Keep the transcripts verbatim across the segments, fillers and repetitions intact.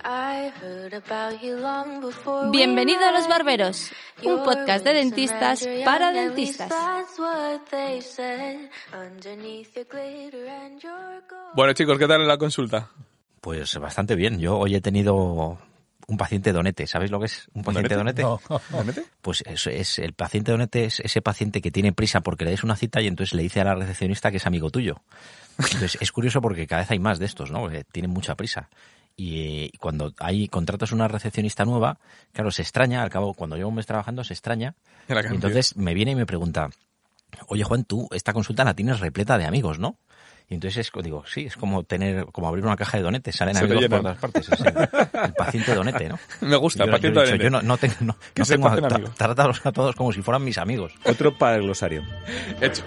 Bienvenido a Los Barberos, un podcast de dentistas para dentistas. Bueno, chicos, ¿qué tal en la consulta? Pues bastante bien. Yo hoy he tenido un paciente donete. ¿Sabéis lo que es un paciente donete? No. ¿Donete? Pues eso es, el paciente donete es ese paciente que tiene prisa porque le des una cita y entonces le dice a la recepcionista que es amigo tuyo. Entonces es curioso porque cada vez hay más de estos, ¿no? Que tienen mucha prisa. Y cuando hay contratas una recepcionista nueva, claro, se extraña, al cabo, cuando llevo un mes trabajando, se extraña. Y entonces me viene y me pregunta, oye Juan, tú esta consulta la tienes repleta de amigos, ¿no? Y entonces es, digo, sí, es como tener, como abrir una caja de donetes, salen se amigos por todas partes. Es el, el paciente donete, ¿no? Me gusta, el paciente donete. Yo no, no tengo, no, no tengo a, tra, trátalos a todos como si fueran mis amigos. Otro para el glosario. Hecho.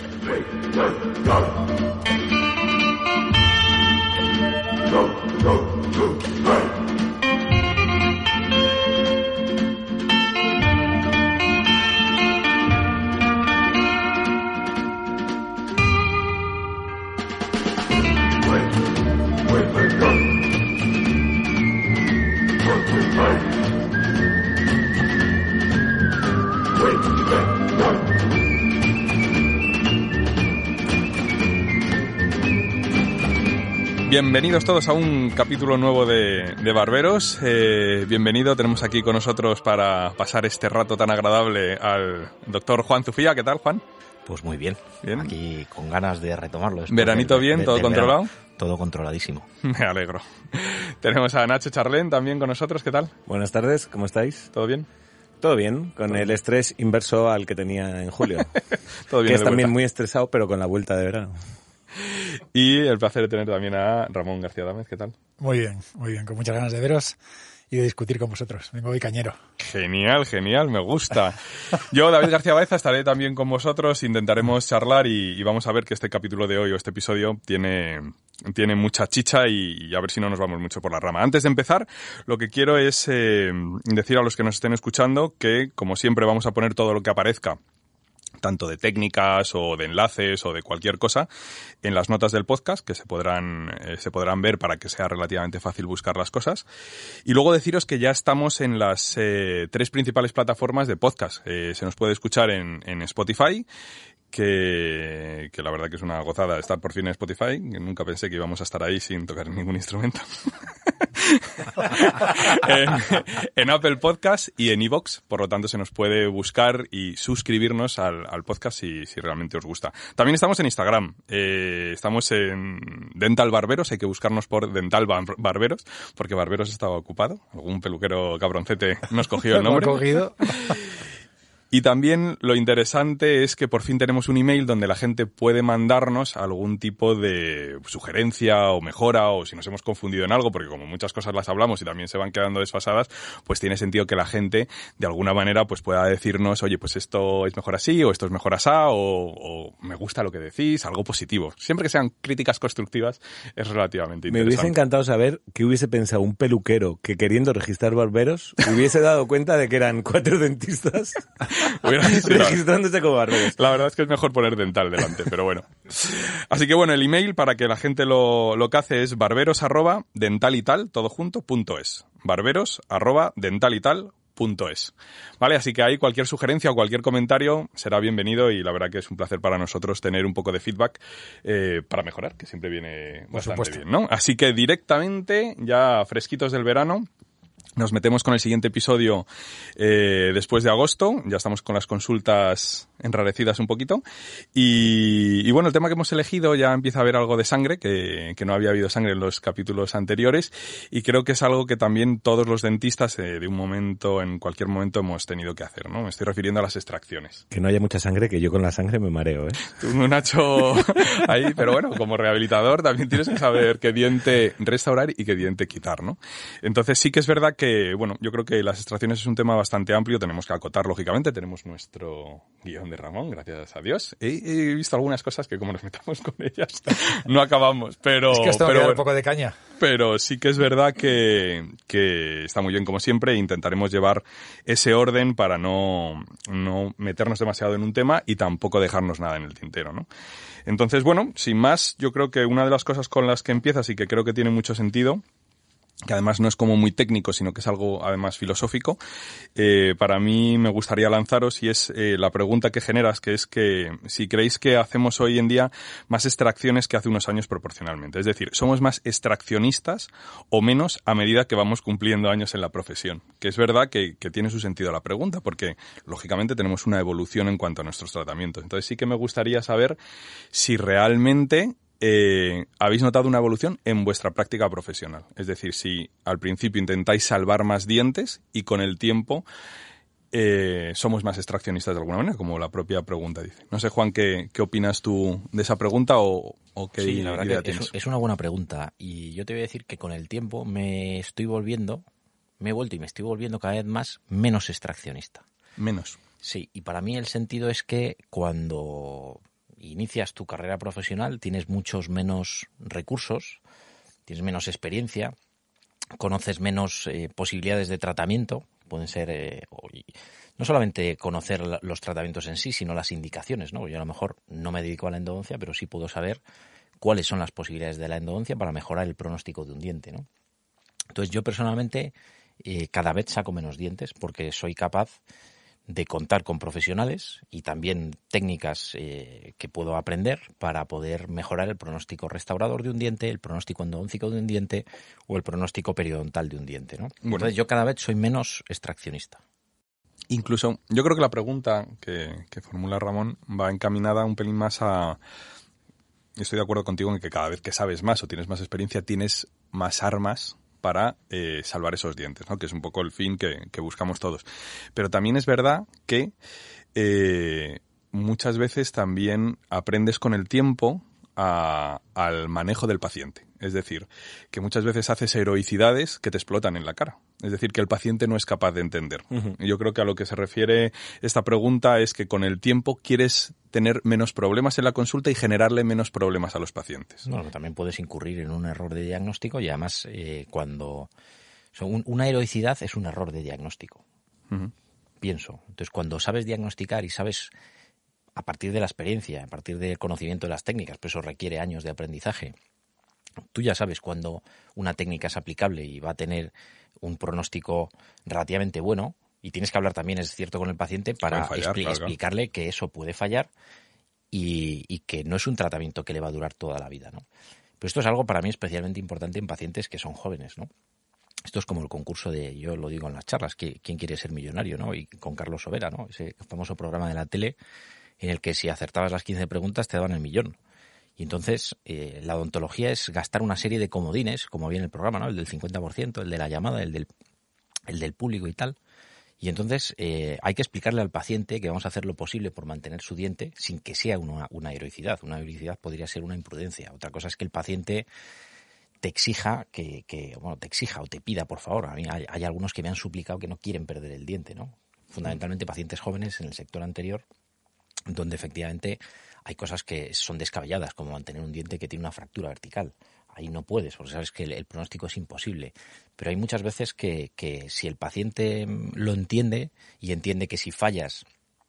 Bienvenidos todos a un capítulo nuevo de, de Barberos. Eh, bienvenido, tenemos aquí con nosotros para pasar este rato tan agradable al doctor Juan Zufía. ¿Qué tal, Juan? Pues muy bien, bien. Aquí con ganas de retomarlo. ¿Veranito de, bien? De, ¿Todo de controlado? Verano, todo controladísimo. Me alegro. Tenemos a Nacho Charlén también con nosotros. ¿Qué tal? Buenas tardes, ¿cómo estáis? ¿Todo bien? Todo bien, con el estrés inverso al que tenía en julio. Todo bien. Que es también muy estresado, pero con la vuelta de verano. Y el placer de tener también a Ramón García Dámez. ¿Qué tal? Muy bien, muy bien. Con muchas ganas de veros y de discutir con vosotros. Vengo hoy cañero. Genial, genial, me gusta. Yo, David García Baeza, estaré también con vosotros. Intentaremos charlar y, y vamos a ver que este capítulo de hoy o este episodio tiene, tiene mucha chicha y, y a ver si no nos vamos mucho por la rama. Antes de empezar, lo que quiero es eh, decir a los que nos estén escuchando que, como siempre, vamos a poner todo lo que aparezca, tanto de técnicas o de enlaces o de cualquier cosa, en las notas del podcast, que se podrán, eh, se podrán ver para que sea relativamente fácil buscar las cosas. Y luego deciros que ya estamos en las eh, tres principales plataformas de podcast. Eh, se nos puede escuchar en, en Spotify, que, que la verdad que es una gozada estar por fin en Spotify, que nunca pensé que íbamos a estar ahí sin tocar ningún instrumento. en, en Apple Podcast y en iVoox, por lo tanto se nos puede buscar y suscribirnos al, al podcast si, si realmente os gusta. También estamos en Instagram, eh, estamos en Dental Barberos, hay que buscarnos por Dental Barberos, porque Barberos estaba ocupado, algún peluquero cabroncete nos cogió el nombre. cogido. Y también lo interesante es que por fin tenemos un email donde la gente puede mandarnos algún tipo de sugerencia o mejora, o si nos hemos confundido en algo, porque como muchas cosas las hablamos y también se van quedando desfasadas, pues tiene sentido que la gente de alguna manera pues pueda decirnos, oye, pues esto es mejor así, o esto es mejor asá, o, o me gusta lo que decís, algo positivo. Siempre que sean críticas constructivas es relativamente interesante. Me hubiese encantado saber qué hubiese pensado un peluquero que, queriendo registrar barberos, hubiese dado cuenta de que eran cuatro dentistas registrándose como barberos. La verdad es que es mejor poner dental delante, pero bueno. Así que bueno, el email para que la gente lo, lo cace es barberos arroba dentalital, todo junto, punto es. Barberos arroba dentalital punto es. Vale, así que ahí cualquier sugerencia o cualquier comentario será bienvenido y la verdad que es un placer para nosotros tener un poco de feedback eh, para mejorar, que siempre viene bastante bien, ¿no? Así que directamente, ya fresquitos del verano, nos metemos con el siguiente episodio eh, después de agosto. Ya estamos con las consultas enrarecidas un poquito. Y, y bueno, el tema que hemos elegido ya empieza a haber algo de sangre, que, que no había habido sangre en los capítulos anteriores. Y creo que es algo que también todos los dentistas eh, de un momento, en cualquier momento, hemos tenido que hacer, ¿no? Me estoy refiriendo a las extracciones. Que no haya mucha sangre, que yo con la sangre me mareo, ¿eh? Tú, Nacho, ahí, pero bueno, como rehabilitador también tienes que saber qué diente restaurar y qué diente quitar, ¿no? Entonces sí que es verdad que, bueno, yo creo que las extracciones es un tema bastante amplio, tenemos que acotar, lógicamente, tenemos nuestro guión de Ramón, gracias a Dios. He, he visto algunas cosas que como nos metamos con ellas, no acabamos, pero... Es que os tengo pero, que dar bueno, un poco de caña. Pero sí que es verdad que, que está muy bien como siempre e intentaremos llevar ese orden para no, no meternos demasiado en un tema y tampoco dejarnos nada en el tintero, ¿no? Entonces, bueno, sin más, yo creo que una de las cosas con las que empiezas y que creo que tiene mucho sentido que además no es como muy técnico, sino que es algo además filosófico, eh, para mí me gustaría lanzaros y es eh, la pregunta que generas, que es que si creéis que hacemos hoy en día más extracciones que hace unos años proporcionalmente. Es decir, ¿somos más extraccionistas o menos a medida que vamos cumpliendo años en la profesión? Que es verdad que, que tiene su sentido la pregunta, porque lógicamente tenemos una evolución en cuanto a nuestros tratamientos. Entonces sí que me gustaría saber si realmente Eh, habéis notado una evolución en vuestra práctica profesional. Es decir, si al principio intentáis salvar más dientes y con el tiempo eh, somos más extraccionistas de alguna manera, como la propia pregunta dice. No sé, Juan, ¿qué, qué opinas tú de esa pregunta o, o qué sí, la verdad idea que tienes? Es, es una buena pregunta y yo te voy a decir que con el tiempo me estoy volviendo, me he vuelto y me estoy volviendo cada vez más menos extraccionista. Menos. Sí, y para mí el sentido es que cuando inicias tu carrera profesional, tienes muchos menos recursos, tienes menos experiencia, conoces menos eh, posibilidades de tratamiento, pueden ser eh, no solamente conocer los tratamientos en sí, sino las indicaciones, ¿no? Yo a lo mejor no me dedico a la endodoncia, pero sí puedo saber cuáles son las posibilidades de la endodoncia para mejorar el pronóstico de un diente, ¿no? Entonces yo personalmente eh, cada vez saco menos dientes porque soy capaz de contar con profesionales y también técnicas eh, que puedo aprender para poder mejorar el pronóstico restaurador de un diente, el pronóstico endodóntico de un diente o el pronóstico periodontal de un diente, ¿no? Bueno. Entonces yo cada vez soy menos extraccionista. Incluso, yo creo que la pregunta que, que formula Ramón va encaminada un pelín más a... Estoy de acuerdo contigo en que cada vez que sabes más o tienes más experiencia, tienes más armas para eh, salvar esos dientes, ¿no? Que es un poco el fin que, que buscamos todos. Pero también es verdad que eh, muchas veces también aprendes con el tiempo a, al manejo del paciente. Es decir, que muchas veces haces heroicidades que te explotan en la cara. Es decir, que el paciente no es capaz de entender. Uh-huh. Yo creo que a lo que se refiere esta pregunta es que con el tiempo quieres tener menos problemas en la consulta y generarle menos problemas a los pacientes. Bueno, también puedes incurrir en un error de diagnóstico y además eh, cuando... O sea, un, una heroicidad es un error de diagnóstico. Uh-huh. Pienso. Entonces, cuando sabes diagnosticar y sabes a partir de la experiencia, a partir del conocimiento de las técnicas, pues eso requiere años de aprendizaje, tú ya sabes cuándo una técnica es aplicable y va a tener un pronóstico relativamente bueno y tienes que hablar también, es cierto, con el paciente para fallar, expli- claro. explicarle que eso puede fallar y, y que no es un tratamiento que le va a durar toda la vida, ¿no? Pero esto es algo para mí especialmente importante en pacientes que son jóvenes, ¿no? Esto es como el concurso de, yo lo digo en las charlas, que quién quiere ser millonario, ¿no? Y con Carlos Sobera, ¿no? Ese famoso programa de la tele en el que si acertabas las quince preguntas te daban el millón. Y entonces eh, la odontología es gastar una serie de comodines, como viene el programa, ¿no? El del cincuenta por ciento, el de la llamada, el del, el del público y tal. Y entonces eh, hay que explicarle al paciente que vamos a hacer lo posible por mantener su diente sin que sea una, una heroicidad. Una heroicidad podría ser una imprudencia. Otra cosa es que el paciente te exija, que, que bueno, te exija o te pida, por favor. A mí hay, hay algunos que me han suplicado que no quieren perder el diente, ¿no? Fundamentalmente pacientes jóvenes en el sector anterior, donde efectivamente hay cosas que son descabelladas, como mantener un diente que tiene una fractura vertical. Ahí no puedes, porque sabes que el, el pronóstico es imposible. Pero hay muchas veces que, que si el paciente lo entiende y entiende que si fallas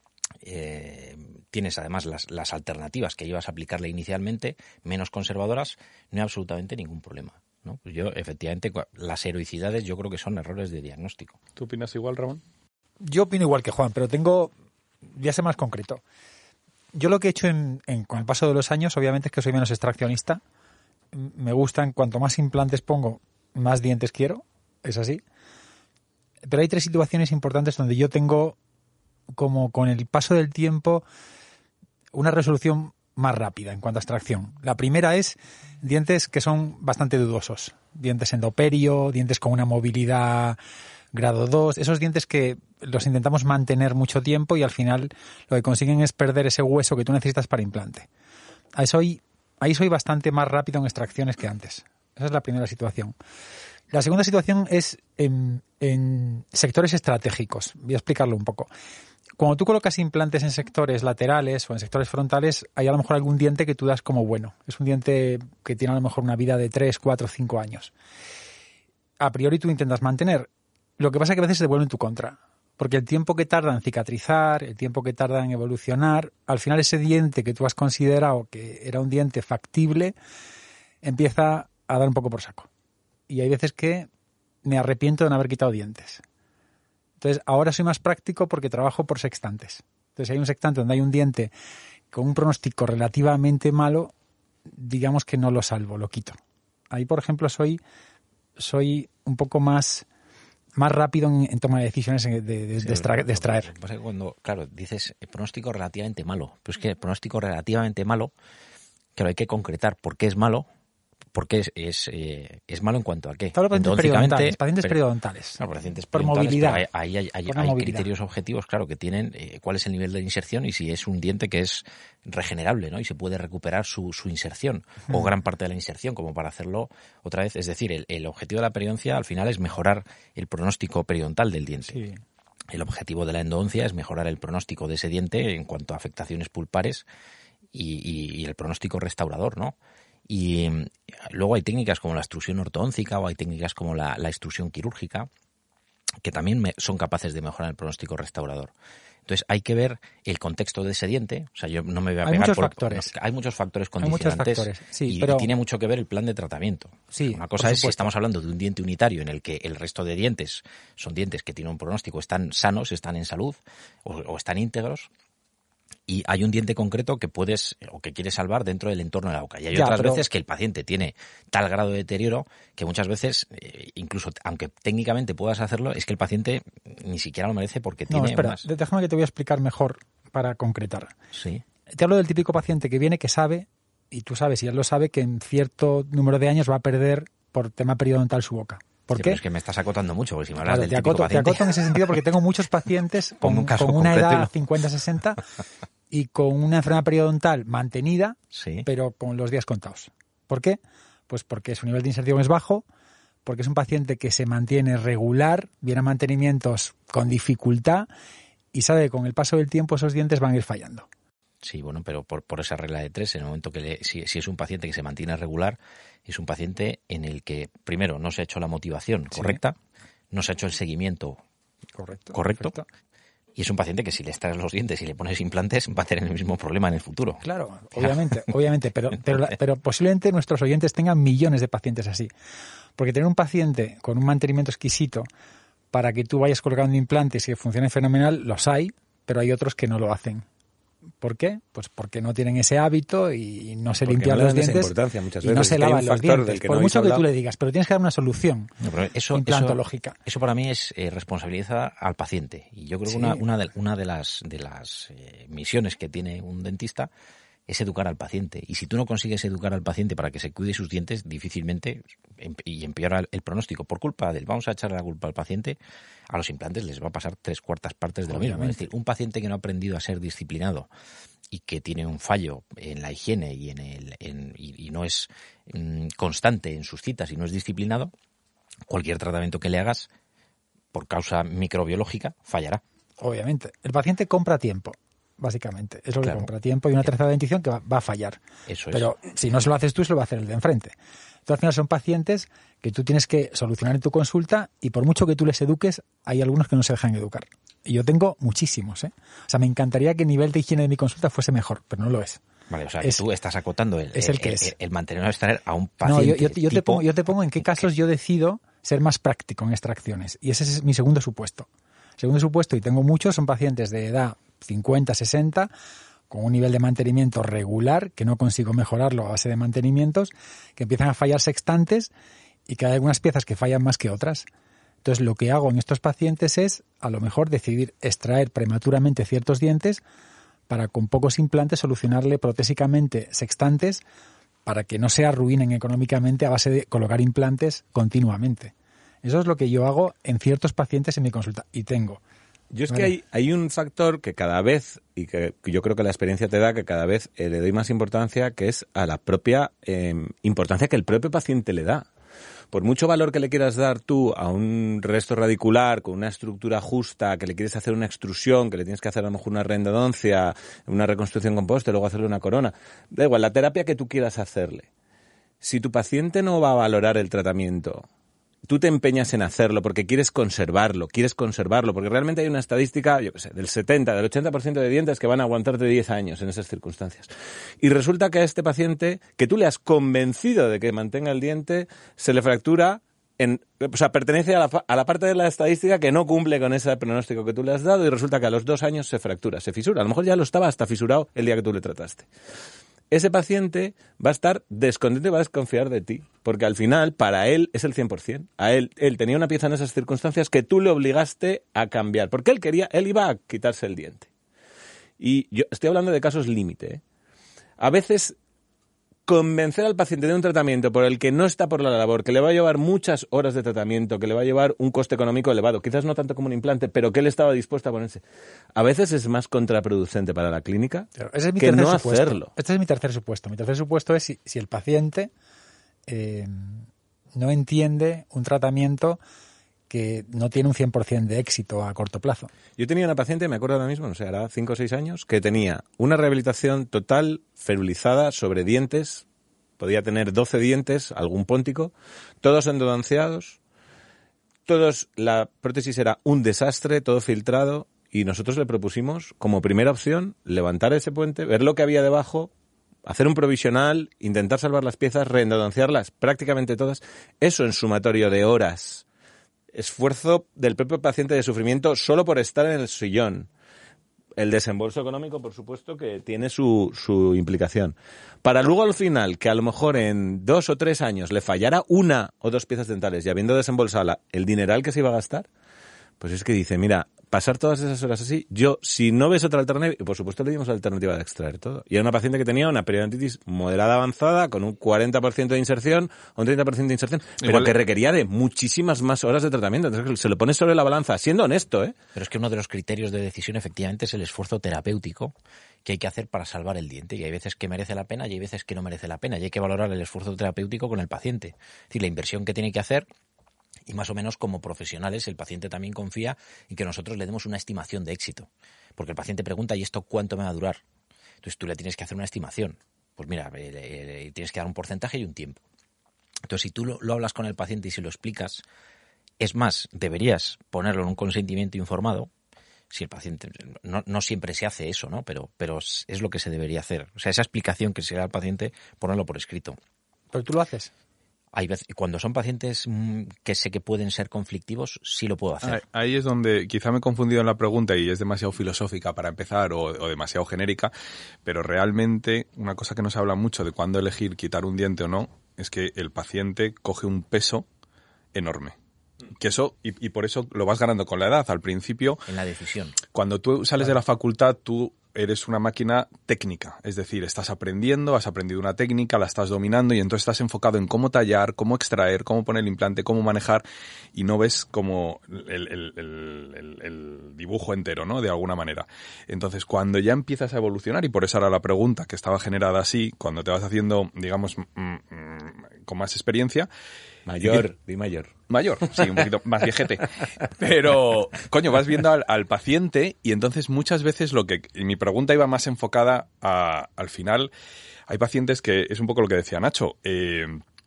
eh, tienes además las, las alternativas que ibas a aplicarle inicialmente, menos conservadoras, no hay absolutamente ningún problema, ¿no? Pues yo, efectivamente, las heroicidades yo creo que son errores de diagnóstico. ¿Tú opinas igual, Ramón? Yo opino igual que Juan, pero tengo... ya sé más concreto. Yo lo que he hecho en, en, con el paso de los años, obviamente, es que soy menos extraccionista. Me gustan, cuanto más implantes pongo, más dientes quiero. Es así. Pero hay tres situaciones importantes donde yo tengo, como con el paso del tiempo, una resolución más rápida en cuanto a extracción. La primera es dientes que son bastante dudosos. Dientes endoperio, dientes con una movilidad grado dos, esos dientes que los intentamos mantener mucho tiempo y al final lo que consiguen es perder ese hueso que tú necesitas para implante. Ahí soy, ahí soy bastante más rápido en extracciones que antes. Esa es la primera situación. La segunda situación es en, en sectores estratégicos. Voy a explicarlo un poco. Cuando tú colocas implantes en sectores laterales o en sectores frontales, hay a lo mejor algún diente que tú das como bueno. Es un diente que tiene a lo mejor una vida de tres, cuatro, cinco años. A priori tú intentas mantener. Lo que pasa es que a veces se devuelve en tu contra, porque el tiempo que tarda en cicatrizar, el tiempo que tarda en evolucionar, al final ese diente que tú has considerado que era un diente factible, empieza a dar un poco por saco. Y hay veces que me arrepiento de no haber quitado dientes. Entonces, ahora soy más práctico porque trabajo por sextantes. Entonces, si hay un sextante donde hay un diente con un pronóstico relativamente malo, digamos que no lo salvo, lo quito. Ahí, por ejemplo, soy, soy un poco más, más rápido en, en toma de decisiones de, de, Sí, de, extra, de extraer. Lo que pasa es que cuando, claro, dices el pronóstico relativamente malo, pero es que el pronóstico relativamente malo, claro, hay que concretar por qué es malo, porque es es, eh, es malo en cuanto a qué. Hablo de pacientes periodontales, pacientes pero- periodontales. Claro, pacientes Por periodontales, movilidad. pero Ahí hay, hay, Por la hay movilidad. criterios objetivos, claro, que tienen eh, cuál es el nivel de inserción y si es un diente que es regenerable, ¿no? Y se puede recuperar su, su inserción o gran parte de la inserción, como para hacerlo otra vez. Es decir, el, el objetivo de la periodoncia al final es mejorar el pronóstico periodontal del diente. Sí. El objetivo de la endodoncia es mejorar el pronóstico de ese diente en cuanto a afectaciones pulpares y, y, y el pronóstico restaurador, ¿no? Y mm, luego hay técnicas como la extrusión ortodóntica o hay técnicas como la, la extrusión quirúrgica que también me- son capaces de mejorar el pronóstico restaurador. Entonces hay que ver el contexto de ese diente. O sea, yo no me voy a Hay pegar muchos por- factores. no, hay muchos factores Hay muchos condicionantes factores, sí, y, pero- y tiene mucho que ver el plan de tratamiento. Sí, Una cosa por es si supuesto. estamos hablando de un diente unitario en el que el resto de dientes son dientes que tienen un pronóstico, están sanos, están en salud o, o están íntegros. Y hay un diente concreto que puedes o que quieres salvar dentro del entorno de la boca. Y hay Ya, otras pero- veces que el paciente tiene tal grado de deterioro que muchas veces, eh, incluso aunque técnicamente puedas hacerlo, es que el paciente ni siquiera lo merece porque No, tiene espera, unas... déjame que te voy a explicar mejor para concretar. Sí, Te hablo del típico paciente que viene que sabe, y tú sabes, y él lo sabe, que en cierto número de años va a perder por tema periodontal su boca. ¿Por Sí, qué? pero es que me estás acotando mucho, porque si me hablas Claro, del te, típico acoto, te paciente... acoto en ese sentido porque tengo muchos pacientes Ponme con, un caso con una concreto y edad lo- cincuenta sesenta y con una enfermedad periodontal mantenida, Sí. pero con los días contados. ¿Por qué? Pues porque su nivel de inserción es bajo, porque es un paciente que se mantiene regular, viene a mantenimientos con dificultad y sabe que con el paso del tiempo esos dientes van a ir fallando. Sí, bueno, pero por, por esa regla de tres, en el momento que le, si, si es un paciente que se mantiene regular, es un paciente en el que, primero, no se ha hecho la motivación Sí. correcta, no se ha hecho el seguimiento Correcto. correcto, perfecto. y es un paciente que si le extraes los dientes y le pones implantes va a tener el mismo problema en el futuro. Claro, obviamente, obviamente, pero, pero, la- pero posiblemente nuestros oyentes tengan millones de pacientes así. Porque tener un paciente con un mantenimiento exquisito para que tú vayas colocando implantes y que funcione fenomenal, los hay, pero hay otros que no lo hacen. ¿Por qué? Pues porque no tienen ese hábito y no se Porque limpian no le los dan esa dientes importancia muchas y veces. no Es se que hay un lavan los factor del dientes. que Por no mucho habéis que tú hablado. le digas, pero tienes que dar una solución No, pero eso, implantológica. Eso, eso para mí es eh, responsabilidad al paciente. Y yo creo Sí. que una, una de, una de las, de las eh, misiones que tiene un dentista es educar al paciente. Y si tú no consigues educar al paciente para que se cuide sus dientes, difícilmente em- y empeora el, el pronóstico. Por culpa del, vamos a echarle la culpa al paciente, a los implantes les va a pasar tres cuartas partes de lo mismo. Es Obviamente. decir, un paciente que no ha aprendido a ser disciplinado y que tiene un fallo en la higiene y en el en- y, y no es mm, constante en sus citas y no es disciplinado, cualquier tratamiento que le hagas por causa microbiológica fallará. Obviamente. El paciente compra tiempo, básicamente. Es lo que Claro. compra tiempo y una tercera dentición que va, va a fallar. Eso es. Pero si no se lo haces tú, se lo va a hacer el de enfrente. Entonces, al final son pacientes que tú tienes que solucionar en tu consulta y por mucho que tú les eduques, hay algunos que no se dejan educar. Y yo tengo muchísimos, ¿eh? O sea, me encantaría que el nivel de higiene de mi consulta fuese mejor, pero no lo es. Vale, o sea, es- que tú estás acotando el, es el que el, es. el- el mantener o extraer a un No, paciente. yo, yo, yo te tipo- pongo, yo te pongo en qué casos yo decido ser más práctico en extracciones. Y ese es mi segundo supuesto. El segundo supuesto, y tengo muchos, son pacientes de edad cincuenta, sesenta, con un nivel de mantenimiento regular, que no consigo mejorarlo a base de mantenimientos, que empiezan a fallar sextantes y que hay algunas piezas que fallan más que otras. Entonces, lo que hago en estos pacientes es, a lo mejor, decidir extraer prematuramente ciertos dientes para, con pocos implantes, solucionarle protésicamente sextantes para que no se arruinen económicamente a base de colocar implantes continuamente. Eso es lo que yo hago en ciertos pacientes en mi consulta. Y tengo. Yo es Vale. que hay, hay un factor que cada vez, y que yo creo que la experiencia te da, que cada vez eh, le doy más importancia, que es a la propia eh, importancia que el propio paciente le da. Por mucho valor que le quieras dar tú a un resto radicular con una estructura justa, que le quieres hacer una extrusión, que le tienes que hacer a lo mejor una reendodoncia, una reconstrucción con poste, luego hacerle una corona, da igual, la terapia que tú quieras hacerle. Si tu paciente no va a valorar el tratamiento, tú te empeñas en hacerlo porque quieres conservarlo, quieres conservarlo, porque realmente hay una estadística, yo qué sé, del setenta, del ochenta por ciento de dientes que van a aguantarte diez años en esas circunstancias. Y resulta que a este paciente, que tú le has convencido de que mantenga el diente, se le fractura en, o sea, pertenece a la, a la parte de la estadística que no cumple con ese pronóstico que tú le has dado y resulta que a los dos años se fractura, se fisura. A lo mejor ya lo estaba hasta fisurado el día que tú le trataste. Ese paciente va a estar descontento y va a desconfiar de ti, porque al final, para él, es el cien por ciento. A él, él tenía una pieza en esas circunstancias que tú le obligaste a cambiar, porque él quería, él iba a quitarse el diente. Y yo estoy hablando de casos límite, ¿eh? A veces, convencer al paciente de un tratamiento por el que no está por la labor, que le va a llevar muchas horas de tratamiento, que le va a llevar un coste económico elevado, quizás no tanto como un implante, pero que él estaba dispuesto a ponerse, a veces es más contraproducente para la clínica Claro, ese es mi que tercer no supuesto. hacerlo. Este es mi tercer supuesto. Mi tercer supuesto es si, si el paciente eh, no entiende un tratamiento que no tiene un cien por ciento de éxito a corto plazo. Yo tenía una paciente, me acuerdo ahora mismo, no sé, hará cinco o seis años, que tenía una rehabilitación total ferulizada sobre dientes, podía tener doce dientes, algún póntico, todos endodonciados, todos, la prótesis era un desastre, todo filtrado, y nosotros le propusimos, como primera opción, levantar ese puente, ver lo que había debajo, hacer un provisional, intentar salvar las piezas, reendodonciarlas, prácticamente todas. Eso en sumatorio de horas, esfuerzo del propio paciente de sufrimiento solo por estar en el sillón. El desembolso económico, por supuesto, que tiene su, su implicación. Para luego al final, que a lo mejor en dos o tres años le fallara una o dos piezas dentales y habiendo desembolsado la, el dineral que se iba a gastar, pues es que dice, mira, pasar todas esas horas así, yo, si no ves otra alternativa, y por supuesto le dimos la alternativa de extraer todo. Y era una paciente que tenía una periodontitis moderada avanzada, con un cuarenta por ciento de inserción, o un treinta por ciento de inserción, pero Igual, que requería de muchísimas más horas de tratamiento. Entonces se lo pones sobre la balanza, siendo honesto, ¿eh? Pero es que uno de los criterios de decisión efectivamente es el esfuerzo terapéutico que hay que hacer para salvar el diente. Y hay veces que merece la pena y hay veces que no merece la pena. Y hay que valorar el esfuerzo terapéutico con el paciente. Es decir, la inversión que tiene que hacer. Y más o menos como profesionales el paciente también confía en que nosotros le demos una estimación de éxito. Porque el paciente pregunta, ¿y esto cuánto me va a durar? Entonces tú le tienes que hacer una estimación. Pues mira, eh, eh, tienes que dar un porcentaje y un tiempo. Entonces si tú lo, lo hablas con el paciente y si lo explicas, es más, deberías ponerlo en un consentimiento informado. Si el paciente, no, no siempre se hace eso, ¿no? Pero, pero es lo que se debería hacer. O sea, esa explicación que se da al paciente, ponerlo por escrito. ¿Pero tú lo haces? Hay veces, cuando son pacientes mmm, que sé que pueden ser conflictivos, sí lo puedo hacer. Ahí es donde quizá me he confundido en la pregunta y es demasiado filosófica para empezar o, o demasiado genérica, pero realmente una cosa que nos habla mucho de cuándo elegir quitar un diente o no es que el paciente coge un peso enorme. Que eso, y, y por eso lo vas ganando con la edad. Al principio, en la decisión. Cuando tú sales de la facultad, tú eres una máquina técnica, es decir, estás aprendiendo, has aprendido una técnica, la estás dominando y entonces estás enfocado en cómo tallar, cómo extraer, cómo poner el implante, cómo manejar y no ves como el, el, el, el, el dibujo entero, ¿no? De alguna manera. Entonces, cuando ya empiezas a evolucionar, y por eso era la pregunta que estaba generada así, cuando te vas haciendo, digamos, mm, mm, con más experiencia, Mayor, di mayor. Mayor, sí, un poquito más viejete. Pero, coño, vas viendo al, al paciente y entonces muchas veces lo que... Y mi pregunta iba más enfocada a, al final. Hay pacientes que, es un poco lo que decía Nacho, eh,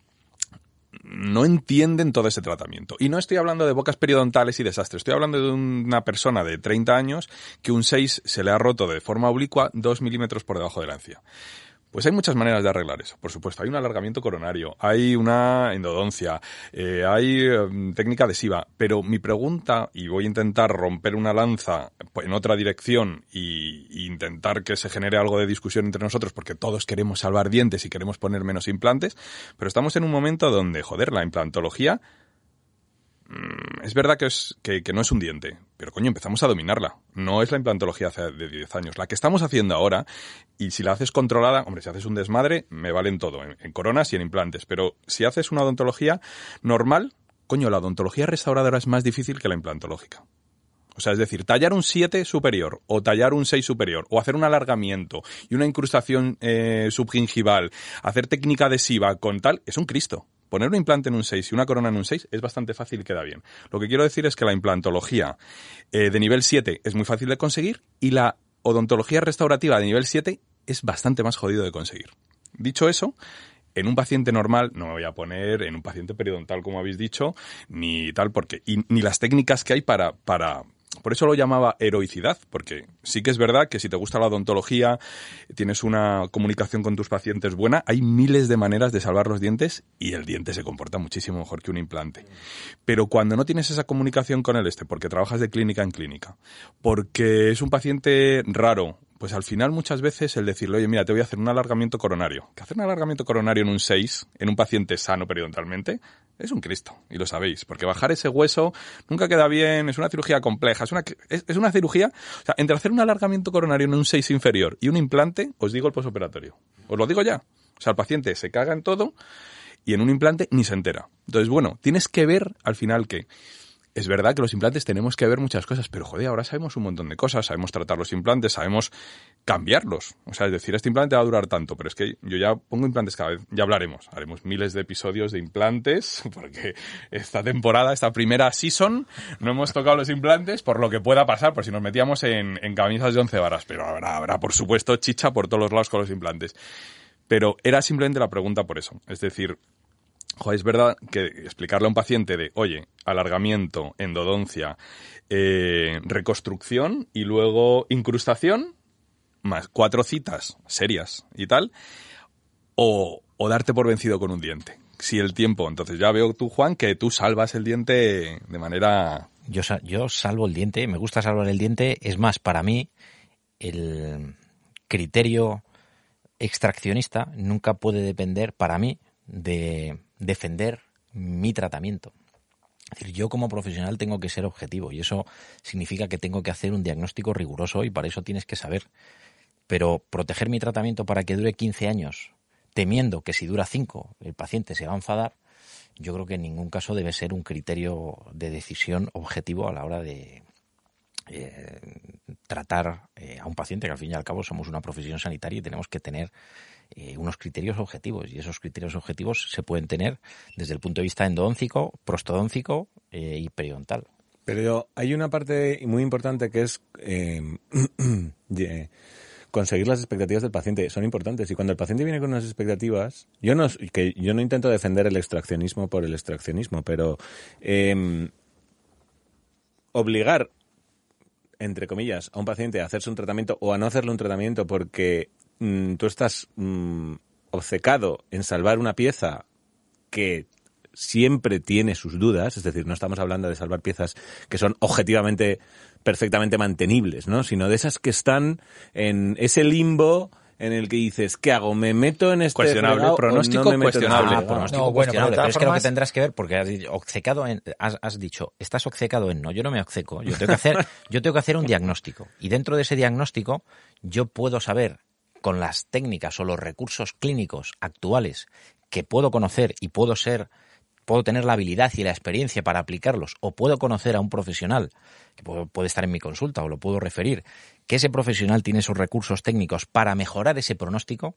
no entienden todo ese tratamiento. Y no estoy hablando de bocas periodontales y desastres. Estoy hablando de una persona de treinta años que un seis se le ha roto de forma oblicua dos milímetros por debajo de la encía. Pues hay muchas maneras de arreglar eso, por supuesto. Hay un alargamiento coronario, hay una endodoncia, eh, hay eh, técnica adhesiva. Pero mi pregunta, y voy a intentar romper una lanza en otra dirección y, y intentar que se genere algo de discusión entre nosotros, porque todos queremos salvar dientes y queremos poner menos implantes, pero estamos en un momento donde, joder, la implantología... Es verdad que, es, que, que no es un diente, pero coño, empezamos a dominarla. No es la implantología hace de diez años. La que estamos haciendo ahora, y si la haces controlada, hombre, si haces un desmadre, me valen todo, en, en coronas y en implantes. Pero si haces una odontología normal, coño, la odontología restauradora es más difícil que la implantológica. O sea, es decir, tallar un siete superior o tallar un seis superior o hacer un alargamiento y una incrustación eh, subgingival, hacer técnica adhesiva con tal, es un Cristo. Poner un implante en un seis y una corona en un seis es bastante fácil y queda bien. Lo que quiero decir es que la implantología eh, de nivel siete es muy fácil de conseguir y la odontología restaurativa de nivel siete es bastante más jodido de conseguir. Dicho eso, en un paciente normal, no me voy a poner en un paciente periodontal como habéis dicho, ni tal, porque y, ni las técnicas que hay para... para Por eso lo llamaba heroicidad, porque sí que es verdad que si te gusta la odontología, tienes una comunicación con tus pacientes buena, hay miles de maneras de salvar los dientes y el diente se comporta muchísimo mejor que un implante. Pero cuando no tienes esa comunicación con el este, porque trabajas de clínica en clínica, porque es un paciente raro, pues al final muchas veces el decirle, oye, mira, te voy a hacer un alargamiento coronario. Que hacer un alargamiento coronario en un seis, en un paciente sano periodontalmente, es un Cristo, y lo sabéis, porque bajar ese hueso nunca queda bien, es una cirugía compleja, es una, es, es una cirugía, o sea, entre hacer un alargamiento coronario en un seis inferior y un implante, os digo el posoperatorio, os lo digo ya, o sea, el paciente se caga en todo y en un implante ni se entera. Entonces, bueno, tienes que ver al final que es verdad que los implantes tenemos que ver muchas cosas, pero joder, ahora sabemos un montón de cosas, sabemos tratar los implantes, sabemos cambiarlos. O sea, es decir, este implante va a durar tanto, pero es que yo ya pongo implantes cada vez, ya hablaremos, haremos miles de episodios de implantes, porque esta temporada, esta primera season, no hemos tocado los implantes por lo que pueda pasar, por si nos metíamos en, en camisas de once varas, pero habrá, habrá, por supuesto, chicha por todos los lados con los implantes. Pero era simplemente la pregunta por eso, es decir, joder, es verdad que explicarle a un paciente de, oye, alargamiento, endodoncia, eh, reconstrucción y luego incrustación, más cuatro citas serias y tal, o, o darte por vencido con un diente. Si el tiempo, entonces ya veo tú, Juan, que tú salvas el diente de manera... Yo, yo salvo el diente, me gusta salvar el diente, es más, para mí el criterio extraccionista nunca puede depender, para mí, de defender mi tratamiento. Es decir, yo como profesional tengo que ser objetivo y eso significa que tengo que hacer un diagnóstico riguroso y para eso tienes que saber. Pero proteger mi tratamiento para que dure quince años, temiendo que si dura cinco el paciente se va a enfadar, yo creo que en ningún caso debe ser un criterio de decisión objetivo a la hora de eh, tratar eh, a un paciente, que al fin y al cabo somos una profesión sanitaria y tenemos que tener Eh, unos criterios objetivos, y esos criterios objetivos se pueden tener desde el punto de vista endodóntico, prostodóntico eh, y periodontal. Pero hay una parte muy importante que es eh, conseguir las expectativas del paciente. Son importantes, y cuando el paciente viene con unas expectativas, yo no que yo no intento defender el extraccionismo por el extraccionismo, pero eh, obligar, entre comillas, a un paciente a hacerse un tratamiento o a no hacerle un tratamiento porque mm, tú estás mm, obcecado en salvar una pieza que siempre tiene sus dudas, es decir, no estamos hablando de salvar piezas que son objetivamente perfectamente mantenibles, ¿no? Sino de esas que están en ese limbo en el que dices, ¿qué hago? ¿Me meto en este cuestionable pronóstico? No me meto Cuestionable. En Ah, este pronóstico No, bueno, cuestionable, pero de pero es todas que lo que formas- tendrás que ver, porque has dicho, obcecado en, has, has dicho, estás obcecado en no, yo no me obceco, yo tengo que hacer, yo tengo que hacer un diagnóstico, y dentro de ese diagnóstico yo puedo saber, con las técnicas o los recursos clínicos actuales que puedo conocer y puedo ser, puedo tener la habilidad y la experiencia para aplicarlos, o puedo conocer a un profesional que puede, puede estar en mi consulta o lo puedo referir, que ese profesional tiene esos recursos técnicos para mejorar ese pronóstico.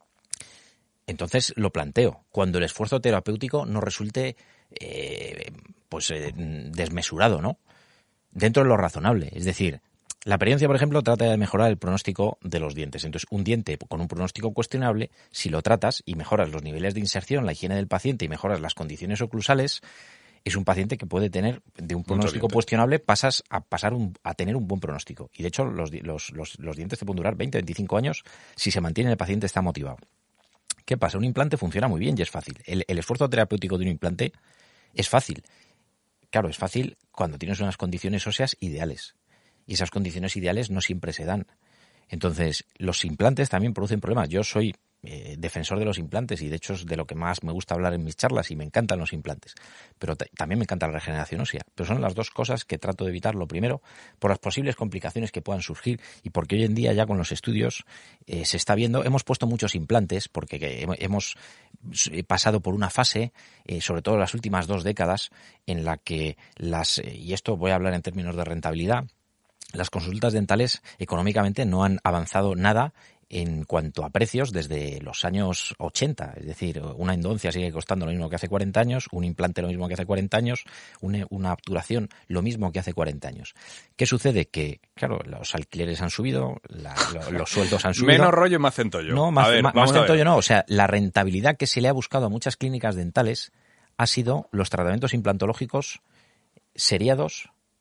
Entonces lo planteo, cuando el esfuerzo terapéutico no resulte eh, pues eh, desmesurado, ¿no? Dentro de lo razonable. Es decir, la periodoncia, por ejemplo, trata de mejorar el pronóstico de los dientes. Entonces, un diente con un pronóstico cuestionable, si lo tratas y mejoras los niveles de inserción, la higiene del paciente y mejoras las condiciones oclusales, es un paciente que puede tener, de un pronóstico diente. cuestionable, pasas a pasar un, a tener un buen pronóstico. Y de hecho, los, los, los, los dientes te pueden durar veinte, veinticinco años si se mantiene, el paciente está motivado. ¿Qué pasa? Un implante funciona muy bien y es fácil. El, el esfuerzo terapéutico de un implante es fácil. Claro, es fácil cuando tienes unas condiciones óseas ideales. Y esas condiciones ideales no siempre se dan. Entonces, los implantes también producen problemas. Yo soy eh, defensor de los implantes y de hecho es de lo que más me gusta hablar en mis charlas y me encantan los implantes. Pero t- también me encanta la regeneración ósea. Pero son las dos cosas que trato de evitar. Lo primero, por las posibles complicaciones que puedan surgir y porque hoy en día ya con los estudios eh, se está viendo, hemos puesto muchos implantes porque eh, hemos pasado por una fase, eh, sobre todo en las últimas dos décadas, en la que las, eh, y esto voy a hablar en términos de rentabilidad, las consultas dentales económicamente no han avanzado nada en cuanto a precios desde los años ochenta. Es decir, una endodoncia sigue costando lo mismo que hace cuarenta años, un implante lo mismo que hace cuarenta años, una, una obturación lo mismo que hace cuarenta años. ¿Qué sucede? Que, claro, los alquileres han subido, la, lo, los sueldos han subido. Menos rollo, más centollo. No, más, a ver, más, vamos más a ver. centollo no. O sea, la rentabilidad que se le ha buscado a muchas clínicas dentales ha sido los tratamientos implantológicos seriados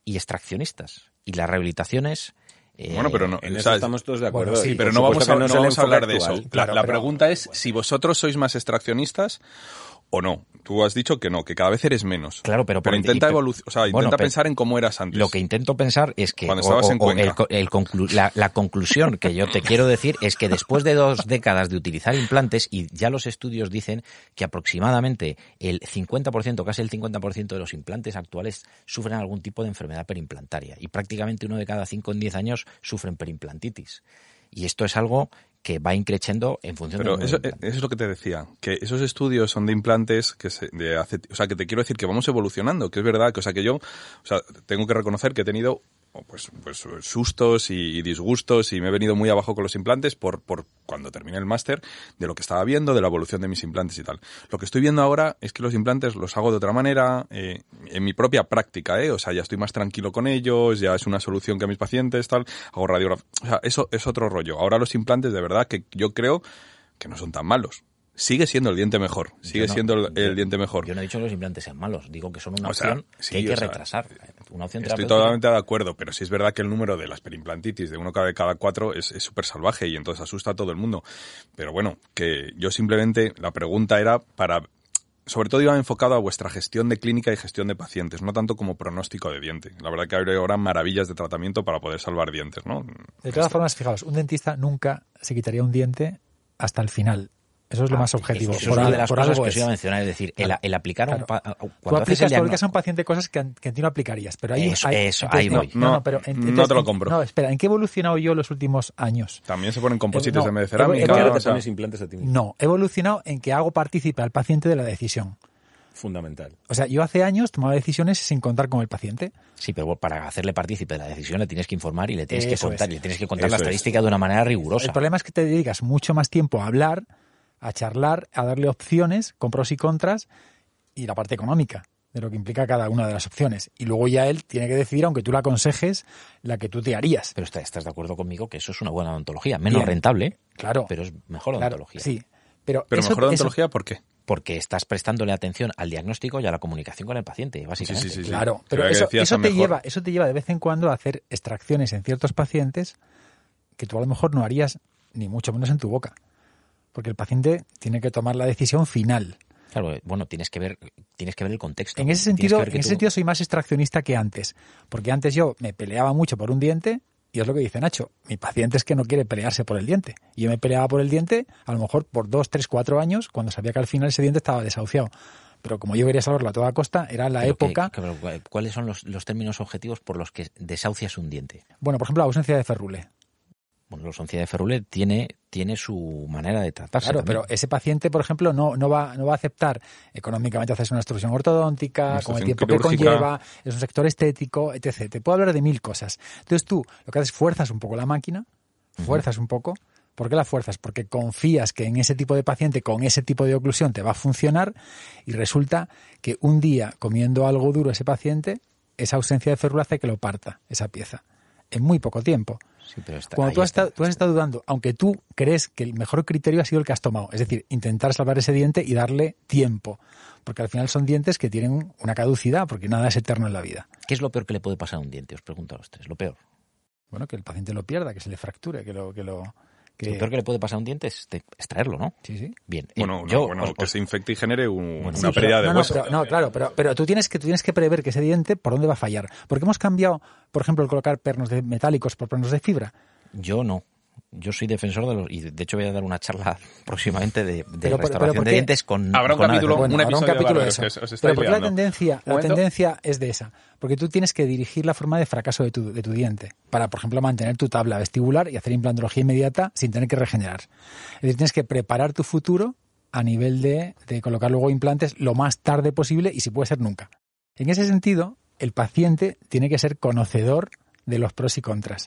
y extraccionistas. Y las rehabilitaciones... Eh, bueno, pero no, en o eso sea, estamos todos de acuerdo. Bueno, sí, y pero por no vamos a, supuesto que no es el vamos a enfoque hablar de actual. eso. Claro, la la pero- pregunta es si vosotros sois más extraccionistas o no. Tú has dicho que no, que cada vez eres menos. Claro, pero... Pero por- intenta y- evolucionar, o sea, bueno, intenta pero- pensar en cómo eras antes. Lo que intento pensar es que Cuando o- estabas o- en o Cuenca. el co- el conclu- la, la conclusión que yo te quiero decir es que después de dos décadas de utilizar implantes, y ya los estudios dicen que aproximadamente el cincuenta por ciento, casi el cincuenta por ciento de los implantes actuales sufren algún tipo de enfermedad perimplantaria, y prácticamente uno de cada cinco en diez años sufren perimplantitis. Y esto es algo que va increciendo en función Pero del eso, número de implantes. eso es lo que te decía, que esos estudios son de implantes que se, de hace, o sea, que te quiero decir que vamos evolucionando, que es verdad, que o sea, que yo, o sea, tengo que reconocer que he tenido pues, pues sustos y, y disgustos y me he venido muy abajo con los implantes por, por cuando terminé el máster, de lo que estaba viendo, de la evolución de mis implantes y tal. Lo que estoy viendo ahora es que los implantes los hago de otra manera, eh, en mi propia práctica, eh, o sea, ya estoy más tranquilo con ellos, ya es una solución que a mis pacientes, tal, hago radiografía, o sea, eso es otro rollo. Ahora los implantes, de verdad, que yo creo que no son tan malos. Sigue siendo el diente mejor, sigue Yo no- siendo el, el yo- diente mejor. Yo no he dicho que los implantes sean malos, digo que son una O sea, opción sí, que hay que o sea, retrasar. Una opción Estoy terapéutica. totalmente de acuerdo, pero sí es verdad que el número de las perimplantitis de uno cada cada cuatro es súper salvaje y entonces asusta a todo el mundo. Pero bueno, que yo simplemente, la pregunta era para, sobre todo iba enfocado a vuestra gestión de clínica y gestión de pacientes, no tanto como pronóstico de diente. La verdad que hay ahora maravillas de tratamiento para poder salvar dientes, ¿no? De todas formas, fijaos, un dentista nunca se quitaría un diente hasta el final. Eso es lo Ah, más objetivo. Eso es Por una al- de las por cosas algo que os es. iba a mencionar, es decir, el, el aplicar a un Claro. pa- Tú cuando haces aplicas, el tú aplicas a un diagnóstico. paciente cosas que, an- que a ti no aplicarías, pero ahí... Eso, ahí- eso, entonces, ahí no, voy. No, No, no, pero... en- no entonces, te lo en- compro. No, espera, ¿en qué he evolucionado yo los últimos años? También se ponen composites Eh, no, en vez de he- cerámica. he- ¿Por qué no o te sea, pones implantes a ti mismo? No, he evolucionado en que hago partícipe al paciente de la decisión. Fundamental. O sea, yo hace años tomaba decisiones sin contar con el paciente. Sí, pero para hacerle partícipe de la decisión le tienes que informar y le tienes que Eso contar, es. y le tienes que contar Eso la es. estadística de una manera rigurosa. El problema es que te dedicas mucho más tiempo a hablar, a charlar, a darle opciones con pros y contras y la parte económica de lo que implica cada una de las opciones. Y luego ya él tiene que decidir, aunque tú le aconsejes, la que tú te harías. Pero está- estás de acuerdo conmigo que eso es una buena odontología. Menos Bien. rentable, Claro. pero es mejor Claro, odontología. sí. Pero, Pero eso- mejor eso- odontología, ¿por qué? Porque estás prestándole atención al diagnóstico y a la comunicación con el paciente, básicamente. Sí, sí, sí. Claro, Pero pero ya que eso, decías eso a te mejor. lleva, eso te lleva de vez en cuando a hacer extracciones en ciertos pacientes que tú a lo mejor no harías ni mucho menos en tu boca. Porque el paciente tiene que tomar la decisión final. Claro, eh, bueno, tienes que ver, tienes que ver el contexto. En ese Tienes sentido, que ver en que ese tú- sentido soy más extraccionista que antes. Porque antes yo me peleaba mucho por un diente, y es lo que dice Nacho. Mi paciente es que no quiere pelearse por el diente. Y yo me peleaba por el diente, a lo mejor por dos, tres, cuatro años, cuando sabía que al final ese diente estaba desahuciado. Pero como yo quería salvarlo a toda costa, era la pero que- época... que- pero, ¿cuáles son los, los términos objetivos por los que desahucias un diente? Bueno, por ejemplo, la ausencia de ferrule. Bueno, la ausencia de ferrule tiene, tiene su manera de tratarse. Claro, también. pero ese paciente, por ejemplo, no, no, va, no va a aceptar económicamente hacerse una extrusión ortodóntica, Una con el extracción tiempo que quirúrgica. conlleva, es un sector estético, etcétera. Te puedo hablar de mil cosas. Entonces tú lo que haces es fuerzas un poco la máquina, fuerzas un poco. ¿Por qué la fuerzas? Porque confías que en ese tipo de paciente, con ese tipo de oclusión, te va a funcionar y resulta que un día comiendo algo duro ese paciente, esa ausencia de férula hace que lo parta, esa pieza, en muy poco tiempo. Sí, pero está- Cuando ahí tú has, está. estado, tú has estado dudando, aunque tú crees que el mejor criterio ha sido el que has tomado, es decir, intentar salvar ese diente y darle tiempo, porque al final son dientes que tienen una caducidad, porque nada es eterno en la vida. ¿Qué es lo peor que le puede pasar a un diente? Os pregunto a los tres. Lo peor. Bueno, que el paciente lo pierda, que se le fracture, que lo... Que lo que... Lo peor que le puede pasar a un diente es te- extraerlo, ¿no? Sí, sí. Bien. eh, Bueno, no, yo bueno os- que os- se infecte y genere un- Bueno, una Sí, pérdida pero- de no, no, hueso. pero- no, claro, pero, pero tú tienes que tú tienes que prever que ese diente por dónde va a fallar. Porque hemos cambiado, por ejemplo, el colocar pernos de metálicos por pernos de fibra. yo no. Yo soy defensor de los... Y de hecho voy a dar una charla próximamente de, de Pero- pero- restauración pero ¿por de qué? dientes con... Habrá un con capítulo, A D C. Bueno, un habrá episodio de capítulo de Barberos, eso. que os- os Pero estáis porque la liando. tendencia, Un la momento. tendencia es de esa. Porque tú tienes que dirigir la forma de fracaso de tu, de tu diente. Para, por ejemplo, mantener tu tabla vestibular y hacer implantología inmediata sin tener que regenerar. Es decir, tienes que preparar tu futuro a nivel de, de colocar luego implantes lo más tarde posible y si puede ser nunca. En ese sentido, el paciente tiene que ser conocedor de los pros y contras.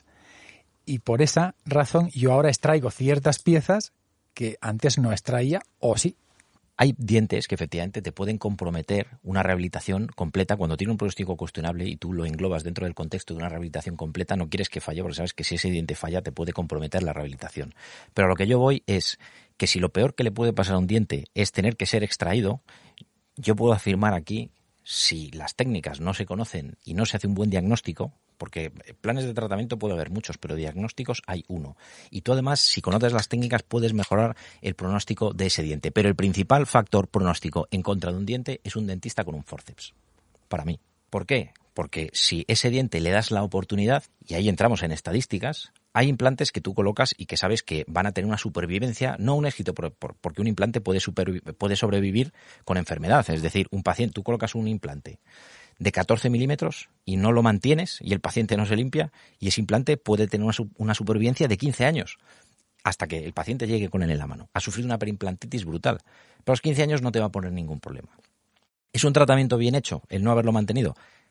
Y por esa razón yo ahora extraigo ciertas piezas que antes no extraía, o sí. Hay dientes que efectivamente te pueden comprometer una rehabilitación completa cuando tiene un pronóstico cuestionable y tú lo englobas dentro del contexto de una rehabilitación completa, no quieres que falle porque sabes que si ese diente falla te puede comprometer la rehabilitación. Pero a lo que yo voy es que si lo peor que le puede pasar a un diente es tener que ser extraído, yo puedo afirmar aquí, si las técnicas no se conocen y no se hace un buen diagnóstico, porque planes de tratamiento puede haber muchos, pero diagnósticos hay uno. Y tú además, si conoces las técnicas, puedes mejorar el pronóstico de ese diente. Pero el principal factor pronóstico en contra de un diente es un dentista con un forceps, para mí. ¿Por qué? Porque si ese diente le das la oportunidad, y ahí entramos en estadísticas, hay implantes que tú colocas y que sabes que van a tener una supervivencia, no un éxito, por, por, porque un implante puede, supervi- puede sobrevivir con enfermedad. Es decir, un paciente, tú colocas un implante de catorce milímetros y no lo mantienes y el paciente no se limpia y ese implante puede tener una, una supervivencia de quince años hasta que el paciente llegue con él en la mano. Ha sufrido una perimplantitis brutal. Pero a los quince años no te va a poner ningún problema. ¿Es un tratamiento bien hecho el no haberlo mantenido?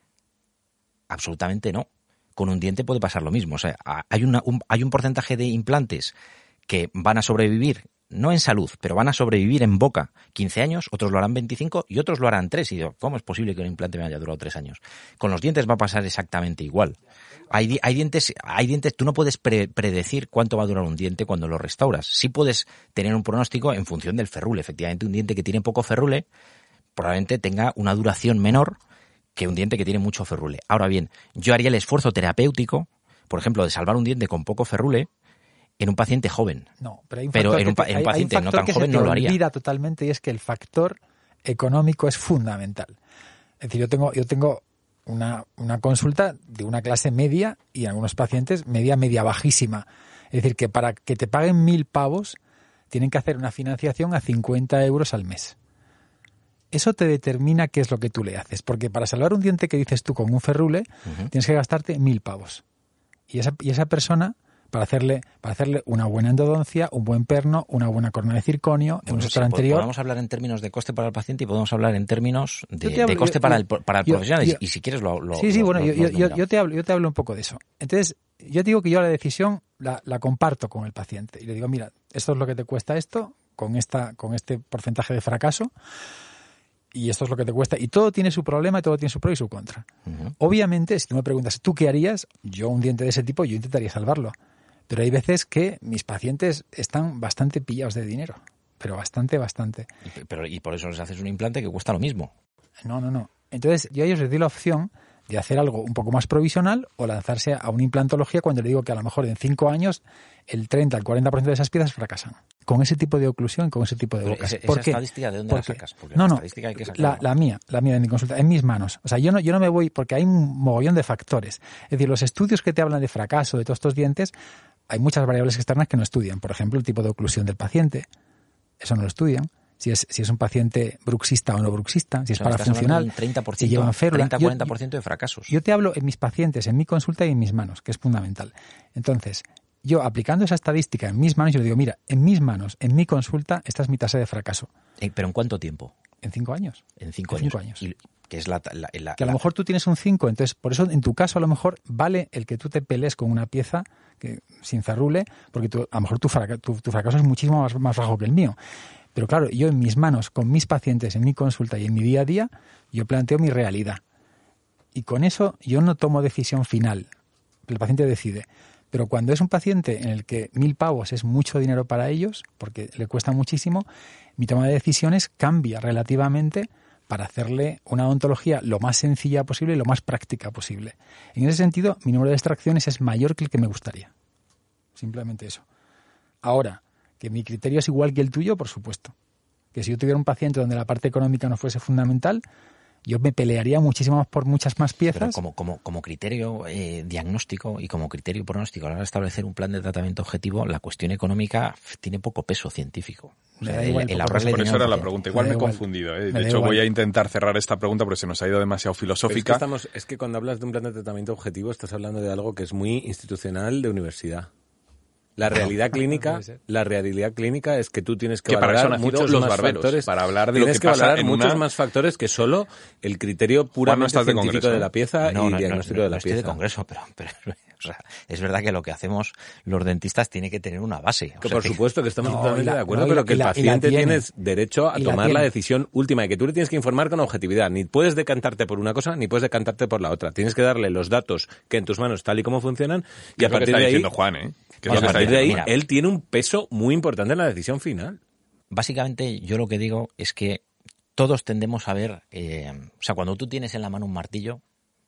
Absolutamente no. Con un diente puede pasar lo mismo. O sea, hay, una, un, hay un porcentaje de implantes que van a sobrevivir, no en salud, pero van a sobrevivir en boca quince años, otros lo harán veinticinco y otros lo harán tres. Y digo, ¿cómo es posible que un implante me haya durado tres años? Con los dientes va a pasar exactamente igual. Hay, hay dientes, hay dientes, tú no puedes pre, predecir cuánto va a durar un diente cuando lo restauras. Sí puedes tener un pronóstico en función del ferrule. Efectivamente, un diente que tiene poco ferrule probablemente tenga una duración menor que un diente que tiene mucho ferrule. Ahora bien, yo haría el esfuerzo terapéutico, por ejemplo, de salvar un diente con poco ferrule en un paciente joven. No, pero, hay un pero en un, te, en un hay, paciente hay un no tan que joven se te no lo haría. olvida totalmente y es que el factor económico es fundamental. Es decir, yo tengo, yo tengo una, una consulta de una clase media y en algunos pacientes media, media bajísima. Es decir, que para que te paguen mil pavos tienen que hacer una financiación a cincuenta euros al mes. Eso te determina qué es lo que tú le haces. Porque para salvar un diente que dices tú con un ferrule, uh-huh. tienes que gastarte mil pavos. Y esa, y esa persona, para hacerle, para hacerle una buena endodoncia, un buen perno, una buena corona de circonio, bueno, un sí, sector anterior... Podemos hablar en términos de coste para el paciente y podemos hablar en términos de, hablo, de coste yo, para, yo, el, para el yo, profesional. Yo, y si quieres lo lo Sí, sí, lo, bueno, lo, yo, lo yo, yo, te hablo, yo te hablo un poco de eso. Entonces, yo digo que yo la decisión la, la comparto con el paciente. Y le digo, mira, esto es lo que te cuesta esto, con, esta, con este porcentaje de fracaso... y esto es lo que te cuesta, y todo tiene su problema y todo tiene su pro y su contra. Uh-huh. Obviamente, si tú me preguntas, ¿tú qué harías? Yo un diente de ese tipo, yo intentaría salvarlo. Pero hay veces que mis pacientes están bastante pillados de dinero, pero bastante, bastante. Y, pero, y por eso les haces un implante que cuesta lo mismo. No, no, no. Entonces, yo a ellos les doy la opción de hacer algo un poco más provisional o lanzarse a una implantología cuando le digo que a lo mejor en cinco años el treinta al cuarenta por ciento de esas piezas fracasan. Con ese tipo de oclusión, con ese tipo de bocas. Ese, ¿Por ¿Esa qué? estadística de dónde porque, la sacas? Porque no, la no, estadística hay que la, la mía, la mía de mi consulta, en mis manos. O sea, yo no, yo no me voy, porque hay un mogollón de factores. Es decir, los estudios que te hablan de fracaso de todos estos dientes, hay muchas variables externas que no estudian. Por ejemplo, el tipo de oclusión del paciente. Eso no lo estudian. Si es, si es un paciente bruxista o no bruxista, si es o sea, parafuncional, un treinta por ciento, si llevan férula. treinta a cuarenta por ciento de fracasos. Yo, yo te hablo en mis pacientes, en mi consulta y en mis manos, que es fundamental. Entonces, yo aplicando esa estadística en mis manos, yo le digo, mira, en mis manos, en mi consulta, esta es mi tasa de fracaso. ¿Pero en cuánto tiempo? En cinco años. En cinco en años. Cinco años. Y, que es la, la, la, que a lo la... mejor tú tienes un cinco, entonces por eso en tu caso a lo mejor vale el que tú te pelees con una pieza que, sin ferrule, porque tú, a lo mejor tu, fraca, tu, tu fracaso es muchísimo más, más bajo que el mío. Pero claro, yo en mis manos, con mis pacientes, en mi consulta y en mi día a día, yo planteo mi realidad. Y con eso yo no tomo decisión final. El paciente decide. Pero cuando es un paciente en el que mil pavos es mucho dinero para ellos, porque le cuesta muchísimo, mi toma de decisiones cambia relativamente para hacerle una odontología lo más sencilla posible y lo más práctica posible. En ese sentido, mi número de extracciones es mayor que el que me gustaría. Simplemente eso. Ahora, que mi criterio es igual que el tuyo, por supuesto. Que si yo tuviera un paciente donde la parte económica no fuese fundamental, yo me pelearía muchísimo más por muchas más piezas. Pero como, como, como criterio eh, diagnóstico y como criterio pronóstico a la hora de establecer un plan de tratamiento objetivo, la cuestión económica tiene poco peso científico. O sea, el, igual, el ahorrarle por eso era la pregunta. Igual me, me he igual. confundido. ¿eh? De hecho, igual. voy a intentar cerrar esta pregunta porque se nos ha ido demasiado filosófica. Es que, estamos, es que cuando hablas de un plan de tratamiento objetivo estás hablando de algo que es muy institucional de universidad. La realidad clínica, la realidad clínica es que tú tienes que, que valorar para eso muchos los más barberos, factores. Para hablar de tienes lo que, que pasa valorar en muchos una... más factores que solo el criterio puramente no científico de, congreso, de la pieza no, y no, diagnóstico no, no, de la no estoy pieza. de congreso, pero, pero o sea, es verdad que lo que hacemos los dentistas tiene que tener una base. O que sea, por que... supuesto que estamos no, totalmente la, de acuerdo, no, pero la, que el la, paciente tiene. tienes derecho a y tomar la, la decisión última y que tú le tienes que informar con objetividad. Ni puedes decantarte por una cosa ni puedes decantarte por la otra. Tienes que darle los datos que en tus manos tal y como funcionan y a partir de ahí Juan, ¿eh? Y a partir de ahí mira, él tiene un peso muy importante en la decisión final. Básicamente yo lo que digo es que todos tendemos a ver, eh, o sea, cuando tú tienes en la mano un martillo,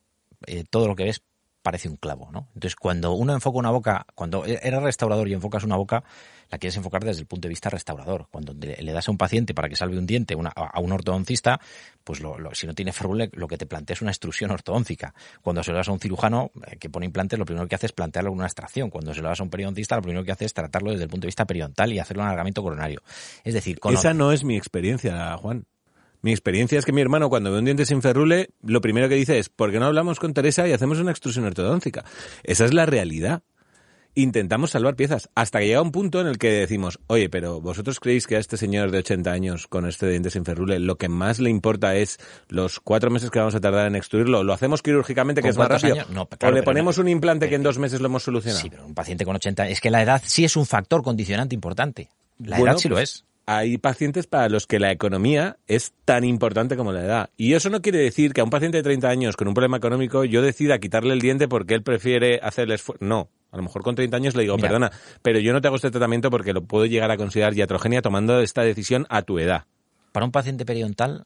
eh, todo lo que ves parece un clavo, ¿no? Entonces, cuando uno enfoca una boca, cuando eres restaurador y enfocas una boca, la quieres enfocar desde el punto de vista restaurador. Cuando le, le das a un paciente para que salve un diente una, a un ortodoncista, pues lo, lo, si no tiene férula, lo que te plantea es una extrusión ortodóntica. Cuando se lo das a un cirujano eh, que pone implantes, lo primero que hace es plantearle una extracción. Cuando se lo das a un periodoncista, lo primero que hace es tratarlo desde el punto de vista periodontal y hacerle un alargamiento coronario. Es decir, con esa no es mi experiencia, Juan. Mi experiencia es que mi hermano, cuando ve un diente sin ferrule, lo primero que dice es, ¿por qué no hablamos con Teresa y hacemos una extrusión ortodóntica? Esa es la realidad. Intentamos salvar piezas hasta que llega un punto en el que decimos, oye, pero ¿vosotros creéis que a este señor de ochenta años con este diente sin ferrule lo que más le importa es los cuatro meses que vamos a tardar en extruirlo? ¿Lo hacemos quirúrgicamente, que es más rápido? Años? No, ¿O claro, le ponemos no, un implante pero, que en dos meses lo hemos solucionado? Sí, pero un paciente con ochenta... Es que la edad sí es un factor condicionante importante. La bueno, edad sí pues, lo es. Hay pacientes para los que la economía es tan importante como la edad. Y eso no quiere decir que a un paciente de treinta años con un problema económico yo decida quitarle el diente porque él prefiere hacer el esfuerzo. No. A lo mejor con treinta años le digo, Mira, perdona, pero yo no te hago este tratamiento porque lo puedo llegar a considerar iatrogenia tomando esta decisión a tu edad. Para un paciente periodontal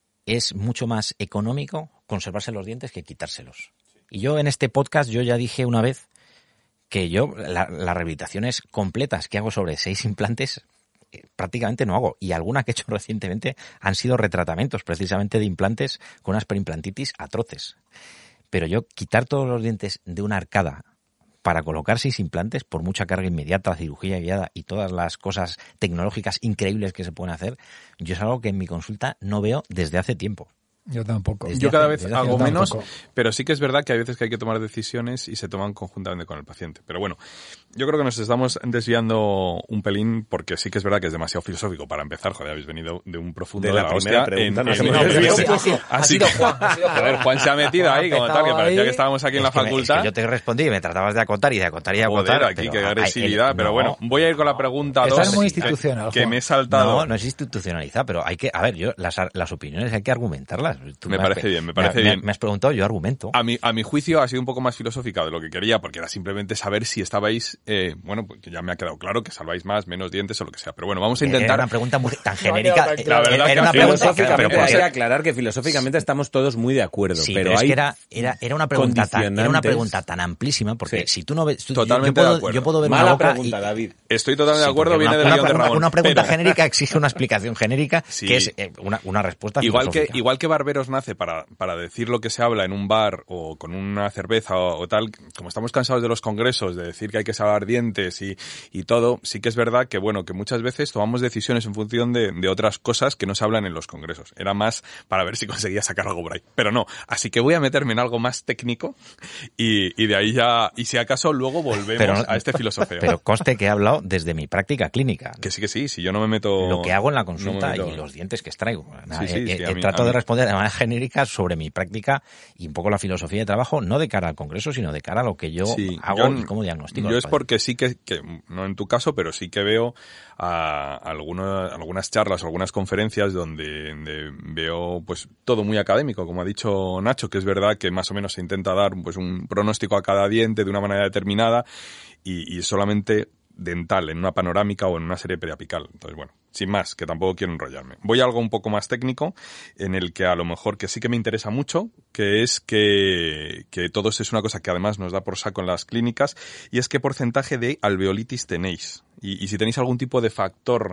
es mucho más económico conservarse los dientes que quitárselos. Y yo en este podcast yo ya dije una vez que yo la, las rehabilitaciones completas que hago sobre seis implantes prácticamente no hago, y alguna que he hecho recientemente han sido retratamientos precisamente de implantes con unas perimplantitis atroces. Pero yo quitar todos los dientes de una arcada para colocar seis implantes, por mucha carga inmediata, cirugía guiada y todas las cosas tecnológicas increíbles que se pueden hacer, yo es algo que en mi consulta no veo desde hace tiempo. Yo tampoco. Desde yo cada vez hace, hago menos, tampoco. Pero sí que es verdad que hay veces que hay que tomar decisiones y se toman conjuntamente con el paciente. Pero bueno, yo creo que nos estamos desviando un pelín porque sí que es verdad que es demasiado filosófico para empezar. Joder, habéis venido de un profundo de, de la, la hostia. Pregunta, en, nos en, hemos en, desviado en, un poco. Ha sido Juan. A ver, Juan se ha metido ahí como tal, que parecía que estábamos aquí en la facultad. Es que yo te respondí y me tratabas de acotar y de acotar y de acotar. Joder, aquí qué agresividad. Pero bueno, voy a ir con la pregunta dos. Estás muy institucional, que me he saltado. No, no es institucionalizada, pero hay que, a ver, yo las, las opiniones hay que argumentarlas. Me parece bien, me parece bien. Me has preguntado, yo argumento. A mi, a mi juicio ha sido un poco más filosófica de lo que quería, porque era simplemente saber si estabais, eh, bueno, pues ya me ha quedado claro que salváis más, menos dientes o lo que sea. Pero bueno, vamos a intentar... Era una pregunta muy, tan genérica. La verdad era que una pregunta, filosóficamente pero, hay que aclarar que filosóficamente estamos todos muy de acuerdo. Sí, pero, pero es hay que era, era, era, una pregunta tan, era una pregunta tan amplísima, porque sí. si tú no ves... Tú, Totalmente yo, yo, de puedo, yo puedo ver Mala una boca pregunta, y, David. Estoy totalmente de acuerdo, sí, viene una, del guión de una, Ramón. una pregunta pero... genérica exige una explicación genérica, sí. que es eh, una, una respuesta igual filosófica. que Igual que Barberos nace para, para decir lo que se habla en un bar o con una cerveza o, o tal, como estamos cansados de los congresos, de decir que hay que salvar dientes y, y todo, sí que es verdad que bueno, que muchas veces tomamos decisiones en función de, de otras cosas que no se hablan en los congresos. Era más para ver si conseguía sacar algo por ahí. Pero no, así que voy a meterme en algo más técnico y, y de ahí ya, y si acaso luego volvemos pero, a este filosofeo. Pero conste que he hablado desde mi práctica clínica. Que sí, que sí, si yo no me meto... Lo que hago en la consulta no y los dientes que extraigo. Sí, sí, he, sí, he mí, trato de responder de manera genérica sobre mi práctica y un poco la filosofía de trabajo, no de cara al congreso, sino de cara a lo que yo sí, hago yo, y cómo diagnostico. Yo es porque sí que, que, no en tu caso, pero sí que veo a, a algunos, algunas charlas o algunas conferencias donde, donde veo pues todo muy académico, como ha dicho Nacho, que es verdad que más o menos se intenta dar pues un pronóstico a cada diente de una manera determinada y, y solamente dental, en una panorámica o en una serie periapical. Entonces, bueno, sin más, que tampoco quiero enrollarme. Voy a algo un poco más técnico, en el que a lo mejor que sí que me interesa mucho, que es que, que todo eso es una cosa que además nos da por saco en las clínicas, y es qué porcentaje de alveolitis tenéis. Y, y si tenéis algún tipo de factor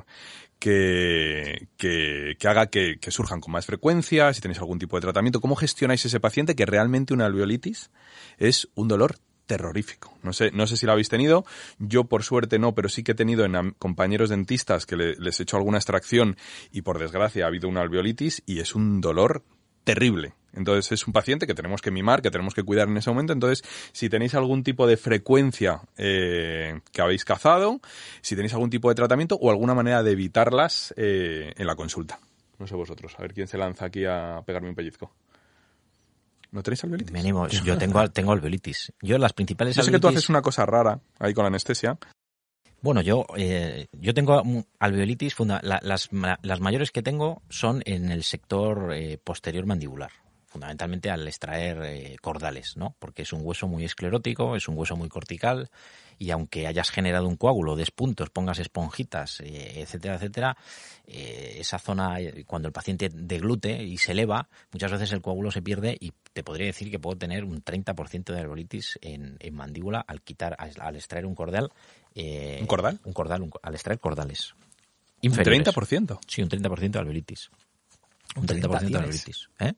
que, que, que haga que, que surjan con más frecuencia, si tenéis algún tipo de tratamiento, ¿cómo gestionáis ese paciente que realmente una alveolitis es un dolor terrorífico? No sé, no sé si lo habéis tenido. Yo por suerte no, pero sí que he tenido en compañeros dentistas que le, les he hecho alguna extracción y por desgracia ha habido una alveolitis y es un dolor terrible. Entonces es un paciente que tenemos que mimar, que tenemos que cuidar en ese momento. Entonces, si tenéis algún tipo de frecuencia eh, que habéis cazado, si tenéis algún tipo de tratamiento o alguna manera de evitarlas eh, en la consulta. No sé vosotros, a ver quién se lanza aquí a pegarme un pellizco. ¿No tenéis alveolitis? Me animo, yo tengo, tengo alveolitis. Yo las principales Yo sé alveolitis... que tú haces una cosa rara ahí con la anestesia. Bueno, yo eh, yo tengo alveolitis, funda, la, las, las mayores que tengo son en el sector eh, posterior mandibular, fundamentalmente al extraer eh, cordales, ¿no? Porque es un hueso muy esclerótico, es un hueso muy cortical y aunque hayas generado un coágulo, des puntos, pongas esponjitas, eh, etcétera, etcétera, eh, esa zona, cuando el paciente deglute y se eleva, muchas veces el coágulo se pierde y te podría decir que puedo tener un treinta por ciento de albolitis en, en mandíbula al quitar, al, al extraer un cordal. Eh, ¿Un cordal? Un cordal, un, al extraer cordales. ¿Un Inferiores. treinta por ciento? Sí, un treinta por ciento de albolitis. Un treinta por ciento de albolitis. ¿Eh?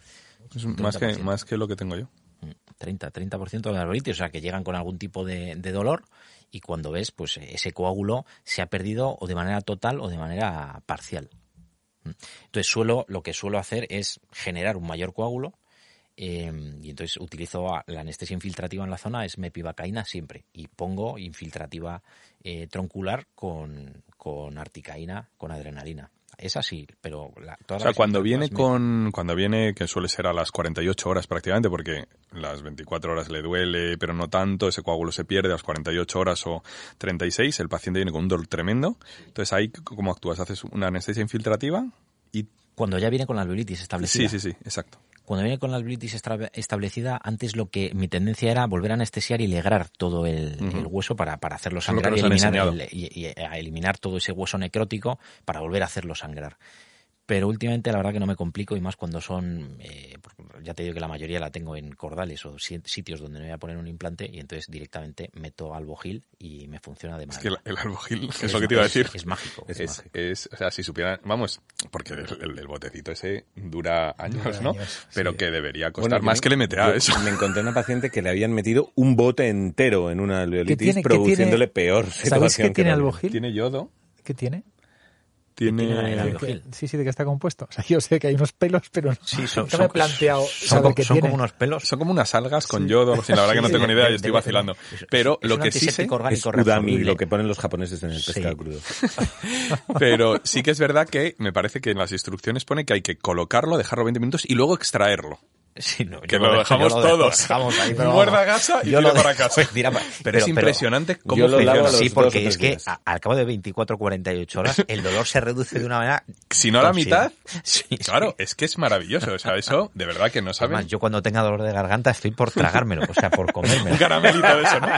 Es más que, más que lo que tengo yo. treinta, treinta por ciento de albolitis, o sea que llegan con algún tipo de, de dolor y cuando ves, pues ese coágulo se ha perdido o de manera total o de manera parcial. Entonces suelo, lo que suelo hacer es generar un mayor coágulo eh, y entonces utilizo la anestesia infiltrativa en la zona, es mepivacaína siempre y pongo infiltrativa eh, troncular con, con articaína, con adrenalina. Es así, pero... La, o sea, cuando viene con... Cuando viene, que suele ser a las cuarenta y ocho horas prácticamente, porque las veinticuatro horas le duele, pero no tanto, ese coágulo se pierde a las cuarenta y ocho horas o treinta y seis, el paciente viene con un dolor tremendo. Entonces ahí, ¿cómo actúas? ¿Haces una anestesia infiltrativa? Y cuando ya viene con la albolitis establecida. Sí, sí, sí, exacto. Cuando viene con la albolitis establecida, antes lo que mi tendencia era volver a anestesiar y legrar todo el, uh-huh. el hueso para, para hacerlo sangrar y eliminar, el, y, y a eliminar todo ese hueso necrótico para volver a hacerlo sangrar. Pero últimamente la verdad que no me complico y más cuando son, eh, ya te digo que la mayoría la tengo en cordales o sitios donde me voy a poner un implante y entonces directamente meto Albogil y me funciona de maravilla. Es que el, el Albogil, es, es lo que te iba a decir. Es, es mágico. Es, es, mágico. Es, o sea, si supieran, vamos, porque el, el, el botecito ese dura años, dura ¿no? Años, pero sí. que debería costar bueno, más que, que el M T A. Yo eso. Me encontré una paciente que le habían metido un bote entero en una alveolitis, produciéndole peor situación. ¿Sabes qué tiene Albogil? Tiene yodo. ¿Qué tiene? Tiene... ¿Tiene sí, sí, de qué está compuesto. O sea, yo sé que hay unos pelos, pero no, sí, son, no me he planteado son, son, qué son tiene. como unos pelos. Son como unas algas con sí. yodo. Sí, la verdad sí, que no tengo ni idea y estoy vacilando. Pero es lo que sí sé es udami, lo que ponen los japoneses en el pescado sí. crudo. Pero sí que es verdad que me parece que en las instrucciones pone que hay que colocarlo, dejarlo veinte minutos y luego extraerlo. Sí, no, que lo, lo dejamos lo todos. Dejamos ahí, pero muerda gasa y tira para casa. Tira para... Pero, pero es impresionante pero, cómo funciona. Sí, porque es que a, al cabo de veinticuatro a cuarenta y ocho horas el dolor se reduce de una manera... Si no a la mitad, sí, claro, sí. es que es maravilloso. O sea, eso de verdad que no saben. Además, yo cuando tenga dolor de garganta estoy por tragármelo, o sea, por comérmelo. Un caramelito de eso, ¿no?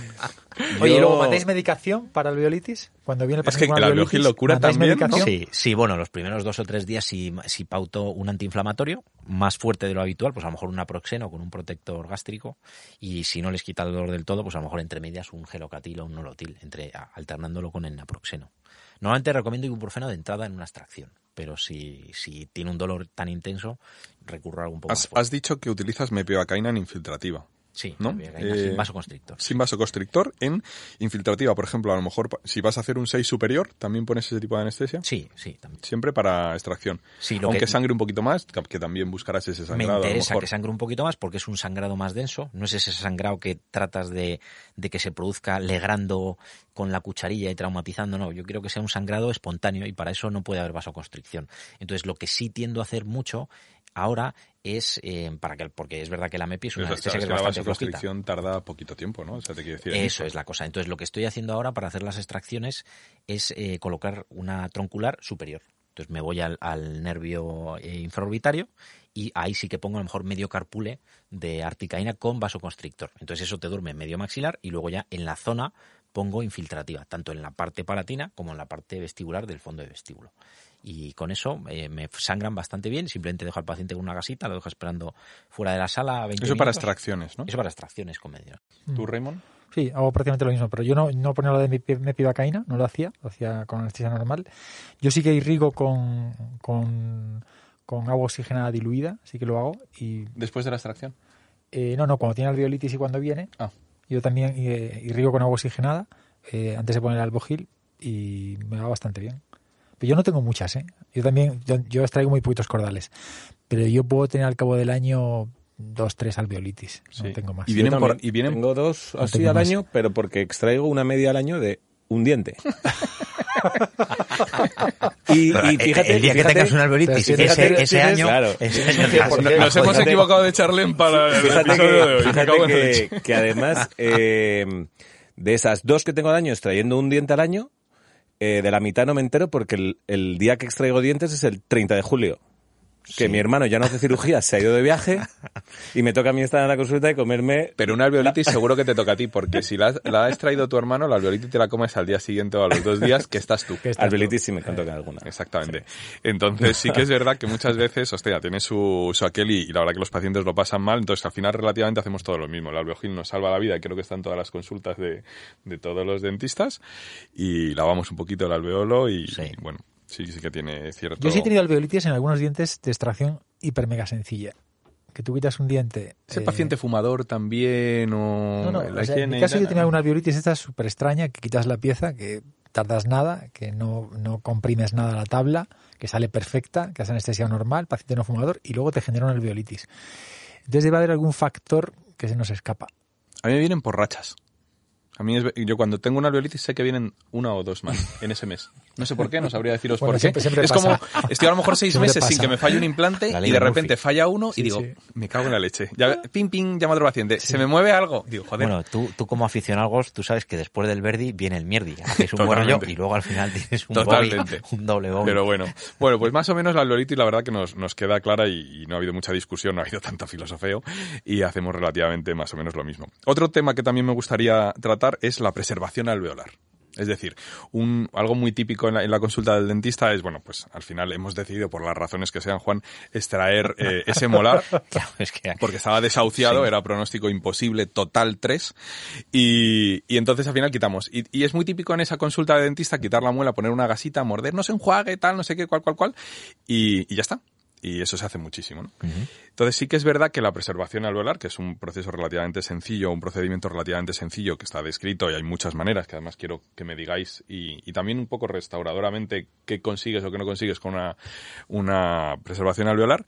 Oye, ¿y luego mandáis medicación para alveolitis? Cuando viene el paciente con alveolitis, es que la locura también, ¿no? Sí, sí, bueno, los primeros dos o tres días si, si pauto un antiinflamatorio más fuerte de lo habitual, pues a lo mejor un naproxeno con un protector gástrico y si no les quita el dolor del todo, pues a lo mejor entre medias un gelocatil o un nolotil, entre, alternándolo con el naproxeno. Normalmente recomiendo ibuprofeno de entrada en una extracción, pero si, si tiene un dolor tan intenso, recurro a algo un poco has, más fuerte. Has dicho que utilizas mepivacaína en infiltrativa. Sí, ¿no? Eh, sin vasoconstrictor. Sin vasoconstrictor en infiltrativa. Por ejemplo, a lo mejor si vas a hacer un seis superior, ¿también pones ese tipo de anestesia? Sí, sí, también. Siempre para extracción. Sí, lo Aunque que sangre un poquito más, que también buscarás ese sangrado. Me interesa a lo mejor. que sangre un poquito más porque es un sangrado más denso. No es ese sangrado que tratas de, de que se produzca legrando con la cucharilla y traumatizando. No, yo quiero que sea un sangrado espontáneo y para eso no puede haber vasoconstricción. Entonces, lo que sí tiendo a hacer mucho ahora es eh, para que porque es verdad que la MEPI es una Pero anestesia que es la bastante vasoconstricción tarda poquito tiempo, ¿no? O sea, te quiero decir eso es la cosa. Entonces lo que estoy haciendo ahora para hacer las extracciones es eh, colocar una troncular superior. Entonces me voy al, al nervio eh, infraorbitario y ahí sí que pongo a lo mejor medio carpule de articaína con vasoconstrictor. Entonces eso te duerme medio maxilar y luego ya en la zona pongo infiltrativa, tanto en la parte palatina como en la parte vestibular del fondo de vestíbulo. Y con eso eh, me sangran bastante bien, simplemente dejo al paciente con una gasita, lo dejo esperando fuera de la sala veinte Eso minutos. Para extracciones, ¿no? Eso para extracciones con medio. ¿Tú, Raymond? Sí, hago prácticamente lo mismo, pero yo no, no ponía lo de mepivacaína, no lo hacía, lo hacía con anestesia normal. Yo sí que irrigo con, con, con agua oxigenada diluida, sí que lo hago. Y ¿Después de la extracción? Eh, no, no, cuando tiene alveolitis y cuando viene, ah. yo también eh, irrigo con agua oxigenada eh, antes de poner el Albogil y me va bastante bien. Pero yo no tengo muchas, ¿eh? Yo también, yo, yo extraigo muy poquitos cordales, pero yo puedo tener al cabo del año dos, tres alveolitis, sí. No tengo más. Y vienen, por, y vienen tengo dos no así tengo al más. año, pero porque extraigo una media al año de un diente. y, y fíjate, el día fíjate, que tengas una alveolitis ese, ese, ese año, claro. ese año nos hemos fíjate, equivocado de Charlene para el fíjate episodio que, de hoy. Fíjate que, que además eh, de esas dos que tengo al año extrayendo un diente al año, eh, de la mitad no me entero porque el, el día que extraigo dientes es el treinta de julio. Que sí. Mi hermano ya no hace cirugía, se ha ido de viaje Y me toca a mí estar en la consulta y comerme... Pero una alveolitis seguro que te toca a ti, porque si la, la has traído tu hermano, la alveolitis te la comes al día siguiente o a los dos días, que estás tú. Que estás Alveolitis tú. sí me toca alguna. Exactamente. Entonces sí que es verdad que muchas veces, hostia, tiene su, su aquel y, y la verdad que los pacientes lo pasan mal, entonces al final relativamente hacemos todo lo mismo. El alveogil nos salva la vida y creo que está en todas las consultas de, de todos los dentistas y lavamos un poquito el alveolo y, Sí. y bueno, sí, sí que tiene cierto... Yo sí he tenido alveolitis en algunos dientes de extracción hiper mega sencilla. Que tú quitas un diente... ¿Ese eh, paciente fumador también o...? No, no, la o sea, en higiene mi y caso tal? yo tenía una alveolitis esta súper extraña, que quitas la pieza, que tardas nada, que no, no comprimes nada la tabla, que sale perfecta, que has anestesiado normal, paciente no fumador, y luego te genera una alveolitis. Entonces debe haber algún factor que se nos escapa. A mí me vienen por rachas. A mí, es, yo cuando tengo una alveolitis sé que vienen una o dos más en ese mes. No sé por qué, no sabría deciros Bueno, por qué. siempre- siempre es pasa. como, estoy a lo mejor seis Siempre meses sin pasa. que me falle un implante La ley y de de repente Murphy. falla uno Sí, y digo, sí. me cago en la leche. Ya, ping, ping, llamo a otro paciente. ¿Se me mueve algo? Digo, joder. Bueno, tú, tú como aficionado, tú sabes que después del Verdi viene el Mierdi. Haces un buen rollo Totalmente. y luego al final tienes un Totalmente. bogey, un doble bogey. Pero bueno, bueno, pues más o menos la alveolitis la verdad que nos, nos queda clara y, y no ha habido mucha discusión, no ha habido tanto filosofeo y hacemos relativamente más o menos lo mismo. Otro tema que también me gustaría tratar es la preservación alveolar. Es decir, un, algo muy típico en la, en la consulta del dentista es, bueno, pues al final hemos decidido, por las razones que sean, Juan, extraer eh, ese molar, Claro, es que porque estaba desahuciado, Sí. era pronóstico imposible, total tres, y, y entonces al final quitamos. Y, y es muy típico en esa consulta de dentista quitar la muela, poner una gasita, morder, no se enjuague, tal, no sé qué, cual, cual, cual, y, y ya está. Y eso se hace muchísimo, ¿no? Ujú. Entonces sí que es verdad que la preservación alveolar, que es un proceso relativamente sencillo, un procedimiento relativamente sencillo que está descrito y hay muchas maneras que además quiero que me digáis y, y también un poco restauradoramente qué consigues o qué no consigues con una, una preservación alveolar,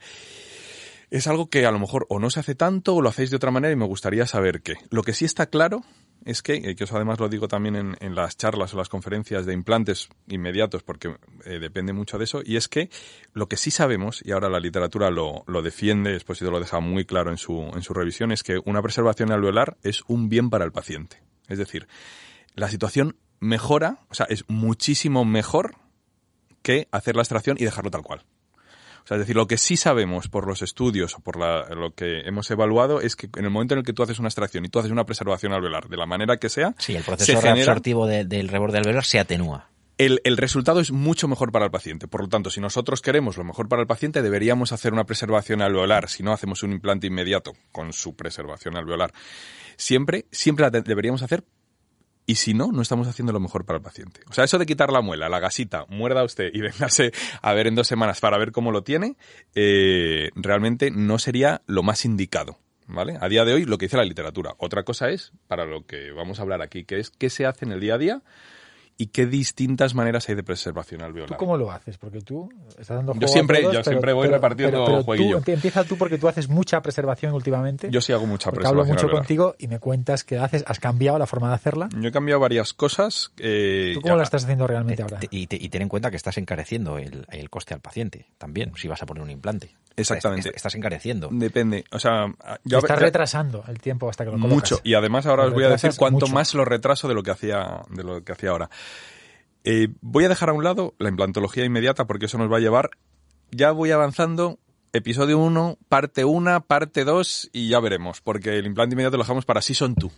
es algo que a lo mejor o no se hace tanto o lo hacéis de otra manera y me gustaría saber qué. Lo que sí está claro es que, eh, que eso además lo digo también en, en las charlas o las conferencias de implantes inmediatos porque eh, depende mucho de eso, y es que lo que sí sabemos, y ahora la literatura lo, lo defiende, Expósito lo deja muy claro en su, en su revisión, es que una preservación alveolar es un bien para el paciente. Es decir, la situación mejora, o sea, es muchísimo mejor que hacer la extracción y dejarlo tal cual. O sea, es decir, lo que sí sabemos por los estudios o por la, lo que hemos evaluado es que en el momento en el que tú haces una extracción y tú haces una preservación alveolar, de la manera que sea, Sí, el proceso se genera, reabsortivo de- del reborde alveolar se atenúa. el, el resultado es mucho mejor para el paciente. Por lo tanto, si nosotros queremos lo mejor para el paciente, deberíamos hacer una preservación alveolar. Si no, hacemos un implante inmediato con su preservación alveolar. Siempre, siempre la de- deberíamos hacer. Y si no, no estamos haciendo lo mejor para el paciente. O sea, eso de quitar la muela, la gasita, muerda usted y véngase a ver en dos semanas para ver cómo lo tiene, eh, realmente no sería lo más indicado, ¿vale? A día de hoy, lo que dice la literatura. Otra cosa es, para lo que vamos a hablar aquí, que es qué se hace en el día a día y qué distintas maneras hay de preservación ¿Tú alveolar. cómo lo haces? Porque tú estás dando Yo juego a siempre- todos, yo pero- siempre voy pero- repartiendo pero- pero jueguillo. tú, empieza tú porque tú haces mucha preservación últimamente. Yo sí hago mucha porque hablo preservación mucho alveolar. contigo y me cuentas que haces, has cambiado la forma de hacerla. Yo he cambiado varias cosas. Eh, ¿Tú cómo ya- la estás haciendo realmente ahora? Te- Y, te- y ten en cuenta que estás encareciendo el, el coste al paciente también, si vas a poner un implante. Exactamente. Estás, estás encareciendo. Depende. O sea, yo Estás ya- retrasando el tiempo hasta que lo colocas. mucho. Y además ahora Lo os voy a decir retrasas cuánto mucho. más lo retraso de lo que hacía, de lo que hacía ahora. Eh, voy a dejar a un lado la implantología inmediata porque eso nos va a llevar. Ya voy avanzando. Episodio uno, parte uno, parte dos y ya veremos, porque el implante inmediato lo dejamos para Season dos.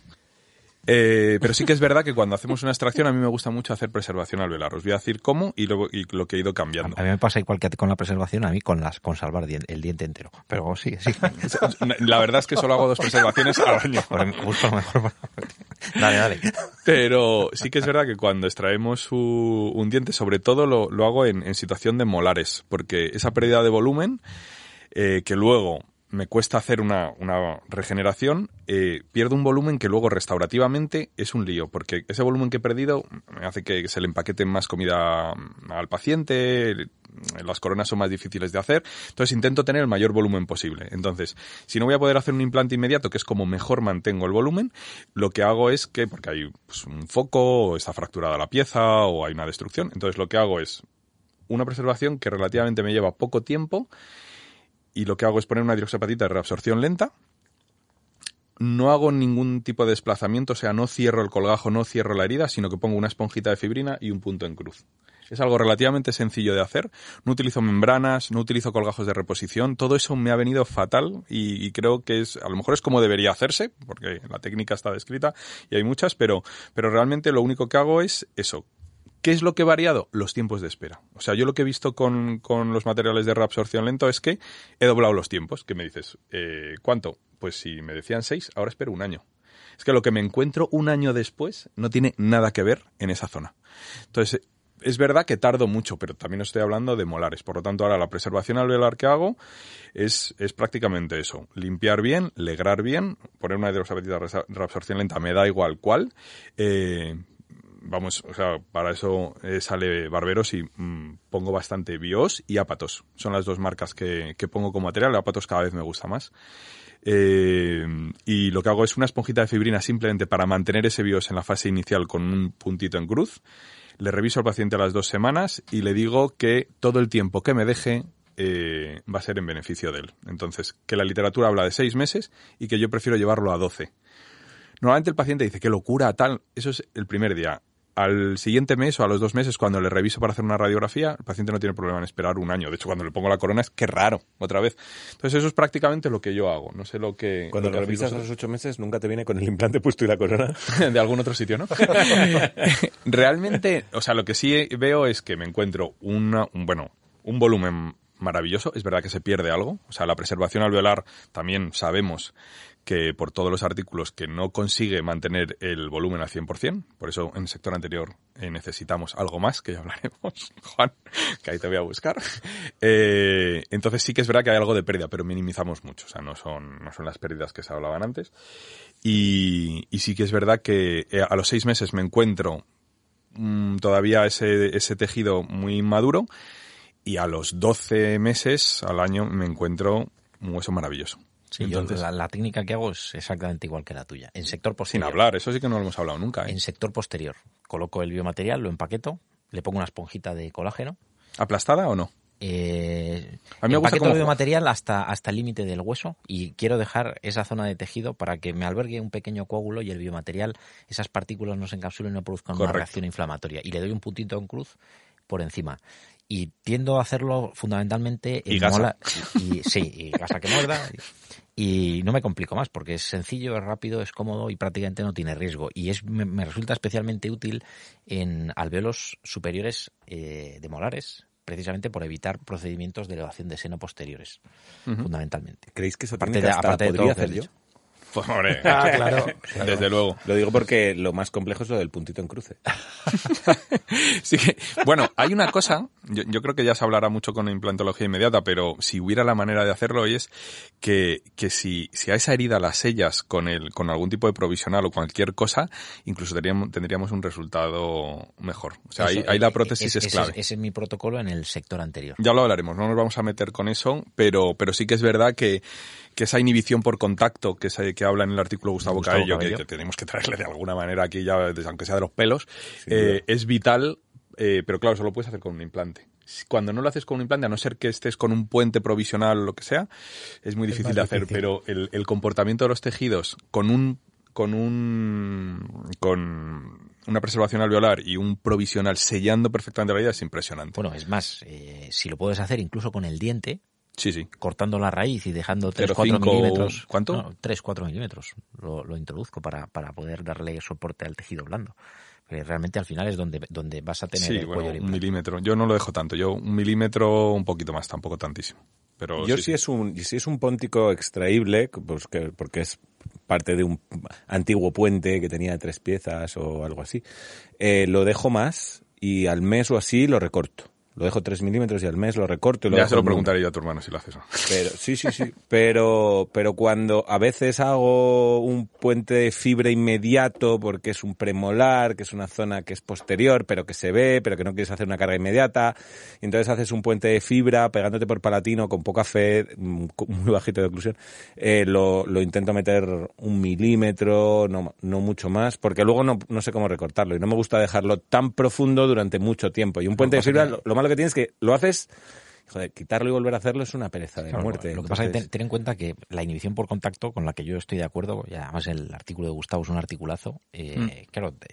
Eh, pero sí que es verdad que cuando hacemos una extracción a mí me gusta mucho hacer preservación alveolar. Os voy a decir cómo y lo, y lo que he ido A, cambiando. a mí me pasa igual que con la preservación, a mí con las con salvar dien- el diente entero. Pero sí, sí. La verdad es que solo hago dos preservaciones al año. Por- Busco lo mejor. Dale, dale. Pero sí que es verdad que cuando extraemos u- un diente, sobre todo lo, lo hago en, en situación de molares, porque esa pérdida de volumen, eh, que luego me cuesta hacer una, una regeneración, eh, pierdo un volumen que luego restaurativamente es un lío, porque ese volumen que he perdido me hace que se le empaquete más comida al paciente, las coronas son más difíciles de hacer, entonces intento tener el mayor volumen posible. Entonces, si no voy a poder hacer un implante inmediato, que es como mejor mantengo el volumen, lo que hago es que, porque hay pues, un foco, o está fracturada la pieza, o hay una destrucción, entonces lo que hago es una preservación que relativamente me lleva poco tiempo, y lo que hago es poner una hidroxapatita de reabsorción lenta. No hago ningún tipo de desplazamiento, o sea, no cierro el colgajo, no cierro la herida, sino que pongo una esponjita de fibrina y un punto en cruz. Es algo relativamente sencillo de hacer. No utilizo membranas, no utilizo colgajos de reposición. Todo eso me ha venido fatal y, y creo que es, a lo mejor es como debería hacerse, porque la técnica está descrita y hay muchas, pero, pero realmente lo único que hago es eso. ¿Qué es lo que he variado? Los tiempos de espera. O sea, yo lo que he visto con, con los materiales de reabsorción lento es que he doblado los tiempos. ¿Qué me dices? Eh, ¿Cuánto? Pues si me decían seis, ahora espero un año. Es que lo que me encuentro un año después no tiene nada que ver en esa zona. Entonces, es verdad que tardo mucho, pero también estoy hablando de molares. Por lo tanto, ahora la preservación alveolar que hago es, es prácticamente eso. Limpiar bien, legrar bien, poner una hidroxapatita de reabsorción lenta, me da igual cuál. Eh, vamos, o sea, para eso eh, sale Barberos y mmm, pongo bastante Bios y Apatos. Son las dos marcas que, que pongo como material. Apatos cada vez me gusta más. Eh, y lo que hago es una esponjita de fibrina simplemente para mantener ese Bios en la fase inicial con un puntito en cruz. Le reviso al paciente a las dos semanas y le digo que todo el tiempo que me deje eh, va a ser en beneficio de él. Entonces, que la literatura habla de seis meses y que yo prefiero llevarlo a doce. Normalmente el paciente dice, qué locura, tal. Eso es el primer día. Al siguiente mes o a los dos meses, cuando le reviso para hacer una radiografía, el paciente no tiene problema en esperar un año. De hecho, cuando le pongo la corona es que raro, otra vez. Entonces, eso es prácticamente lo que yo hago. No sé lo que... Cuando lo lo revisas a los ocho meses, nunca te viene con el implante puesto y la corona. De algún otro sitio, ¿no? Realmente, o sea, lo que sí veo es que me encuentro una, un, bueno, un volumen maravilloso. Es verdad que se pierde algo. O sea, la preservación alveolar también sabemos que por todos los artículos que no consigue mantener el volumen al cien por ciento, por eso en el sector anterior eh, necesitamos algo más, que ya hablaremos, Juan, que ahí te voy a buscar. Eh, entonces sí que es verdad que hay algo de pérdida, pero minimizamos mucho, o sea, no son, no son las pérdidas que se hablaban antes. Y, y sí que es verdad que eh, a los seis meses me encuentro mmm, todavía ese, ese tejido muy maduro y a los doce meses al año me encuentro un hueso maravilloso. Sí, Entonces, yo la, la técnica que hago es exactamente igual que la tuya. En sector posterior. Sin hablar, eso sí que no lo hemos hablado nunca. ¿eh? En sector posterior. Coloco el biomaterial, lo empaqueto, le pongo una esponjita de colágeno. ¿Aplastada o no? Eh, a mí me gusta empaqueto el biomaterial hasta, hasta el límite del hueso y quiero dejar esa zona de tejido para que me albergue un pequeño coágulo y el biomaterial, esas partículas no se encapsulen y no produzcan Correcto. Una reacción inflamatoria. Y le doy un puntito en cruz por encima. Y tiendo a hacerlo fundamentalmente en y gasa. mola. Y, y, sí, y gasa que muerda. Y, y no me complico más porque es sencillo, es rápido, es cómodo y prácticamente no tiene riesgo. Y es me, me resulta especialmente útil en alvéolos superiores eh, de molares, precisamente por evitar procedimientos de elevación de seno posteriores, uh-huh. fundamentalmente. ¿Creéis que eso aparte de, hasta aparte podría de hacer yo? Pues, hombre, ah, claro, claro. Desde luego. Lo digo porque lo más complejo es lo del puntito en cruce. Sí, bueno, hay una cosa, yo, yo creo que ya se hablará mucho con implantología inmediata, pero si hubiera la manera de hacerlo es que, que si, si a esa herida la sellas con el, con algún tipo de provisional o cualquier cosa, incluso tendríamos, tendríamos un resultado mejor. O sea, eso, ahí, ahí la prótesis es, es clave. Ese es, es mi protocolo en el sector anterior. Ya lo hablaremos, no nos vamos a meter con eso, pero, pero sí que es verdad que, que esa inhibición por contacto que, se, que habla en el artículo Gustavo, Gustavo Cabello, Cabello. Que, que tenemos que traerle de alguna manera aquí ya, aunque sea de los pelos, sí, eh, es vital, eh, pero claro, eso lo puedes hacer con un implante. Cuando no lo haces con un implante, a no ser que estés con un puente provisional o lo que sea, es muy difícil es de hacer, difícil. Pero el, el comportamiento de los tejidos con un con un con una preservación alveolar y un provisional sellando perfectamente la herida es impresionante. Bueno, es más, eh, si lo puedes hacer incluso con el diente, sí, sí, cortando la raíz y dejando tres a cuatro milímetros. ¿Cuánto? No, tres a cuatro milímetros lo, lo introduzco para, para poder darle soporte al tejido blando. Que realmente al final es donde, donde vas a tener sí, el bueno, cuello un milímetro. Yo no lo dejo tanto. Yo un milímetro, un poquito más, tampoco tantísimo. Pero yo sí, si, sí. Es un, si es un póntico extraíble, pues que, porque es parte de un antiguo puente que tenía tres piezas o algo así, eh, lo dejo más y al mes o así lo recorto. Lo dejo tres milímetros y al mes lo recorto y lo ya dejo se lo preguntaré yo a tu hermano si lo haces o no. Pero, sí, sí, sí. Pero, pero cuando a veces hago un puente de fibra inmediato porque es un premolar, que es una zona que es posterior, pero que se ve, pero que no quieres hacer una carga inmediata, y entonces haces un puente de fibra pegándote por palatino con poca fe, muy bajito de oclusión, eh, lo, lo intento meter un milímetro, no, no mucho más, porque luego no, no sé cómo recortarlo y no me gusta dejarlo tan profundo durante mucho tiempo. Y un puente de fibra, lo, lo malo que tienes es que lo haces, joder, quitarlo y volver a hacerlo es una pereza de claro, muerte. Lo que Entonces... pasa es que ten, ten en cuenta que la inhibición por contacto, con la que yo estoy de acuerdo, y además el artículo de Gustavo es un articulazo, eh, mm. claro,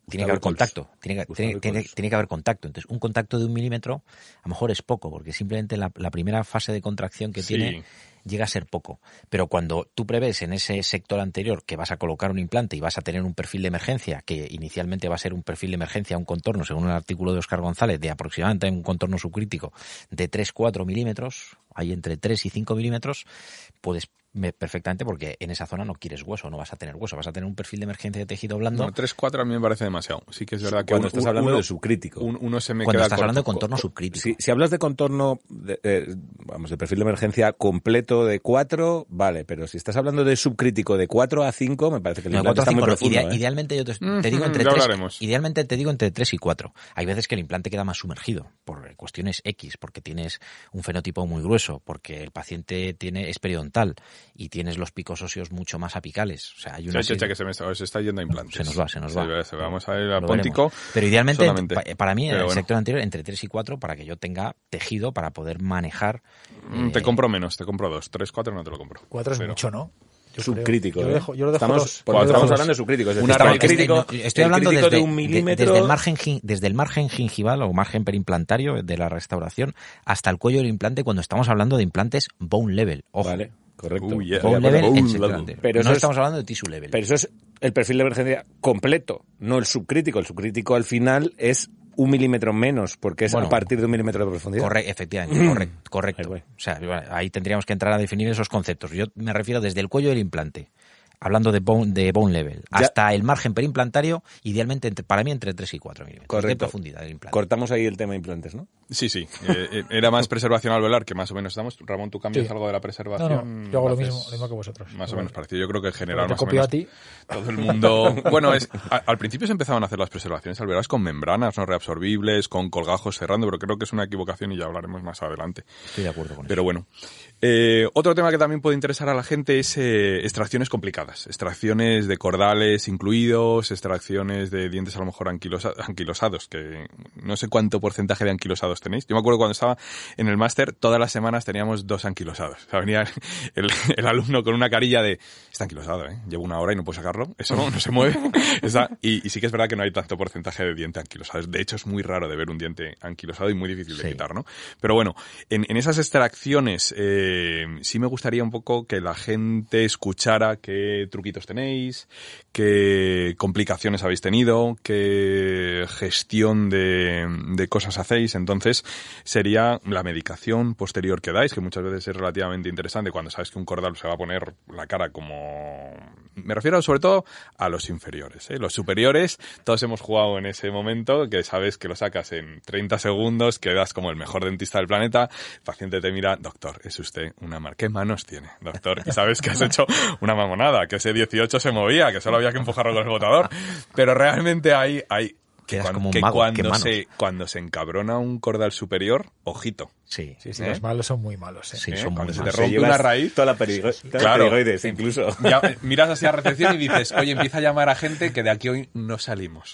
tiene que haber contacto. Tiene que, tiene, tiene, tiene que haber contacto. Entonces, un contacto de un milímetro a lo mejor es poco, porque simplemente la, la primera fase de contracción que Sí. tiene llega a ser poco. Pero cuando tú prevés en ese sector anterior que vas a colocar un implante y vas a tener un perfil de emergencia, que inicialmente va a ser un perfil de emergencia, un contorno, según el artículo de Óscar González, de aproximadamente un contorno subcrítico de tres a cuatro milímetros, hay entre tres y cinco milímetros, puedes me- perfectamente, porque en esa zona no quieres hueso, no vas a tener hueso, vas a tener un perfil de emergencia de tejido blando. No, tres cuatro a mí me parece demasiado. Sí que es verdad que Cuando un- estás un- hablando uno, de subcrítico. un- uno se me Cuando queda estás corto. hablando de contorno subcrítico. Si, si hablas de contorno, de, eh, vamos, de perfil de emergencia completo de cuatro, vale, pero si estás hablando de subcrítico de cuatro a cinco, me parece que el No, implante cuatro a está muy cinco no. profundo. Idea- ¿eh? Idealmente yo te, te Ujú, digo entre ya tres, hablaremos. idealmente te digo entre tres y cuatro. Hay veces que el implante queda más sumergido por cuestiones X, porque tienes un fenotipo muy grueso, porque el paciente tiene es periodontal y tienes los picos óseos mucho más apicales. O sea, hay una Che, che, che, serie- que se, me, se está yendo a implantes. Se nos va, se nos va. Se, se- vamos a ir al Lo póntico. veremos. Pero idealmente, solamente. pa- para mí, en Pero el bueno. sector anterior, entre tres y cuatro, para que yo tenga tejido para poder manejar. Mm, eh, Te compro menos, te compro dos. Tres, cuatro no te lo compro. Cuatro es Pero- mucho, ¿no? Yo Subcrítico. creo. Yo ¿eh? lo dejo, yo lo dejo estamos, dos. porque Yo estamos dejo hablando dos. de subcrítico. Es decir, Una está el raíz. crítico, Este, no, estoy el hablando crítico desde, de un de- milímetro. desde el margen gin- desde el margen gingival o margen perimplantario de la restauración hasta el cuello del implante, cuando estamos hablando de implantes bone level. Ojo, Vale, correcto. Uy, yeah. bone Bone level en level. sector anterior. Pero eso no es- estamos hablando de tissue level. Pero eso es el perfil de emergencia completo, no el subcrítico. El subcrítico al final es un milímetro menos, porque es Bueno, a partir de un milímetro de profundidad. Corre- efectivamente, correcto, correcto. Ahí voy. O sea, bueno, ahí tendríamos que entrar a definir esos conceptos. Yo me refiero desde el cuello del implante, hablando de bone, de bone level, Ya- hasta el margen perimplantario, idealmente entre- para mí entre tres y cuatro milímetros de Correcto. profundidad del implante. Cortamos ahí el tema de implantes, ¿no? Sí, sí. Eh, eh, era más preservación alveolar, que más o menos estamos. Ramón, ¿tú cambias Sí. algo de la No, preservación? no, yo hago lo haces mismo, lo mismo que vosotros. Más o menos parecido. Yo creo que en general Te más o copio menos a ti. todo el mundo... Bueno, es a- al principio se empezaban a hacer las preservaciones alveolares con membranas no reabsorbibles, con colgajos cerrando, pero creo que es una equivocación y ya hablaremos más adelante. Estoy de acuerdo con Pero bueno. Eh, otro tema que también puede interesar a la gente es eh, extracciones complicadas. Extracciones de cordales incluidos, extracciones de dientes a lo mejor anquilosa- anquilosados, que no sé cuánto porcentaje de anquilosados tenéis. Yo me acuerdo cuando estaba en el máster, todas las semanas teníamos dos anquilosados. O sea, venía el, el alumno con una carilla de, está anquilosado, ¿eh? Llevo una hora y no puedo sacarlo. Eso no, no se mueve. Está- y, y sí que es verdad que no hay tanto porcentaje de diente anquilosado. De hecho, es muy raro de ver un diente anquilosado y muy difícil de Sí. quitar, ¿no? Pero bueno, en, en esas extracciones eh, sí me gustaría un poco que la gente escuchara qué truquitos tenéis, qué complicaciones habéis tenido, qué gestión de, de cosas hacéis. Entonces, sería la medicación posterior que dais, que muchas veces es relativamente interesante cuando sabes que un cordal se va a poner la cara como... Me refiero sobre todo a los inferiores, ¿eh? Los superiores, todos hemos jugado en ese momento, que sabes que lo sacas en treinta segundos, quedas como el mejor dentista del planeta, el paciente te mira, doctor, es usted una mar... ¿Qué manos tiene, doctor? Y sabes que has hecho una mamonada, que ese dieciocho se movía, que solo había que empujarlo con el botador, pero realmente hay... hay que Quedas cuan- como un que mago, qué cuando manos. se cuando se encabrona un cordal superior, ojito. Sí, Sí, sí, ¿Eh? los malos son muy malos. ¿eh? sí, ¿eh? son Cuando muy se te malos. rompe llevas una raíz, Toda la, perigo toda la Claro. perigoides, incluso. Ya, eh, miras hacia recepción y dices, oye, empieza a llamar a gente que de aquí hoy no salimos.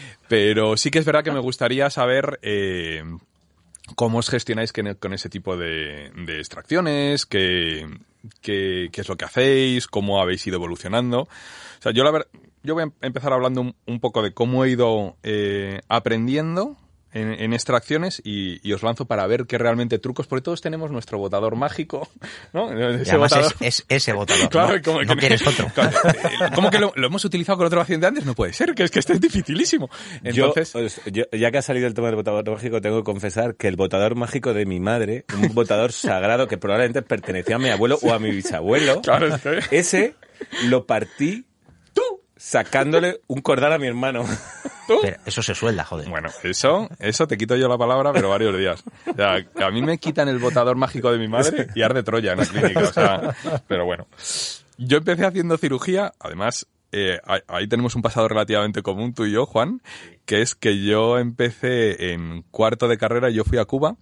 Pero sí que es verdad que me gustaría saber eh, cómo os gestionáis que- con ese tipo de, de extracciones, qué, qué, qué es lo que hacéis, cómo habéis ido evolucionando. O sea, yo la ver- yo voy a em- empezar hablando un, un poco de cómo he ido eh, aprendiendo en, en extracciones y, y os lanzo para ver qué realmente trucos, porque todos tenemos nuestro botador mágico, ¿no? Y Ese además botador- es, es ese botador. Claro, no, como que no quieres otro. Claro, eh, ¿Cómo que lo, lo hemos utilizado con otro paciente antes? No puede ser, que es que este es dificilísimo. Entonces, Yo, os- yo- ya que ha salido el tema del botador mágico, tengo que confesar que el botador mágico de mi madre, un botador sagrado que probablemente pertenecía a mi abuelo o a mi bisabuelo, claro, es que... ese lo partí tú sacándole un cordal a mi hermano. Pero eso se suelda, joder. Bueno, eso, eso te quito yo la palabra, pero varios días. O sea, a mí me quitan el botador mágico de mi madre y arde Troya en la clínica. O sea, pero bueno. Yo empecé haciendo cirugía, además, eh, ahí, ahí tenemos un pasado relativamente común, tú y yo, Juan, que es que yo empecé en cuarto de carrera y yo fui a Cuba.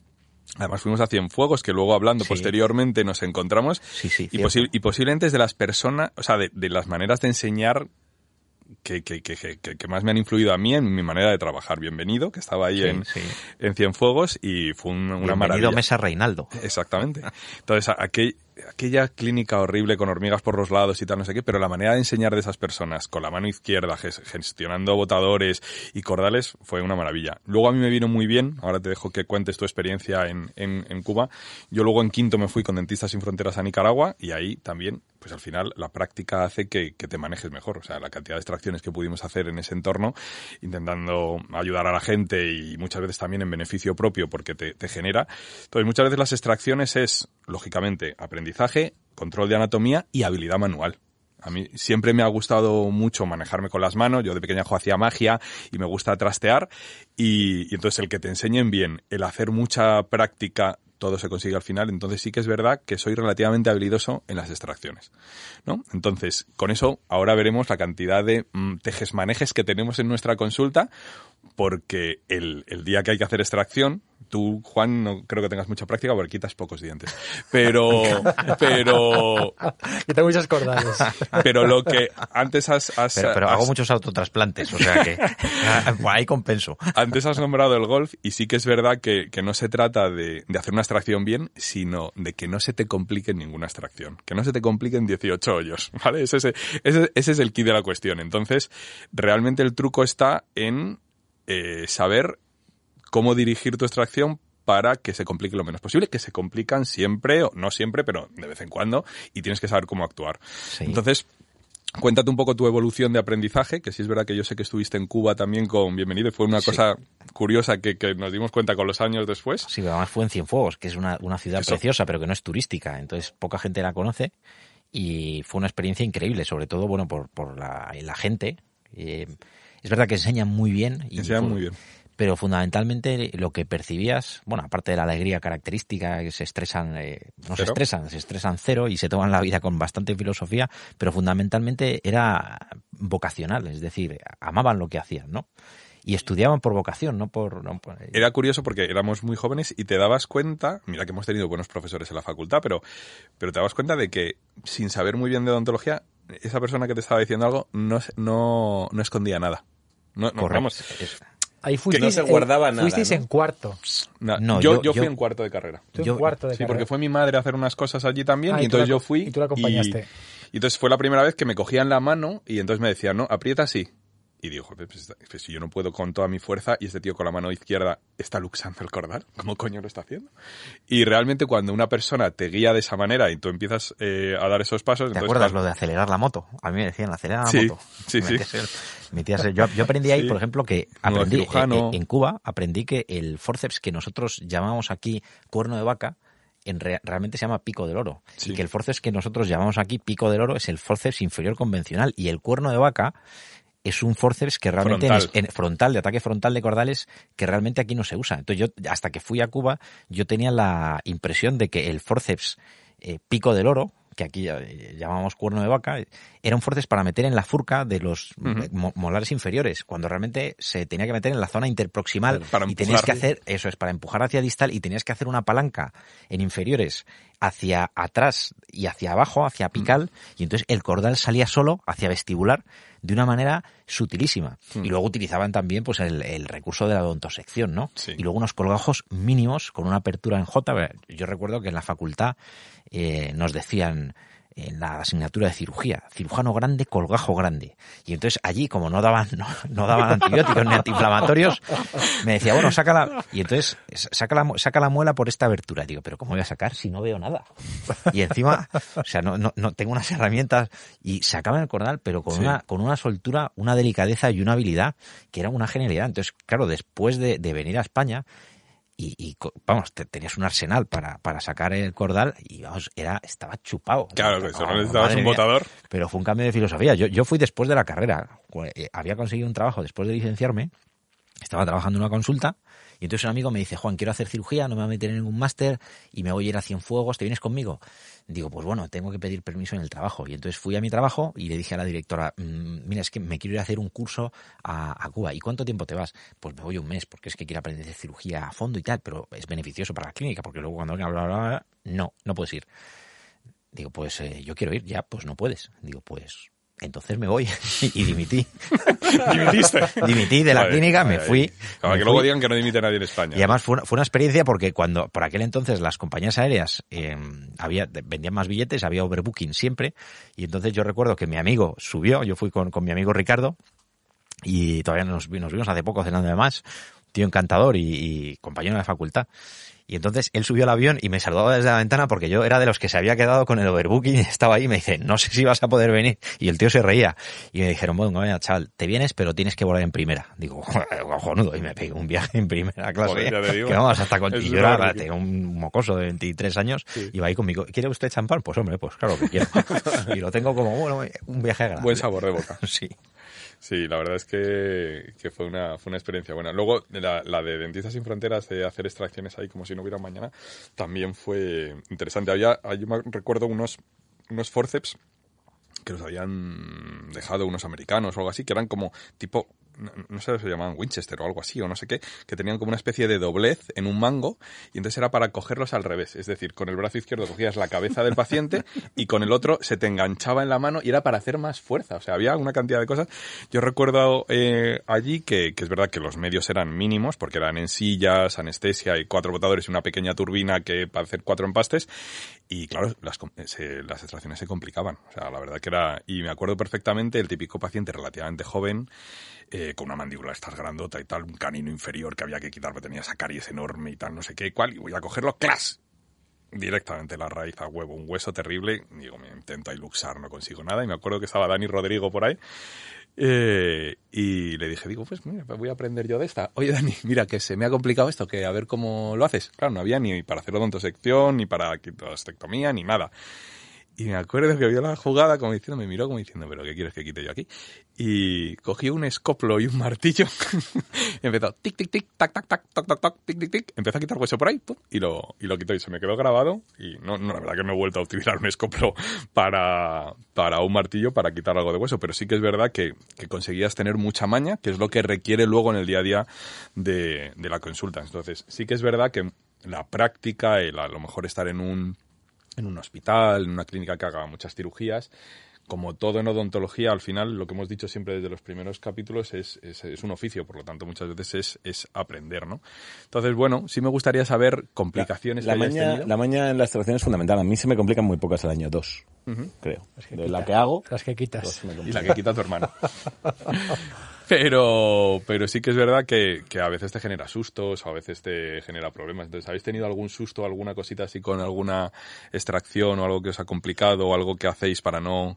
Además fuimos a Cienfuegos, que luego hablando Sí. posteriormente nos encontramos. Sí, sí, y, cierto. posi- y posiblemente es de las personas, o sea, de, de las maneras de enseñar que, que, que, que, que más me han influido a mí en mi manera de trabajar. Bienvenido, que estaba ahí Sí, en, sí. en Cienfuegos y fue un- una Bienvenido maravilla. Mesa Reinaldo. Exactamente. Entonces, aquí aquella clínica horrible con hormigas por los lados y tal, no sé qué, pero la manera de enseñar de esas personas con la mano izquierda, gestionando botadores y cordales, fue una maravilla. Luego a mí me vino muy bien, ahora te dejo que cuentes tu experiencia en, en, en Cuba. Yo luego en quinto me fui con Dentistas Sin Fronteras a Nicaragua y ahí también, pues al final la práctica hace que, que te manejes mejor. O sea, la cantidad de extracciones que pudimos hacer en ese entorno, intentando ayudar a la gente y muchas veces también en beneficio propio porque te, te genera. Entonces muchas veces las extracciones es, lógicamente, aprendizaje, control de anatomía y habilidad manual. A mí siempre me ha gustado mucho manejarme con las manos. Yo de pequeñajo hacía magia y me gusta trastear. Y, y entonces el que te enseñen bien, el hacer mucha práctica, todo se consigue al final. Entonces sí que es verdad que soy relativamente habilidoso en las extracciones, ¿no? Entonces, con eso ahora veremos la cantidad de mm, tejes-manejes que tenemos en nuestra consulta, porque el, el día que hay que hacer extracción, tú, Juan, no creo que tengas mucha práctica porque quitas pocos dientes. Pero, pero... Quita muchas cordales. Pero lo que antes has... has pero pero has, hago muchos autotrasplantes, o sea que ahí compenso. Antes has nombrado el golf y sí que es verdad que, que no se trata de, de hacer una extracción bien, sino de que no se te complique ninguna extracción. Que no se te compliquen dieciocho hoyos, ¿vale? Ese, ese, ese, ese es el key de la cuestión. Entonces, realmente el truco está en eh, saber cómo dirigir tu extracción para que se complique lo menos posible, que se complican siempre, o no siempre, pero de vez en cuando, y tienes que saber cómo actuar. Sí. Entonces, cuéntate un poco tu evolución de aprendizaje, que sí es verdad que yo sé que estuviste en Cuba también con Bienvenido, y fue una sí. cosa curiosa que, que nos dimos cuenta con los años después. Sí, pero además fue en Cienfuegos, que es una, una ciudad Eso. preciosa, pero que no es turística, entonces poca gente la conoce, y fue una experiencia increíble, sobre todo, bueno, por, por la, la gente. Eh, es verdad que enseñan muy bien. Y Enseñan por, muy bien. Pero fundamentalmente lo que percibías, bueno, aparte de la alegría característica, que se estresan, eh, no se ¿Cero? estresan, se estresan cero y se toman la vida con bastante filosofía, pero fundamentalmente era vocacional, es decir, amaban lo que hacían, ¿no? Y estudiaban por vocación, no por... No por... Era curioso porque éramos muy jóvenes y te dabas cuenta, mira que hemos tenido buenos profesores en la facultad, pero, pero te dabas cuenta de que sin saber muy bien de odontología, esa persona que te estaba diciendo algo no, no, no escondía nada. No, no, vamos, Ahí fuisteis, no se guardaba eh, nada, fuisteis ¿no? en cuarto. na- No, yo, yo- yo fui yo- en cuarto de carrera. Tú Yo- en cuarto de Sí, carrera. porque fue mi madre a hacer unas cosas allí también Ah, y y tú entonces la- yo fui y tú la acompañaste. y entonces fue la primera vez que me cogían la mano y entonces me decían, no, aprieta así. Y digo, joder, pues, pues si yo no puedo con toda mi fuerza y este tío con la mano izquierda está luxando el cordal, ¿cómo coño lo está haciendo? Y realmente cuando una persona te guía de esa manera y tú empiezas eh, a dar esos pasos... ¿Te entonces, acuerdas claro, lo de acelerar la moto? A mí me decían, acelerar la Sí, moto. sí, sí. Metías el- metías el- yo, yo aprendí ahí, Sí. por ejemplo, que Como aprendí cirujano. eh, en Cuba, aprendí que el forceps que nosotros llamamos aquí cuerno de vaca, en re- realmente se llama pico del oro. Sí. Y que el forceps que nosotros llamamos aquí pico del oro es el forceps inferior convencional. Y el cuerno de vaca es un forceps que realmente Frontal. en, en frontal, de ataque frontal de cordales, que realmente aquí no se usa. Entonces yo, hasta que fui a Cuba, yo tenía la impresión de que el forceps eh, pico del oro, que aquí eh, llamamos cuerno de vaca, era un forceps para meter en la furca de los Ujú. mo- molares inferiores, cuando realmente se tenía que meter en la zona interproximal Para y tenías que empujar. hacer, eso es, para empujar hacia distal y tenías que hacer una palanca en inferiores hacia atrás y hacia abajo, hacia apical, y entonces el cordal salía solo hacia vestibular de una manera sutilísima. Mm. Y luego utilizaban también pues el, el recurso de la odontosección, ¿no? Sí. Y luego unos colgajos mínimos con una apertura en J. Yo recuerdo que en la facultad eh, nos decían en la asignatura de cirugía, cirujano grande, colgajo grande. Y entonces allí, como no daban, no, no daban antibióticos ni antiinflamatorios, me decía, bueno, sácala. Y entonces, saca la, saca la muela por esta abertura. Digo, pero ¿cómo voy a sacar si no veo nada? Y encima, o sea, no, no, no tengo unas herramientas. Y sacaban el cordal, pero con Sí. una, con una soltura, una delicadeza y una habilidad que era una genialidad. Entonces, claro, después de, de venir a España, y, y co- vamos, te, tenías un arsenal para, para sacar el cordal y vamos, era, estaba chupado. Claro, eso no Oh, necesitabas madre un mía. botador. Pero fue un cambio de filosofía. Yo, yo fui después de la carrera. Eh, Había conseguido un trabajo después de licenciarme. Estaba trabajando en una consulta y entonces un amigo me dice, Juan, quiero hacer cirugía, no me voy a meter en ningún máster y me voy a ir a Cienfuegos, ¿te vienes conmigo? Digo, pues bueno, tengo que pedir permiso en el trabajo. Y entonces fui a mi trabajo y le dije a la directora, mmm, mira, es que me quiero ir a hacer un curso a, a Cuba. ¿Y cuánto tiempo te vas? Pues me voy un mes, porque es que quiero aprender de cirugía a fondo y tal, pero es beneficioso para la clínica, porque luego cuando venga, bla, bla, bla, no, no puedes ir. Digo, pues eh, yo quiero ir, ya, pues no puedes. Digo, pues Entonces me voy y dimití. ¿Dimitiste? Dimití de la Vale, clínica, vale, me fui. Para me que fui. luego digan que no dimite nadie en España. Y además fue una, fue una experiencia porque cuando por aquel entonces las compañías aéreas eh, había vendían más billetes, había overbooking siempre, y entonces yo recuerdo que mi amigo subió, yo fui con, con mi amigo Ricardo, y todavía nos, nos vimos hace poco cenando de más, tío encantador y, y compañero de facultad. Y entonces él subió al avión y me saludaba desde la ventana porque yo era de los que se había quedado con el overbooking y estaba ahí y me dice, no sé si vas a poder venir. Y el tío se reía. Y me dijeron, bueno, mira, chaval, te vienes pero tienes que volar en primera. Digo, cojonudo. Y me pegué un viaje en primera clase. Joder, ya te digo. Que vamos, hasta con... Es Y yo era, verdad, tenía un mocoso de veintitrés años, sí. Iba ahí conmigo. ¿Quiere usted champán? Pues hombre, pues claro que quiero. Y lo tengo como, bueno, un viaje agradable. Buen sabor de boca. Sí. Sí, la verdad es que, que fue una fue una experiencia buena. Luego, la, la de Dentistas Sin Fronteras, de hacer extracciones ahí como si no hubiera un mañana, también fue interesante. Había, yo me recuerdo unos, unos forceps que los habían dejado unos americanos o algo así, que eran como tipo, no, no sé si se llamaban Winchester o algo así, o no sé qué, que tenían como una especie de doblez en un mango, y entonces era para cogerlos al revés. Es decir, con el brazo izquierdo cogías la cabeza del paciente y con el otro se te enganchaba en la mano y era para hacer más fuerza. O sea, había una cantidad de cosas. Yo recuerdo eh, allí que, que es verdad que los medios eran mínimos, porque eran en sillas, anestesia y cuatro botadores y una pequeña turbina que para hacer cuatro empastes. Y claro, las, se, las extracciones se complicaban. O sea, la verdad que era... Y me acuerdo perfectamente el típico paciente relativamente joven, eh, con una mandíbula esta grandota y tal, un canino inferior que había que quitar porque tenía esa caries enorme y tal, no sé qué, cuál, y voy a cogerlo, ¡clas! Directamente la raíz a huevo, un hueso terrible. Digo, me intento ahí luxar, no consigo nada. Y me acuerdo que estaba Dani Rodrigo por ahí. Eh, y le dije, digo, pues mira, voy a aprender yo de esta. Oye, Dani, mira, que se me ha complicado esto, que a ver cómo lo haces. Claro, no había ni para hacer odontosección, ni para quitostectomía, ni nada. Y me acuerdo que vio la jugada como diciendo, me miró como diciendo, ¿pero qué quieres que quite yo aquí? Y cogí un escoplo y un martillo y empezó tic, tic, tic, tac, tac, tac, toc, toc, toc, tic, tic, tic. Empezó a quitar hueso por ahí, pum, y lo, y lo quitó y se me quedó grabado. Y no, no, la verdad que no he vuelto a utilizar un escoplo para, para un martillo para quitar algo de hueso, pero sí que es verdad que, que conseguías tener mucha maña, que es lo que requiere luego en el día a día de, de la consulta. Entonces, sí que es verdad que la práctica, el a lo mejor estar en un en un hospital, en una clínica que haga muchas cirugías, como todo en odontología, al final, lo que hemos dicho siempre desde los primeros capítulos es, es, es un oficio, por lo tanto, muchas veces es, es aprender, ¿no? Entonces, bueno, sí me gustaría saber complicaciones la, que la hayáis maña, tenido. La maña en la extracción es fundamental. A mí se me complican muy pocas al año, dos, uh-huh. creo. Que de quita, la que hago, las que quitas. Y la que quita tu hermano. Pero, pero sí que es verdad que, que a veces te genera sustos o a veces te genera problemas. Entonces, ¿habéis tenido algún susto, alguna cosita así con alguna extracción o algo que os ha complicado o algo que hacéis para no...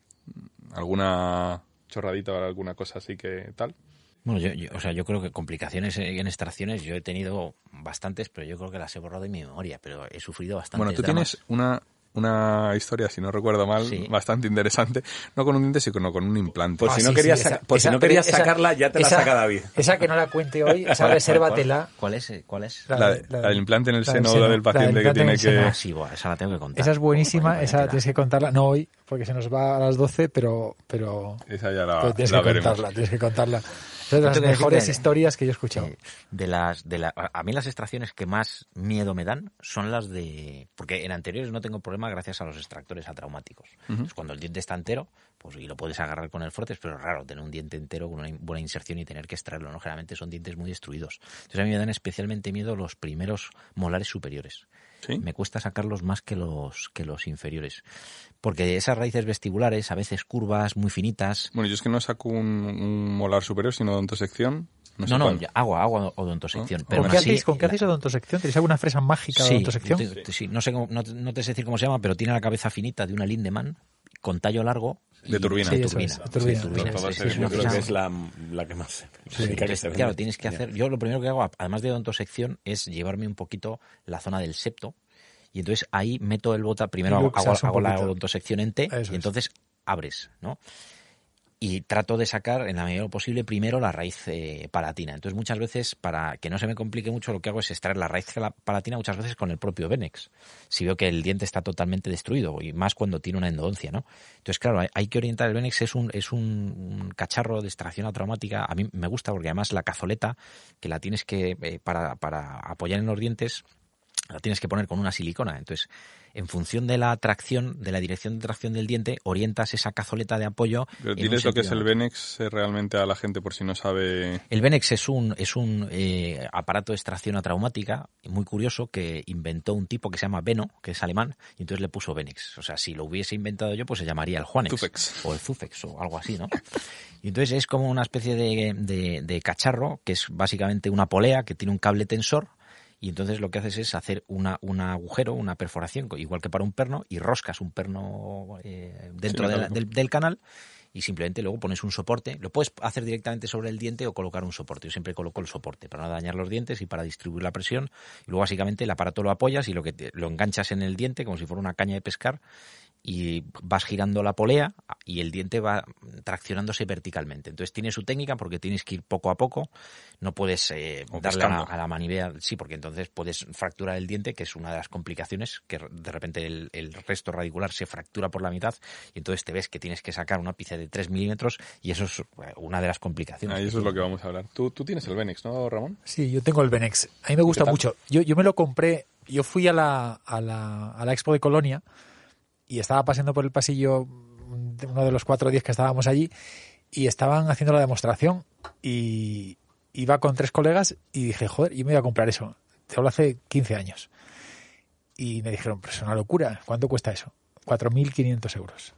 alguna chorradita o alguna cosa así que tal? Bueno, yo, yo, o sea, yo creo que complicaciones en extracciones yo he tenido bastantes, pero yo creo que las he borrado de mi memoria, pero he sufrido bastantes Bueno, tú dramas. tienes una... una historia, si no recuerdo mal, sí. bastante interesante. No con un diente, sino con un implante. Pues Ah, si sí, no querías, sí, esa, saca, pues esa, si no querías esa, sacarla, ya te esa, la saca David. Esa que no la cuente hoy, esa resérvatela. ¿Cuál es? ¿Cuál es? La, la, la, la del implante en el seno, seno, la del paciente la del que tiene que... Ah, sí, bueno, esa la tengo que contar. Esa es buenísima, Vaya, esa vaya tienes que contarla, no hoy, porque se nos va a las doce, pero... pero esa ya la, pero tienes la que veremos. contarla, tienes que contarla. Son las mejores que, historias que yo he escuchado. Eh, de las, de la, a mí las extracciones que más miedo me dan son las de... Porque en anteriores no tengo problema gracias a los extractores atraumáticos. Uh-huh. Entonces, cuando el diente está entero, pues y lo puedes agarrar con el forceps, pero es raro tener un diente entero con una buena inserción y tener que extraerlo, ¿no? Generalmente son dientes muy destruidos. Entonces a mí me dan especialmente miedo los primeros molares superiores. ¿Sí? Me cuesta sacarlos más que los que los inferiores. Porque esas raíces vestibulares, a veces curvas, muy finitas... Bueno, yo es que no saco un, un molar superior, sino odontosección. No, no, no hago, hago odontosección. ¿Oh? Pero ¿Con, qué así, hacéis, ¿Con qué hacéis odontosección? ¿Tenéis alguna fresa mágica de sí, odontosección? Te, te, sí, no sé cómo, no, no te sé decir cómo se llama, pero tiene la cabeza finita de una Lindemann con tallo largo. De turbina. Sí, de turbina. Es, de turbina. Sí, turbina. Sí, sí, sí, yo creo que es la, la que más... Sí, entonces, que claro, tienes que hacer... Yo lo primero que hago, además de odontosección, es llevarme un poquito la zona del septo. Y entonces ahí meto el bota, primero hago, hago, hago la odontosección en T Eso y entonces es. abres, ¿no? Y trato de sacar en la medida de lo posible primero la raíz eh, palatina. Entonces muchas veces, para que no se me complique mucho, lo que hago es extraer la raíz palatina muchas veces con el propio Venex. Si veo que el diente está totalmente destruido, y más cuando tiene una endodoncia, ¿no? Entonces claro, hay, hay que orientar. El Venex es un es un, un cacharro de extracción atraumática. A mí me gusta porque además la cazoleta, que la tienes que, eh, para, para apoyar en los dientes, la tienes que poner con una silicona. Entonces en función de la tracción, de la dirección de tracción del diente, orientas esa cazoleta de apoyo. Pero diles lo que es el Venex eh, realmente a la gente por si no sabe. El Venex es un es un eh, aparato de extracción atraumática muy curioso que inventó un tipo que se llama Beno, que es alemán, y entonces le puso Venex. O sea, si lo hubiese inventado yo, pues se llamaría el Juanex. Zufex. O el Zufex o algo así, ¿no? Y entonces es como una especie de, de, de cacharro que es básicamente una polea que tiene un cable tensor. Y entonces lo que haces es hacer una, un agujero, una perforación, igual que para un perno, y roscas un perno eh, dentro sí, de la, del, del canal y simplemente luego pones un soporte. Lo puedes hacer directamente sobre el diente o colocar un soporte. Yo siempre coloco el soporte para no dañar los dientes y para distribuir la presión. Y luego básicamente el aparato lo apoyas y lo que te, lo enganchas en el diente como si fuera una caña de pescar y vas girando la polea y el diente va traccionándose verticalmente. Entonces tiene su técnica porque tienes que ir poco a poco, no puedes eh, darle a la, a la manivela, sí, porque entonces puedes fracturar el diente, que es una de las complicaciones, que de repente el, el resto radicular se fractura por la mitad y entonces te ves que tienes que sacar una pieza de tres milímetros y eso es una de las complicaciones. Ahí eso es lo que vamos a hablar. ¿Tú, tú tienes el Venex, ¿no, Ramón? Sí, yo tengo el Venex. A mí me gusta mucho. Yo, yo me lo compré, yo fui a la, a la, a la Expo de Colonia y estaba paseando por el pasillo uno de los cuatro días que estábamos allí y estaban haciendo la demostración y iba con tres colegas y dije, joder, yo me voy a comprar eso. Te hablo hace quince años. Y me dijeron, pero es una locura. ¿Cuánto cuesta eso? cuatro mil quinientos euros.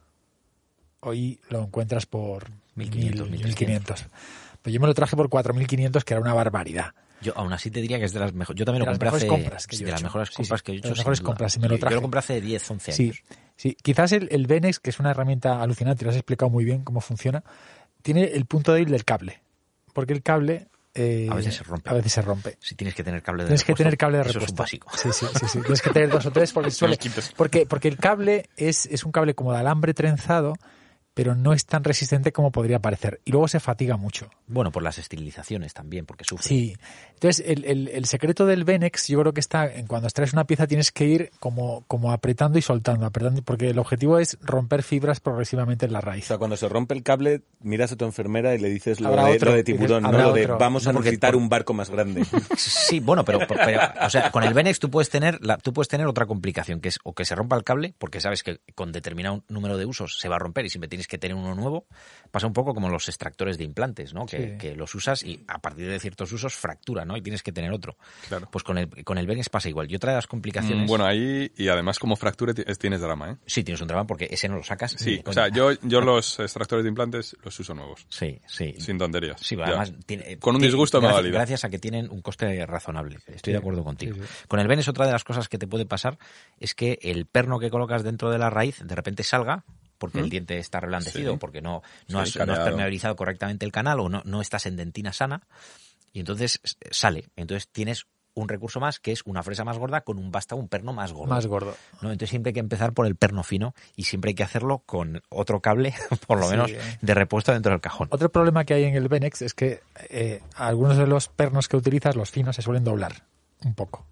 Hoy lo encuentras por mil quinientos. Pues yo me lo traje por cuatro mil quinientos, que era una barbaridad. Yo aún así te diría que es de las mejores. Yo también lo compré hace. De las mejores compras que yo he hecho. De las mejores compras, y me lo traje. Yo lo compré hace diez, once sí, años. Sí, quizás el, el Venex, que es una herramienta alucinante, y lo has explicado muy bien cómo funciona, tiene el punto débil del cable. Porque el cable. Eh, a veces se rompe. A veces se rompe. Si tienes que tener cable de tienes repuesto. Tienes que tener cable de eso repuesto. Es un básico. Sí, sí, sí, sí. Tienes que tener dos o tres porque suele. Porque, porque el cable es, es un cable como de alambre trenzado, pero no es tan resistente como podría parecer. Y luego se fatiga mucho. Bueno, por las esterilizaciones también, porque sufre. Sí. Entonces, el, el, el secreto del Venex, yo creo que está en cuando extraes una pieza tienes que ir como, como apretando y soltando, apretando, porque el objetivo es romper fibras progresivamente en la raíz. O sea, cuando se rompe el cable, miras a tu enfermera y le dices lo, de, otro, lo de tiburón, dices, no lo de otro. vamos a no, necesitar por... un barco más grande. Sí, bueno, pero, pero o sea, con el Venex tú puedes tener la, tú puedes tener otra complicación, que es o que se rompa el cable, porque sabes que con determinado número de usos se va a romper y siempre tienes que tener uno nuevo. Pasa un poco como los extractores de implantes, ¿no? Que, sí. que los usas y a partir de ciertos usos fractura, ¿no? Y tienes que tener otro. Claro. Pues con el con el Venex pasa igual. Y otra de las complicaciones... Mm, bueno, ahí, y además como fracture tienes drama, ¿eh? Sí, tienes un drama porque ese no lo sacas. Sí, o sea, yo, yo los extractores de implantes los uso nuevos. Sí, sí. Sin tonterías. Sí, además... Tiene, con un disgusto tiene, me gracias, valida. Gracias a que tienen un coste razonable. Estoy sí, de acuerdo contigo. Sí, sí. Con el Venex otra de las cosas que te puede pasar es que el perno que colocas dentro de la raíz de repente salga porque ¿Mm? el diente está reblandecido, sí. porque no, no, sí, has, no has permeabilizado correctamente el canal o no, no estás en dentina sana y entonces sale. Entonces tienes un recurso más que es una fresa más gorda con un vástago, un perno más gordo. Más gordo. ¿No? Entonces siempre hay que empezar por el perno fino y siempre hay que hacerlo con otro cable, por lo sí, menos, eh. de repuesto dentro del cajón. Otro problema que hay en el Venex es que eh, algunos de los pernos que utilizas, los finos, se suelen doblar un poco.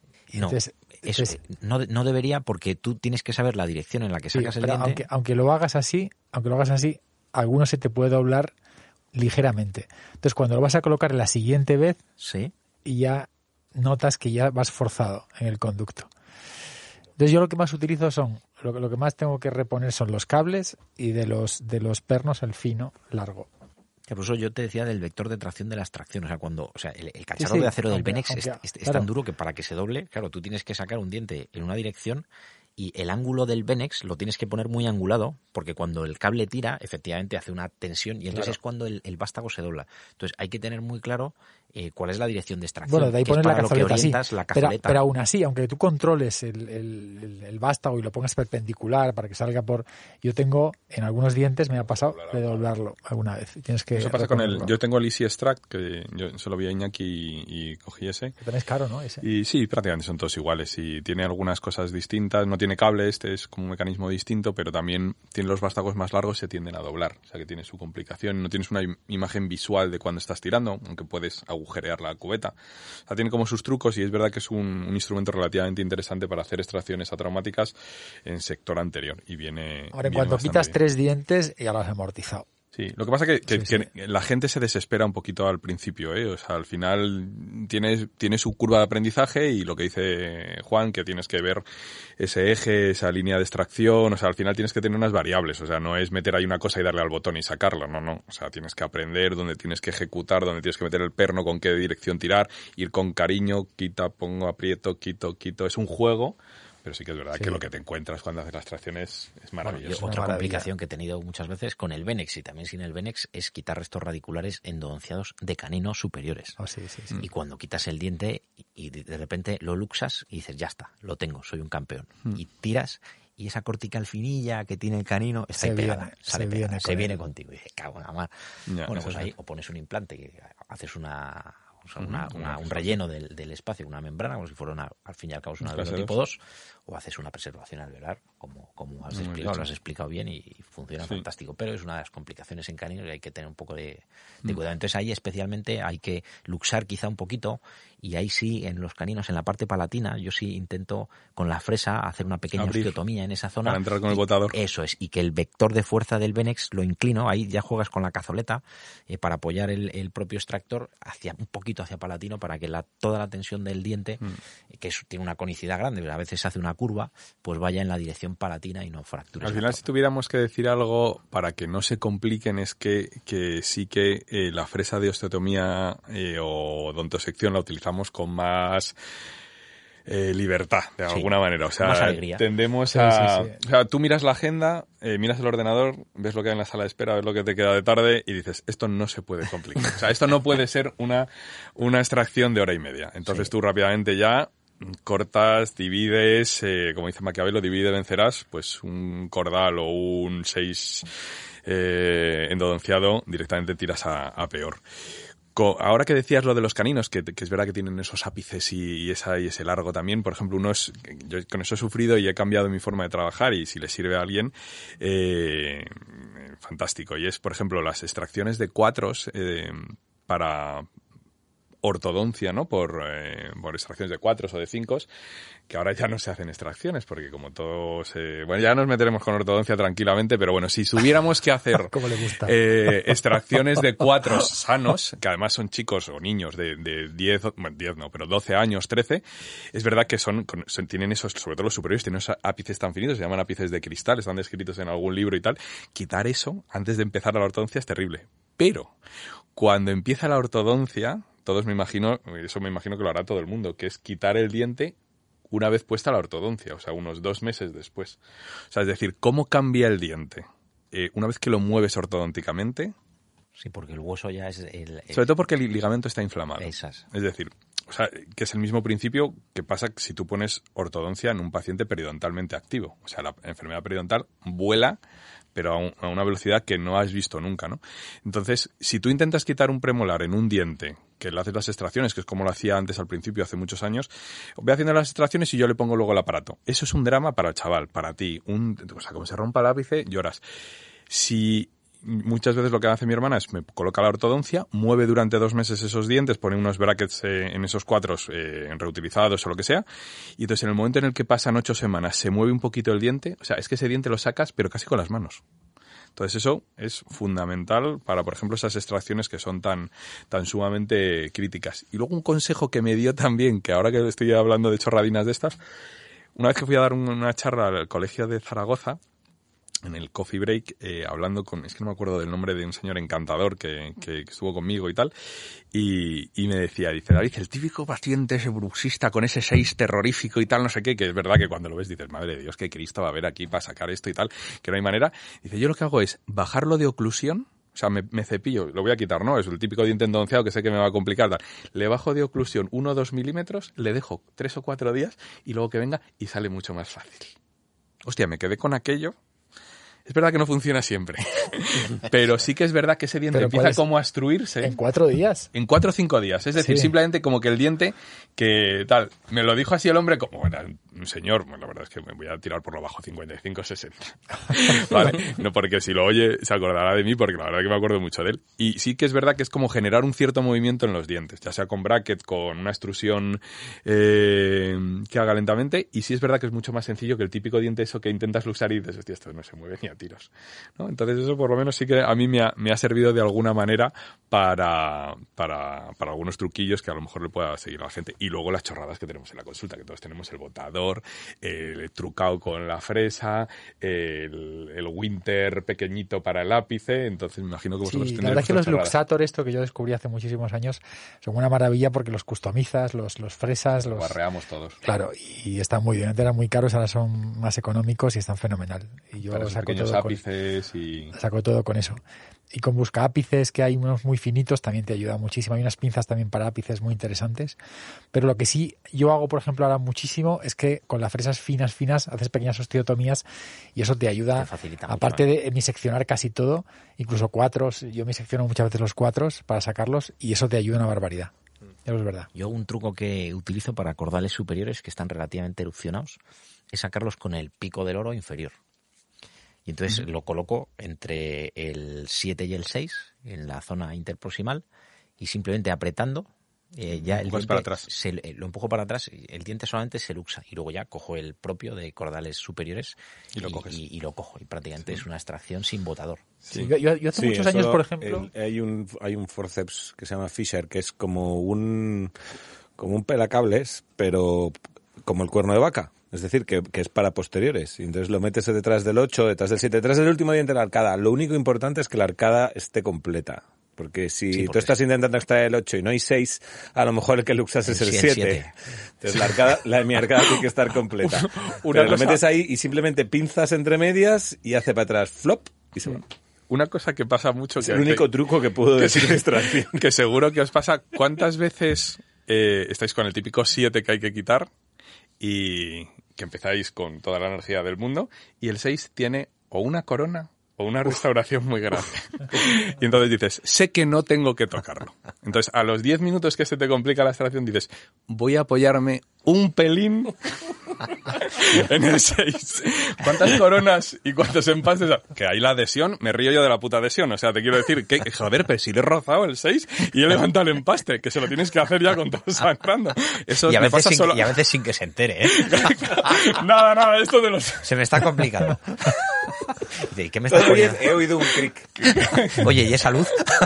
Y no, entonces, eso entonces, no, no debería porque tú tienes que saber la dirección en la que sacas sí, el diente. Aunque, aunque lo hagas así, aunque lo hagas así, algunos se te puede doblar ligeramente. Entonces cuando lo vas a colocar la siguiente vez, sí. y ya notas que ya vas forzado en el conducto. Entonces yo lo que más utilizo son, lo, lo que más tengo que reponer son los cables y de los de los pernos el fino largo. Por eso yo te decía del vector de tracción de la extracción, o sea, cuando, o sea, el, el cacharro sí, sí, de acero aunque, del Venex aunque, es, es, es claro. tan duro que para que se doble, claro, tú tienes que sacar un diente en una dirección y el ángulo del Venex lo tienes que poner muy angulado porque cuando el cable tira, efectivamente hace una tensión y entonces claro. es cuando el, el vástago se dobla. Entonces hay que tener muy claro eh, cuál es la dirección de extracción. Bueno, de ahí que poner es la cazoleta, sí. La cazoleta. Pero, pero aún así, aunque tú controles el, el, el, el vástago y lo pongas perpendicular para que salga por... Yo tengo, en algunos dientes me ha pasado de doblarlo alguna vez. Tienes que Eso pasa con el... Yo tengo el Easy Extract, que yo se lo vi a Iñaki y, y cogí ese. Pero es caro, ¿no? Ese. Y sí, prácticamente son todos iguales. Y tiene algunas cosas distintas. No tiene cable, este es como un mecanismo distinto, pero también tiene los vástagos más largos y se tienden a doblar. O sea que tiene su complicación. No tienes una im- imagen visual de cuando estás tirando, aunque puedes agujerear la cubeta. O sea, tiene como sus trucos y es verdad que es un, un instrumento relativamente interesante para hacer extracciones atraumáticas en sector anterior. Y viene. Ahora, en viene cuanto quitas bien. tres dientes, ya lo has amortizado. Sí, lo que pasa es que, que, Sí, que la gente se desespera un poquito al principio, ¿eh? O sea, al final tiene, tiene su curva de aprendizaje y lo que dice Juan, que tienes que ver ese eje, esa línea de extracción, o sea, al final tienes que tener unas variables, o sea, no es meter ahí una cosa y darle al botón y sacarla, no, no, o sea, tienes que aprender dónde tienes que ejecutar, dónde tienes que meter el perno, con qué dirección tirar, ir con cariño, quita, pongo, aprieto, quito, quito, es un juego. Pero sí que es verdad sí. que lo que te encuentras cuando haces la extracción es, es maravilloso. Bueno, otra maravilla. complicación que he tenido muchas veces con el Venex y también sin el Venex es quitar restos radiculares endodonciados de caninos superiores. Oh, sí, sí, sí. Y cuando quitas el diente y de repente lo luxas y dices, ya está, lo tengo, soy un campeón. Mm. Y tiras y esa cortical finilla que tiene el canino está se ahí pegada, viene, sale se pegada, viene, se viene contigo. Y dices, cago en la mar. Ya, bueno, pues ahí es. o pones un implante que haces una... O sea, una, una, un relleno del, del espacio, una membrana, como si fuera una, al fin y al cabo es una alveolar tipo dos, o haces una preservación alveolar, como, como has Muy explicado, bien. Lo has explicado bien y, y funciona sí. fantástico. Pero es una de las complicaciones en caninos y hay que tener un poco de, de cuidado. Entonces ahí especialmente hay que luxar quizá un poquito y ahí sí, en los caninos, en la parte palatina, yo sí intento con la fresa hacer una pequeña Abrir. osteotomía en esa zona. Para entrar con el botador. Eso es, y que el vector de fuerza del Venex lo inclino, ahí ya juegas con la cazoleta eh, para apoyar el, el propio extractor hacia un poquito hacia palatino para que la, toda la tensión del diente, mm. que es, tiene una conicidad grande, a veces se hace una curva, pues vaya en la dirección palatina y no fractures. Al final, si tuviéramos que decir algo para que no se compliquen, es que, que sí que eh, la fresa de osteotomía eh, o odontosección la utilizamos con más eh, libertad, de sí, alguna manera. O sea, más alegría. Tendemos sí, a... Sí, sí. O sea, tú miras la agenda, eh, miras el ordenador, ves lo que hay en la sala de espera, ves lo que te queda de tarde y dices, esto no se puede complicar. O sea, esto no puede ser una, una extracción de hora y media. Entonces sí. tú rápidamente ya cortas, divides, eh, como dice Maquiavelo, divide vencerás, pues un cordal o un seis eh, endodonciado directamente tiras a, a peor. Ahora que decías lo de los caninos, que, que es verdad que tienen esos ápices y, y, esa, y ese largo también, por ejemplo, unos, yo con eso he sufrido y he cambiado mi forma de trabajar y si le sirve a alguien, eh, fantástico. Y es, por ejemplo, las extracciones de cuatros eh, para ortodoncia, ¿no? Por, eh, por extracciones de cuatros o de cincos, que ahora ya no se hacen extracciones, porque como todos... Eh, bueno, ya nos meteremos con ortodoncia tranquilamente, pero bueno, si tuviéramos que hacer ¿Cómo le gusta? Eh, extracciones de cuatros sanos, que además son chicos o niños de, de diez, bueno, diez no, pero doce años, trece, es verdad que son, son tienen esos, sobre todo los superiores, tienen esos ápices tan finitos, se llaman ápices de cristal, están descritos en algún libro y tal. Quitar eso antes de empezar la ortodoncia es terrible. Pero cuando empieza la ortodoncia, todos me imagino, eso me imagino que lo hará todo el mundo, que es quitar el diente una vez puesta la ortodoncia, o sea, unos dos meses después. O sea, es decir, ¿cómo cambia el diente? Eh, una vez que lo mueves ortodónticamente... Sí, porque el hueso ya es... El, el... Sobre todo porque el ligamento está inflamado. Esas. Es decir, o sea, que es el mismo principio que pasa si tú pones ortodoncia en un paciente periodontalmente activo. O sea, la enfermedad periodontal vuela, pero a, un, a una velocidad que no has visto nunca, ¿no? Entonces, si tú intentas quitar un premolar en un diente, que le haces las extracciones, que es como lo hacía antes al principio, hace muchos años, voy haciendo las extracciones y yo le pongo luego el aparato. Eso es un drama para el chaval, para ti. Un, o sea, como se rompa el ápice, lloras. Si... Muchas veces lo que hace mi hermana es me coloca la ortodoncia, mueve durante dos meses esos dientes, pone unos brackets eh, en esos cuatros eh, reutilizados o lo que sea, y entonces en el momento en el que pasan ocho semanas se mueve un poquito el diente, o sea, es que ese diente lo sacas pero casi con las manos. Entonces eso es fundamental para, por ejemplo, esas extracciones que son tan, tan sumamente críticas. Y luego un consejo que me dio también, que ahora que estoy hablando de chorradinas de estas, una vez que fui a dar una charla al colegio de Zaragoza, en el coffee break, eh, hablando con, es que no me acuerdo del nombre de un señor encantador que, que, que estuvo conmigo y tal, y, y me decía, dice, David, el típico paciente ese bruxista con ese seis terrorífico y tal, no sé qué, que es verdad que cuando lo ves dices, madre de Dios, que Cristo va a haber aquí para sacar esto y tal, que no hay manera. Dice, yo lo que hago es bajarlo de oclusión, o sea, me, me cepillo, lo voy a quitar, ¿no? Es el típico diente endodonciado que sé que me va a complicar, tal. Le bajo de oclusión uno o dos milímetros, le dejo tres o cuatro días y luego que venga y sale mucho más fácil. Hostia, me quedé con aquello. Es verdad que no funciona siempre, pero sí que es verdad que ese diente empieza como a obstruirse. ¿En cuatro días? En cuatro o cinco días. Es decir, sí. simplemente como que el diente que tal, me lo dijo así el hombre como, bueno, un señor, bueno, la verdad es que me voy a tirar por lo bajo, cincuenta y cinco, sesenta. ¿Vale? No, porque si lo oye se acordará de mí, porque la verdad es que me acuerdo mucho de él. Y sí que es verdad que es como generar un cierto movimiento en los dientes, ya sea con bracket, con una extrusión eh, que haga lentamente, y sí es verdad que es mucho más sencillo que el típico diente eso que intentas luxar y dices, hostia, esto no se mueve ni a tiros, ¿no? Entonces eso por lo menos sí que a mí me ha, me ha servido de alguna manera para, para, para algunos truquillos que a lo mejor le pueda seguir a la gente. Y luego las chorradas que tenemos en la consulta, que todos tenemos el botador, el trucado con la fresa, el, el Winter pequeñito para el ápice, entonces me imagino que vosotros sí, tenéis la verdad es que los chorradas. Luxator, esto que yo descubrí hace muchísimos años, son una maravilla porque los customizas, los, los fresas, los... Guarreamos todos. Claro, y están muy bien. Antes eran muy caros, ahora son más económicos y están fenomenal. Y yo Para esos saco pequeños todo, con, ápices y... saco todo con eso. Y con buscaápices, que hay unos muy finitos, también te ayuda muchísimo. Hay unas pinzas también para ápices muy interesantes. Pero lo que sí yo hago, por ejemplo, ahora muchísimo es que con las fresas finas, finas, haces pequeñas osteotomías y eso te ayuda, Te facilita mucho, aparte ¿eh? de miseccionar casi todo, incluso cuatros. Yo misecciono muchas veces los cuatros para sacarlos y eso te ayuda una barbaridad. Eso es verdad. Yo un truco que utilizo para cordales superiores que están relativamente erupcionados es sacarlos con el pico del oro inferior. Y entonces uh-huh. lo coloco entre el siete y el seis, en la zona interproximal, y simplemente apretando, eh, ya el diente para atrás. Se, eh, lo empujo para atrás, el diente solamente se luxa, y luego ya cojo el propio de cordales superiores y lo, coges. y, y lo cojo. Y prácticamente sí. es una extracción sin botador. Sí. Yo, yo, yo hace sí, muchos años, por ejemplo... El, hay, un, hay un forceps que se llama Fisher, que es como un, como un pelacables, pero como el cuerno de vaca. Es decir, que, que es para posteriores. Y entonces lo metes detrás del ocho, detrás del siete, detrás del último diente de la arcada. Lo único importante es que la arcada esté completa. Porque si sí, porque tú estás sí. intentando extraer el ocho y no hay seis, a lo mejor el que luxas es el siete. Entonces la arcada, la, mi arcada tiene que estar completa. Una cosa... Lo metes ahí y simplemente pinzas entre medias y hace para atrás flop y se va. Una cosa que pasa mucho... Es que el único que, truco que puedo decir de extracción. Que seguro que os pasa. ¿Cuántas veces eh, estáis con el típico siete que hay que quitar y que empezáis con toda la energía del mundo y el seis tiene o una corona o una restauración muy grande? Y entonces dices, sé que no tengo que tocarlo. Entonces, a los diez minutos que se te complica la extracción, dices, voy a apoyarme un pelín en el seis. ¿Cuántas coronas y cuántos empastes? Que hay la adhesión, me río yo de la puta adhesión. O sea, te quiero decir que, joder, pero si le he rozado el seis y he levantado el empaste, que se lo tienes que hacer ya con todo sangrando. Eso y, a me veces pasa sin, solo... y a veces sin que se entere, ¿eh? Nada, nada, esto de los... Se me está complicando. ¿Y qué me estás poniendo? He oído un cric. Oye, ¿y esa luz?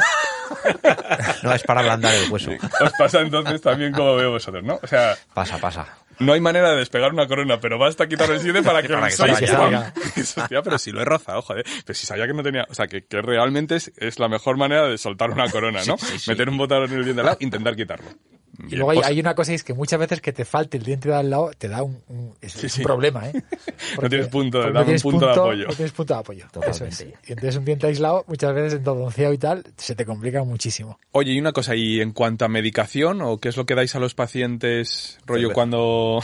No, es para ablandar el hueso. Os pasa entonces también como veo vosotros, ¿no? O sea... Pasa, pasa. No hay manera de despegar una corona, pero basta quitar el siete para que para el que seis salga. Hostia, pero si lo he rozado, joder. Pero si sabía que no tenía... O sea, que, que realmente es, es la mejor manera de soltar una corona, ¿no? Sí, sí, sí. Meter un botador en el diente de al lado, intentar quitarlo. Y Bien, luego hay, pues, hay una cosa, y es que muchas veces que te falte el diente de al lado te da un, un, es, sí, es un sí. problema, ¿eh? Porque, no tienes punto, de, no tienes un punto, punto de apoyo. No tienes punto de apoyo. Eso es. Y entonces un diente aislado, muchas veces endodonceado y tal, se te complica muchísimo. Oye, y una cosa, ¿y en cuanto a medicación, o qué es lo que dais a los pacientes, rollo, sí, cuando,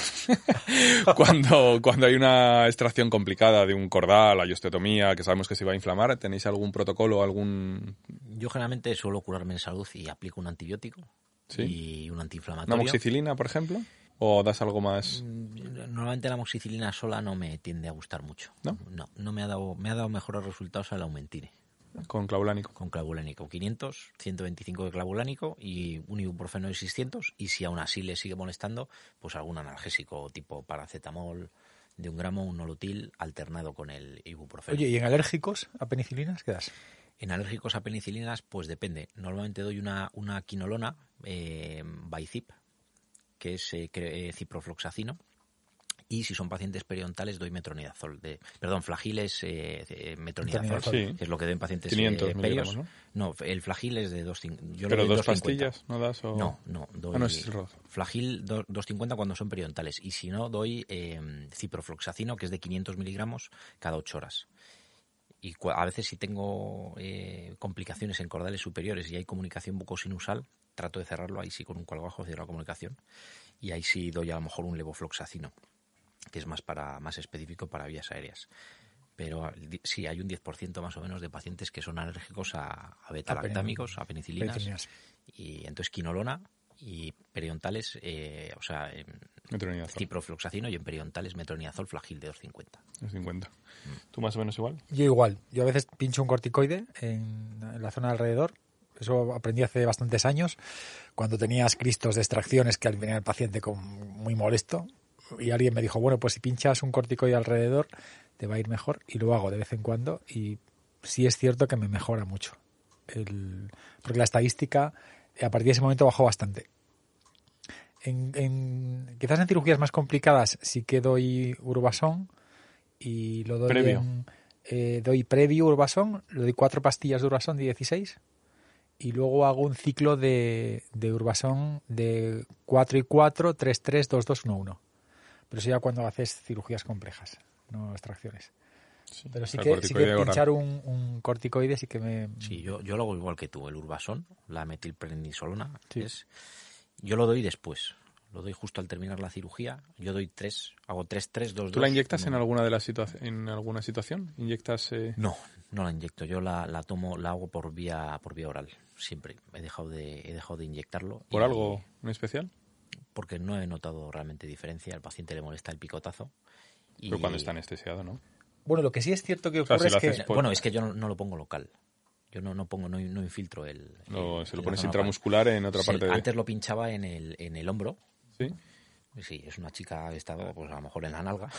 cuando, cuando hay una extracción complicada de un cordal, la osteotomía, que sabemos que se va a inflamar, ¿tenéis algún protocolo, algún...? Yo generalmente suelo curarme en salud y aplico un antibiótico. ¿Sí? Y un antiinflamatorio. ¿Una amoxicilina, por ejemplo? ¿O das algo más? Normalmente la amoxicilina sola no me tiende a gustar mucho. ¿No? No, no me ha dado, me ha dado mejores resultados al Aumentine. ¿Con clavulánico? Con clavulánico. quinientos, ciento veinticinco de clavulánico y un ibuprofeno de seiscientos. Y si aún así le sigue molestando, pues algún analgésico tipo paracetamol de un gramo, un nolotil, alternado con el ibuprofeno. Oye, ¿y en alérgicos a penicilinas qué das? En alérgicos a penicilinas, pues depende. Normalmente doy una, una quinolona, eh, Bicip, que es eh, eh, ciprofloxacino. Y si son pacientes periodontales, doy metronidazol. De, perdón, flagiles eh, eh, metronidazol, sí, que es lo que doy en pacientes quinientos eh, perios. ¿No? No, el flagil es de dos cincuenta. ¿Pero dos pastillas no das? O... No, no. Doy ah, no es flagil dos cincuenta cuando son periodontales. Y si no, doy eh, ciprofloxacino, que es de quinientos miligramos cada ocho horas. Y a veces si tengo eh, complicaciones en cordales superiores y hay comunicación bucosinusal, trato de cerrarlo ahí sí con un coal bajo, cierro la comunicación, y ahí sí doy a lo mejor un levofloxacino, que es más para más específico para vías aéreas. Pero sí, hay un diez por ciento más o menos de pacientes que son alérgicos a, a beta-lactámicos, a penicilinas, penicilinas, y entonces quinolona y periodontales, eh, o sea, eh, ciprofloxacino, y en periodontales metronidazol flagil de dos cincuenta. dos cincuenta. Mm. ¿Tú más o menos igual? Yo igual. Yo a veces pincho un corticoide en, en la zona alrededor. Eso aprendí hace bastantes años, cuando tenías cristos de extracciones que venía el paciente con, muy molesto. Y alguien me dijo, bueno, pues si pinchas un corticoide alrededor, te va a ir mejor, y lo hago de vez en cuando, y sí es cierto que me mejora mucho. El, porque la estadística, a partir de ese momento bajó bastante. En, en, quizás en cirugías más complicadas sí que doy Urbasón, y lo doy Previo. en, eh, doy previo Urbasón, le doy cuatro pastillas de Urbasón de dieciséis, y luego hago un ciclo de, de Urbasón de cuatro y cuatro, tres, tres, dos, dos, uno, uno. Pero eso ya cuando haces cirugías complejas, no extracciones. Sí, Pero sí el que, sí corticoide que oral. pinchar un, un corticoide sí que me... Sí, yo, yo lo hago igual que tú. El Urbasón, la metilprednisolona, Sí. es, yo lo doy después. Lo doy justo al terminar la cirugía. Yo doy tres, hago tres, tres, dos, dos. ¿Tú la inyectas en no. alguna de las situa- en alguna situación? ¿Inyectas? Eh... No, no la inyecto. Yo la, la tomo, la hago por vía, por vía oral. Siempre. He dejado de, he dejado de inyectarlo. ¿Por y- algo en especial? Porque no he notado realmente diferencia. Al paciente le molesta el picotazo. Y, Pero cuando está anestesiado, ¿no? Bueno, lo que sí es cierto que sea, ocurre si lo es que... haces por- Bueno, es que yo no, no lo pongo local. Yo no, no pongo, no, no infiltro el... No, el- se lo la pones zona intramuscular en otra Sí, parte de... Antes lo pinchaba en el, en el hombro. ¿Sí? Sí, es una chica que estaba, pues a lo mejor en la nalga.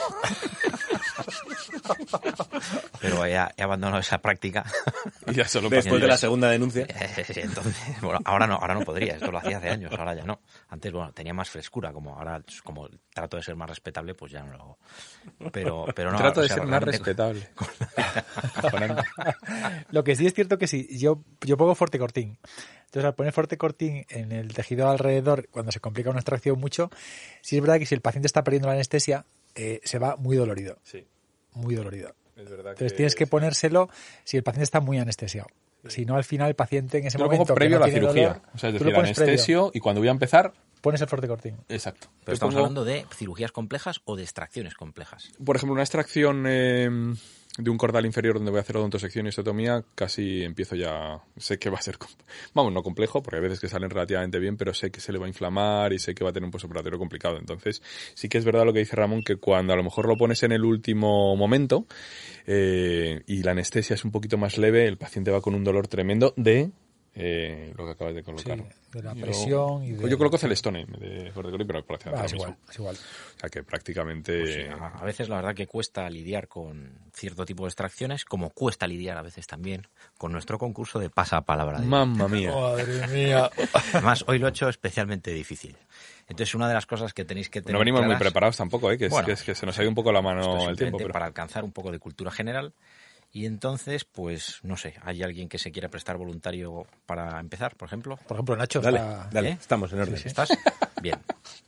Pero he, he abandonado esa práctica. Y ya solo Después pastillas. de la segunda denuncia. Entonces, bueno, ahora no, ahora no podría. Esto lo hacía hace años, ahora ya no. Antes, bueno, tenía más frescura, como ahora, como trato de ser más respetable, pues ya no lo hago. Pero, pero no. Trato o de sea, ser más realmente- respetable. Acojonante. Lo que sí es cierto que sí, yo, yo pongo Fortecortin. Entonces, al poner Fortecortin en el tejido alrededor, cuando se complica una extracción mucho, sí es verdad que si el paciente está perdiendo la anestesia, eh, se va muy dolorido. Sí, Muy dolorido. es verdad. Entonces, tienes que ponérselo si el paciente está muy anestesiado. Si no, al final, el paciente en ese Yo lo momento. pongo previo que no a la tiene cirugía. dolor, O sea, es tú lo decir, pones previo, anestesio y cuando voy a empezar... pones el Fortecortin. Exacto. Pero Yo estamos pongo, hablando de cirugías complejas o de extracciones complejas. por ejemplo, una extracción eh, de un cordal inferior donde voy a hacer odontosección y osteotomía, casi empiezo ya... Sé que va a ser... com- Vamos, no complejo, porque hay veces que salen relativamente bien, pero sé que se le va a inflamar y sé que va a tener un postoperatorio complicado. Entonces, sí que es verdad lo que dice Ramón, que cuando a lo mejor lo pones en el último momento eh, y la anestesia es un poquito más leve, el paciente va con un dolor tremendo de... Eh, lo que acabas de colocar. Sí, de la Yo- presión y de... Yo coloco Celestone de Fortecortin, pero por Ah, hacer es lo igual, mismo. es igual. O sea que prácticamente... Pues sí, a, a veces la verdad que cuesta lidiar con cierto tipo de extracciones, como cuesta lidiar a veces también con nuestro concurso de pasapalabra. de- Mamma mía. Madre mía. Además, hoy lo he hecho especialmente difícil. Entonces, una de las cosas que tenéis que tener No venimos muy claras- preparados tampoco, ¿eh? Que, es- Bueno, que, es que se nos ha ido un poco la esto es mano el simplemente tiempo. Pero... para alcanzar un poco de cultura general. Y entonces, pues, no sé, ¿hay alguien que se quiera prestar voluntario para empezar, por ejemplo? Por ejemplo, Nacho Dale, está... dale, ¿Eh? estamos en orden. ¿Estás? Bien.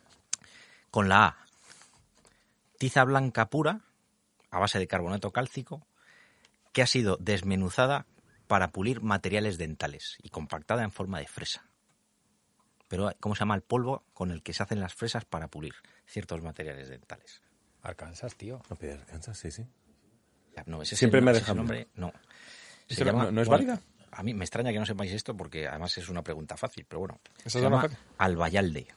Con la A. Tiza blanca pura, a base de carbonato cálcico, que ha sido desmenuzada para pulir materiales dentales y compactada en forma de fresa. Pero, ¿cómo se llama el polvo con el que se hacen las fresas para pulir ciertos materiales dentales? Arkansas, tío. No pides Kansas, sí, sí. No, ese es Siempre el, me ese es dejan- el nombre. No. Se ¿Esto llama- no- no es bueno, válida? A mí me extraña que no sepáis esto porque además es una pregunta fácil, pero bueno. ¿Esa Se es una llama fácil? albayalde.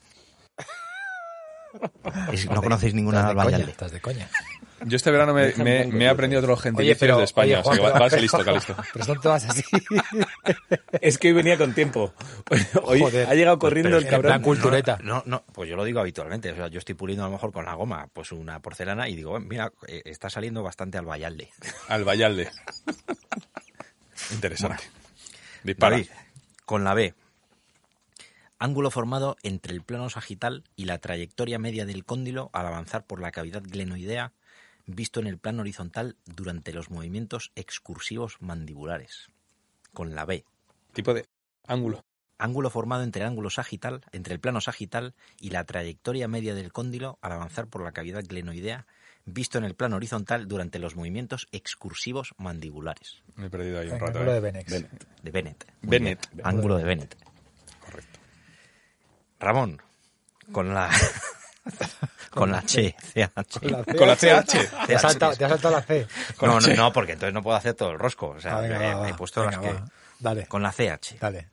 Es- no conocéis ninguna Estás de coña, albayalde. estás de coña. Yo este verano me, me- me he aprendido todos los gentilicios Oye, pero- de España. oye, o sea que Juan, va- vas pero- listo, Calisto. Pero son todas así. Es que hoy venía con tiempo. Hoy Joder. ha llegado corriendo Pero el es que en cabrón. plan cultureta. No, no, pues yo lo digo habitualmente. O sea, yo estoy puliendo a lo mejor con la goma pues una porcelana y digo, "Eh, mira, eh, está saliendo bastante albayalde. Albayalde. Interesante. Dispara. David, con la B. Ángulo formado entre el plano sagital y la trayectoria media del cóndilo al avanzar por la cavidad glenoidea, visto en el plano horizontal durante los movimientos excursivos mandibulares. Con la B. Tipo de ángulo. Ángulo formado entre el ángulo sagital, entre el plano sagital y la trayectoria media del cóndilo al avanzar por la cavidad glenoidea, visto en el plano horizontal durante los movimientos excursivos mandibulares. Me he perdido ahí un El rato. ángulo ¿eh? de Benex. Bennett. De Bennett. Muy Bennett. bien. Ángulo de Bennett. Correcto. Ramón, con la con la H, C H. Con la C H. Te has saltado, te has saltado la C. No, no, no, porque entonces no puedo hacer todo el rosco. O sea, Ah, venga, he, va, va. he puesto Venga, las que... va. Dale, Con la C H. dale.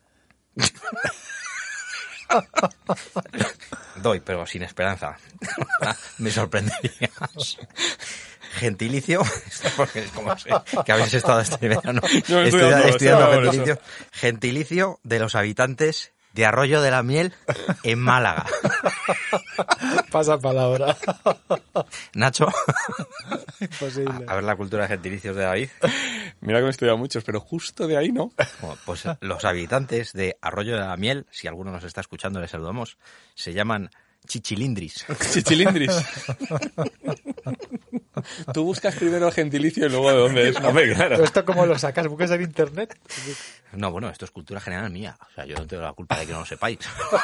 Doy, pero sin esperanza. Me sorprenderías. Gentilicio, porque como sé que habéis estado este verano Yo me estoy estudia- dando- estudiando estoy dando gentilicio, gentilicio de los habitantes de Arroyo de la Miel en Málaga. Pasa palabra. Nacho, Imposible. a ver la cultura de gentilicios de David. Mira que me he estudiado muchos, pero justo de ahí no. Bueno, pues los habitantes de Arroyo de la Miel, si alguno nos está escuchando, les saludamos, se llaman chichilindris. Chichilindris. Tú buscas primero el gentilicio y luego de dónde es. No, Pero esto como lo sacas, buscas en internet. No, bueno, esto es cultura general mía. O sea, yo no tengo la culpa de que no lo sepáis.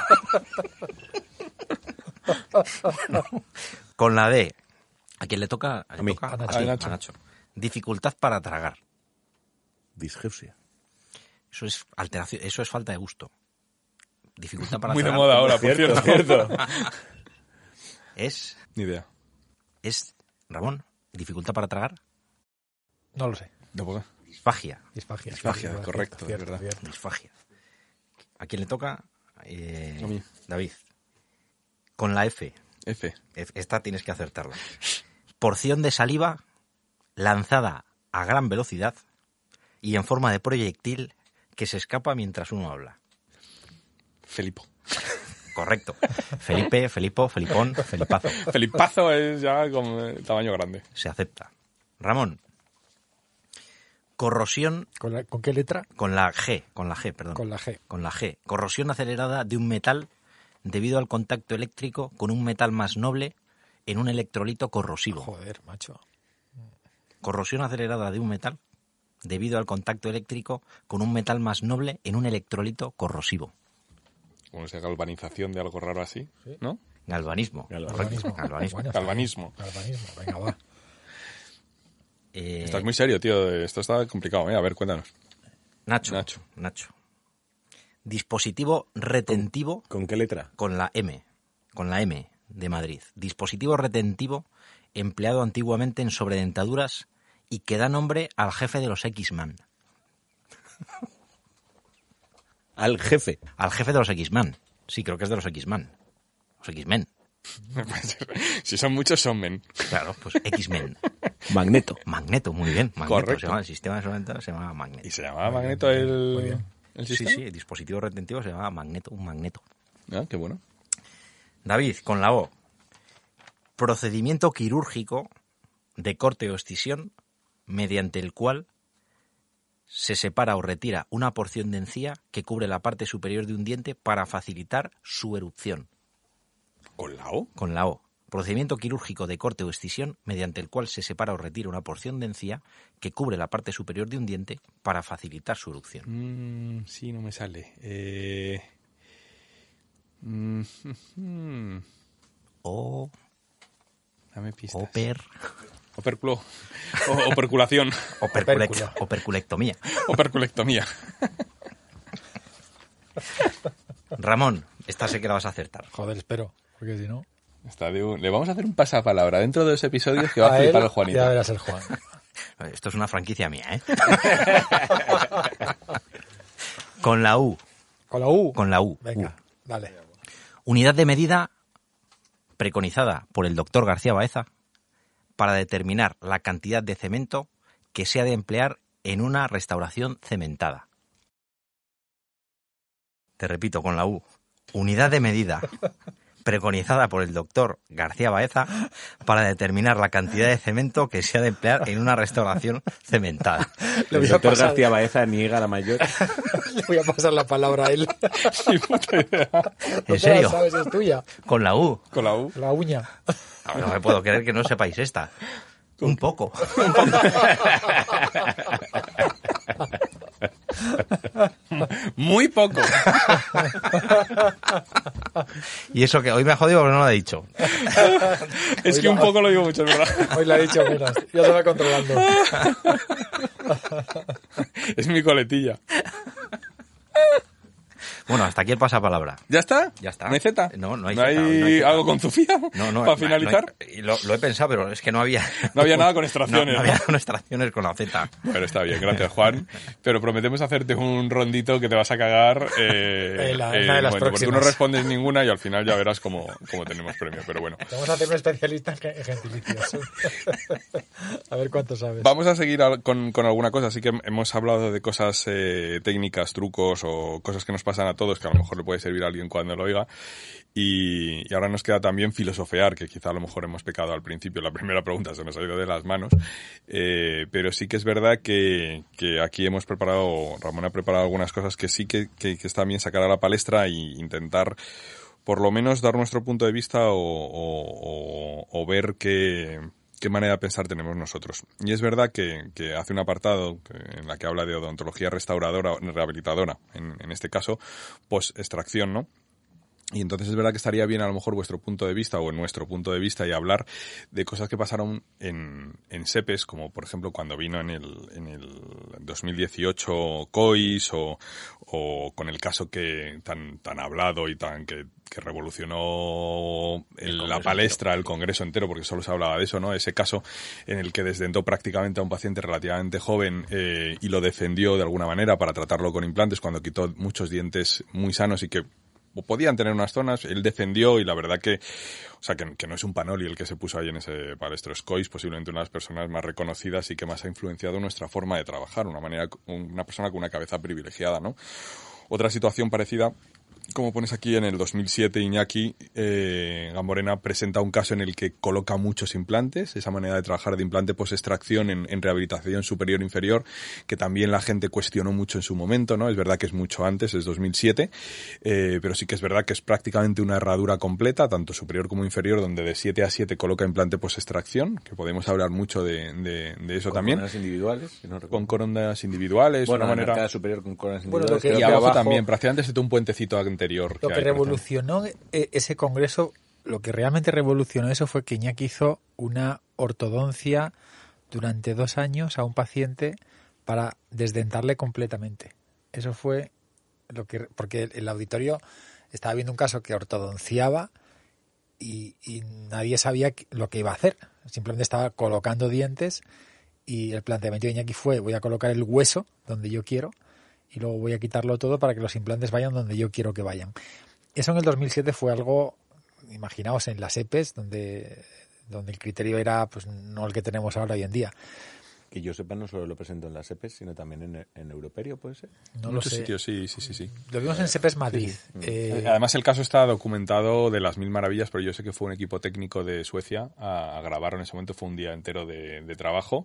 Bueno, con la D, ¿a quién le toca? ¿A, mí. toca? A Nacho. ti, A Nacho. a Nacho. Dificultad para tragar. Disgeusia. Eso es alteración, eso es falta de gusto. Dificultad para Muy de tragar. moda ahora, por cierto. cierto. Es, Ni idea. es, Ramón, dificultad para tragar. No lo sé. No puedo. Disfagia. Disfagia. Disfagia, cierto, correcto, cierto, es verdad. cierto. Disfagia. ¿A quién le toca? Eh, A mí. David. Con la F. F. F- Esta tienes que acertarla. Porción de saliva lanzada a gran velocidad y en forma de proyectil que se escapa mientras uno habla. Felipo. Correcto. Felipe, Felipo, Felipón, Felipazo. Felipazo es ya con eh, tamaño grande. Se acepta. Ramón. Corrosión ¿Con, la- ¿Con qué letra? con la G, con la G, perdón. Con la G. Con la G. Corrosión acelerada de un metal debido al contacto eléctrico con un metal más noble en un electrolito corrosivo. Joder, macho. Corrosión acelerada de un metal debido al contacto eléctrico con un metal más noble en un electrolito corrosivo. Como esa galvanización de algo raro así, ¿no? Galvanismo. Galvanismo. Galvanismo. Bueno, Galvanismo. Galvanismo. Venga, va. Eh, Estás muy serio, tío. Esto está complicado. ¿eh? A ver, cuéntanos. Nacho. Nacho. Nacho. Dispositivo retentivo ¿Con qué letra? con la M. Con la M de Madrid. Dispositivo retentivo empleado antiguamente en sobredentaduras y que da nombre al jefe de los X-Man. Al jefe. Al jefe de los X-Man. Sí, creo que es de los X-Man. Los X-Men. Si son muchos, son men. Claro, pues X-Men. Magneto. Magneto, muy bien. Magneto. Correcto. Se llama, el sistema de sobredentaduras se llama Magneto. ¿Y se llamaba Magneto el, el Sí, sistema? sí, el dispositivo retentivo se llama Magneto, un magneto. Ah, qué bueno. David, con la O. Procedimiento quirúrgico de corte o escisión mediante el cual se separa o retira una porción de encía que cubre la parte superior de un diente para facilitar su erupción. ¿Con la O? Con la O. Procedimiento quirúrgico de corte o escisión mediante el cual se separa o retira una porción de encía que cubre la parte superior de un diente para facilitar su erupción. Mm, sí, no me sale. Eh... mm, mm, O, Dame pistas. oper, Operculo. O, operculación. operculec- Opércula. operculectomía. Operculectomía. Ramón, esta sé que la vas a acertar. Joder, espero. Porque si no... Está de un- Le vamos a hacer un pasapalabra dentro de los episodios que va a él, flipar el Juanito. ya verás el Juan. Esto es una franquicia mía, ¿eh? Con la U. ¿Con la U? Con la U. Venga, U. dale. Unidad de medida preconizada por el doctor García Baeza para determinar la cantidad de cemento que se ha de emplear en una restauración cementada. Te repito, con la U. Unidad de medida preconizada por el doctor García Baeza para determinar la cantidad de cemento que se ha de emplear en una restauración cementada. Le El voy a doctor pasar- García Baeza niega la mayor. Le voy a pasar la palabra a él. Ni puta idea. No ¿En te la serio? sabes, es tuya. Con la U. Con la U. La uña. No me puedo creer que no sepáis esta. Un poco. Muy poco. Y eso que hoy me ha jodido porque no lo he dicho. Es que un poco lo digo mucho, es verdad. Hoy le ha dicho menos. Ya se va controlando. Es mi coletilla. Bueno, hasta aquí el pasapalabra. ¿Ya está? Ya está. ¿No hay Z? No, no hay ¿No Z, hay, no hay Z. algo con Zufía? No, no, ¿Para no, finalizar? no hay- y lo, lo he pensado, pero es que no había... No había nada con extracciones, No, no ¿no? había con extracciones con la Z. Bueno, está bien, gracias Juan. Pero prometemos hacerte un rondito que te vas a cagar eh, En la- eh, una de las momento, porque tú no próximas. respondes ninguna y al final ya verás cómo, cómo tenemos premio. Pero bueno, Vamos a hacer un especialista en gen- gentilicios. A ver cuánto sabes. vamos a seguir al- con, con alguna cosa. Así que hemos hablado de cosas eh, técnicas, trucos o cosas que nos pasan a todos, que a lo mejor le puede servir a alguien cuando lo oiga. Y, y ahora nos queda también filosofear, que quizá a lo mejor hemos pecado al principio. La primera pregunta se nos ha ido de las manos. Eh, pero sí que es verdad que, que aquí hemos preparado, Ramón ha preparado algunas cosas que sí que, que, que está bien sacar a la palestra e intentar por lo menos dar nuestro punto de vista o, o, o, o ver qué, qué manera de pensar tenemos nosotros. Y es verdad que, que hace un apartado en la que habla de odontología restauradora, rehabilitadora, en, en este caso, post-extracción, ¿no? Y entonces es verdad que estaría bien a lo mejor vuestro punto de vista o en nuestro punto de vista y hablar de cosas que pasaron en, en SEPES, como por ejemplo cuando vino en el, en el dos mil dieciocho COIS o, o con el caso que tan, tan hablado y tan que, que revolucionó el, la palestra, entero. El congreso entero, porque solo se hablaba de eso, ¿no? Ese caso en el que desdentó prácticamente a un paciente relativamente joven eh, y lo defendió de alguna manera para tratarlo con implantes cuando quitó muchos dientes muy sanos y que podían tener unas zonas, él defendió y la verdad que, o sea, que, que no es un Panoli el que se puso ahí en ese palestro. Es COIS, posiblemente una de las personas más reconocidas y que más ha influenciado nuestra forma de trabajar, una manera, una persona con una cabeza privilegiada, ¿no? Otra situación parecida, como pones aquí en el dos mil siete, Iñaki eh, Gamborena presenta un caso en el que coloca muchos implantes, esa manera de trabajar de implante post-extracción en, en rehabilitación superior-inferior, que también la gente cuestionó mucho en su momento, ¿no? Es verdad que es mucho antes, es dos mil siete, eh, pero sí que es verdad que es prácticamente una herradura completa, tanto superior como inferior, donde de siete a siete coloca implante post-extracción, que podemos hablar mucho de, de, de eso con también. Coronas individuales, si no con coronas individuales, bueno, una manera... cada superior con coronas bueno, individuales. Que, y abajo, abajo también, prácticamente se te un puentecito anterior. Lo que, que hay, revolucionó ese congreso, lo que realmente revolucionó eso fue que Iñaki hizo una ortodoncia durante dos años a un paciente para desdentarle completamente. Eso fue lo que, porque el auditorio estaba viendo un caso que ortodonciaba y, y nadie sabía lo que iba a hacer. Simplemente estaba colocando dientes y el planteamiento de Iñaki fue: voy a colocar el hueso donde yo quiero y luego voy a quitarlo todo para que los implantes vayan donde yo quiero que vayan. Eso en el dos mil siete fue algo, imaginaos, en las EPES, donde, donde el criterio era pues no el que tenemos ahora hoy en día. Que yo sepa, no solo lo presento en las EPES, sino también en, en Europerio, ¿puede ser? No en lo muchos sé. sitios, sí, sí, sí, sí. Lo vimos en SEPES Madrid. Sí, sí. Eh, Además, el caso está documentado de las mil maravillas, pero yo sé que fue un equipo técnico de Suecia a, a grabarlo en ese momento. Fue un día entero de, de trabajo.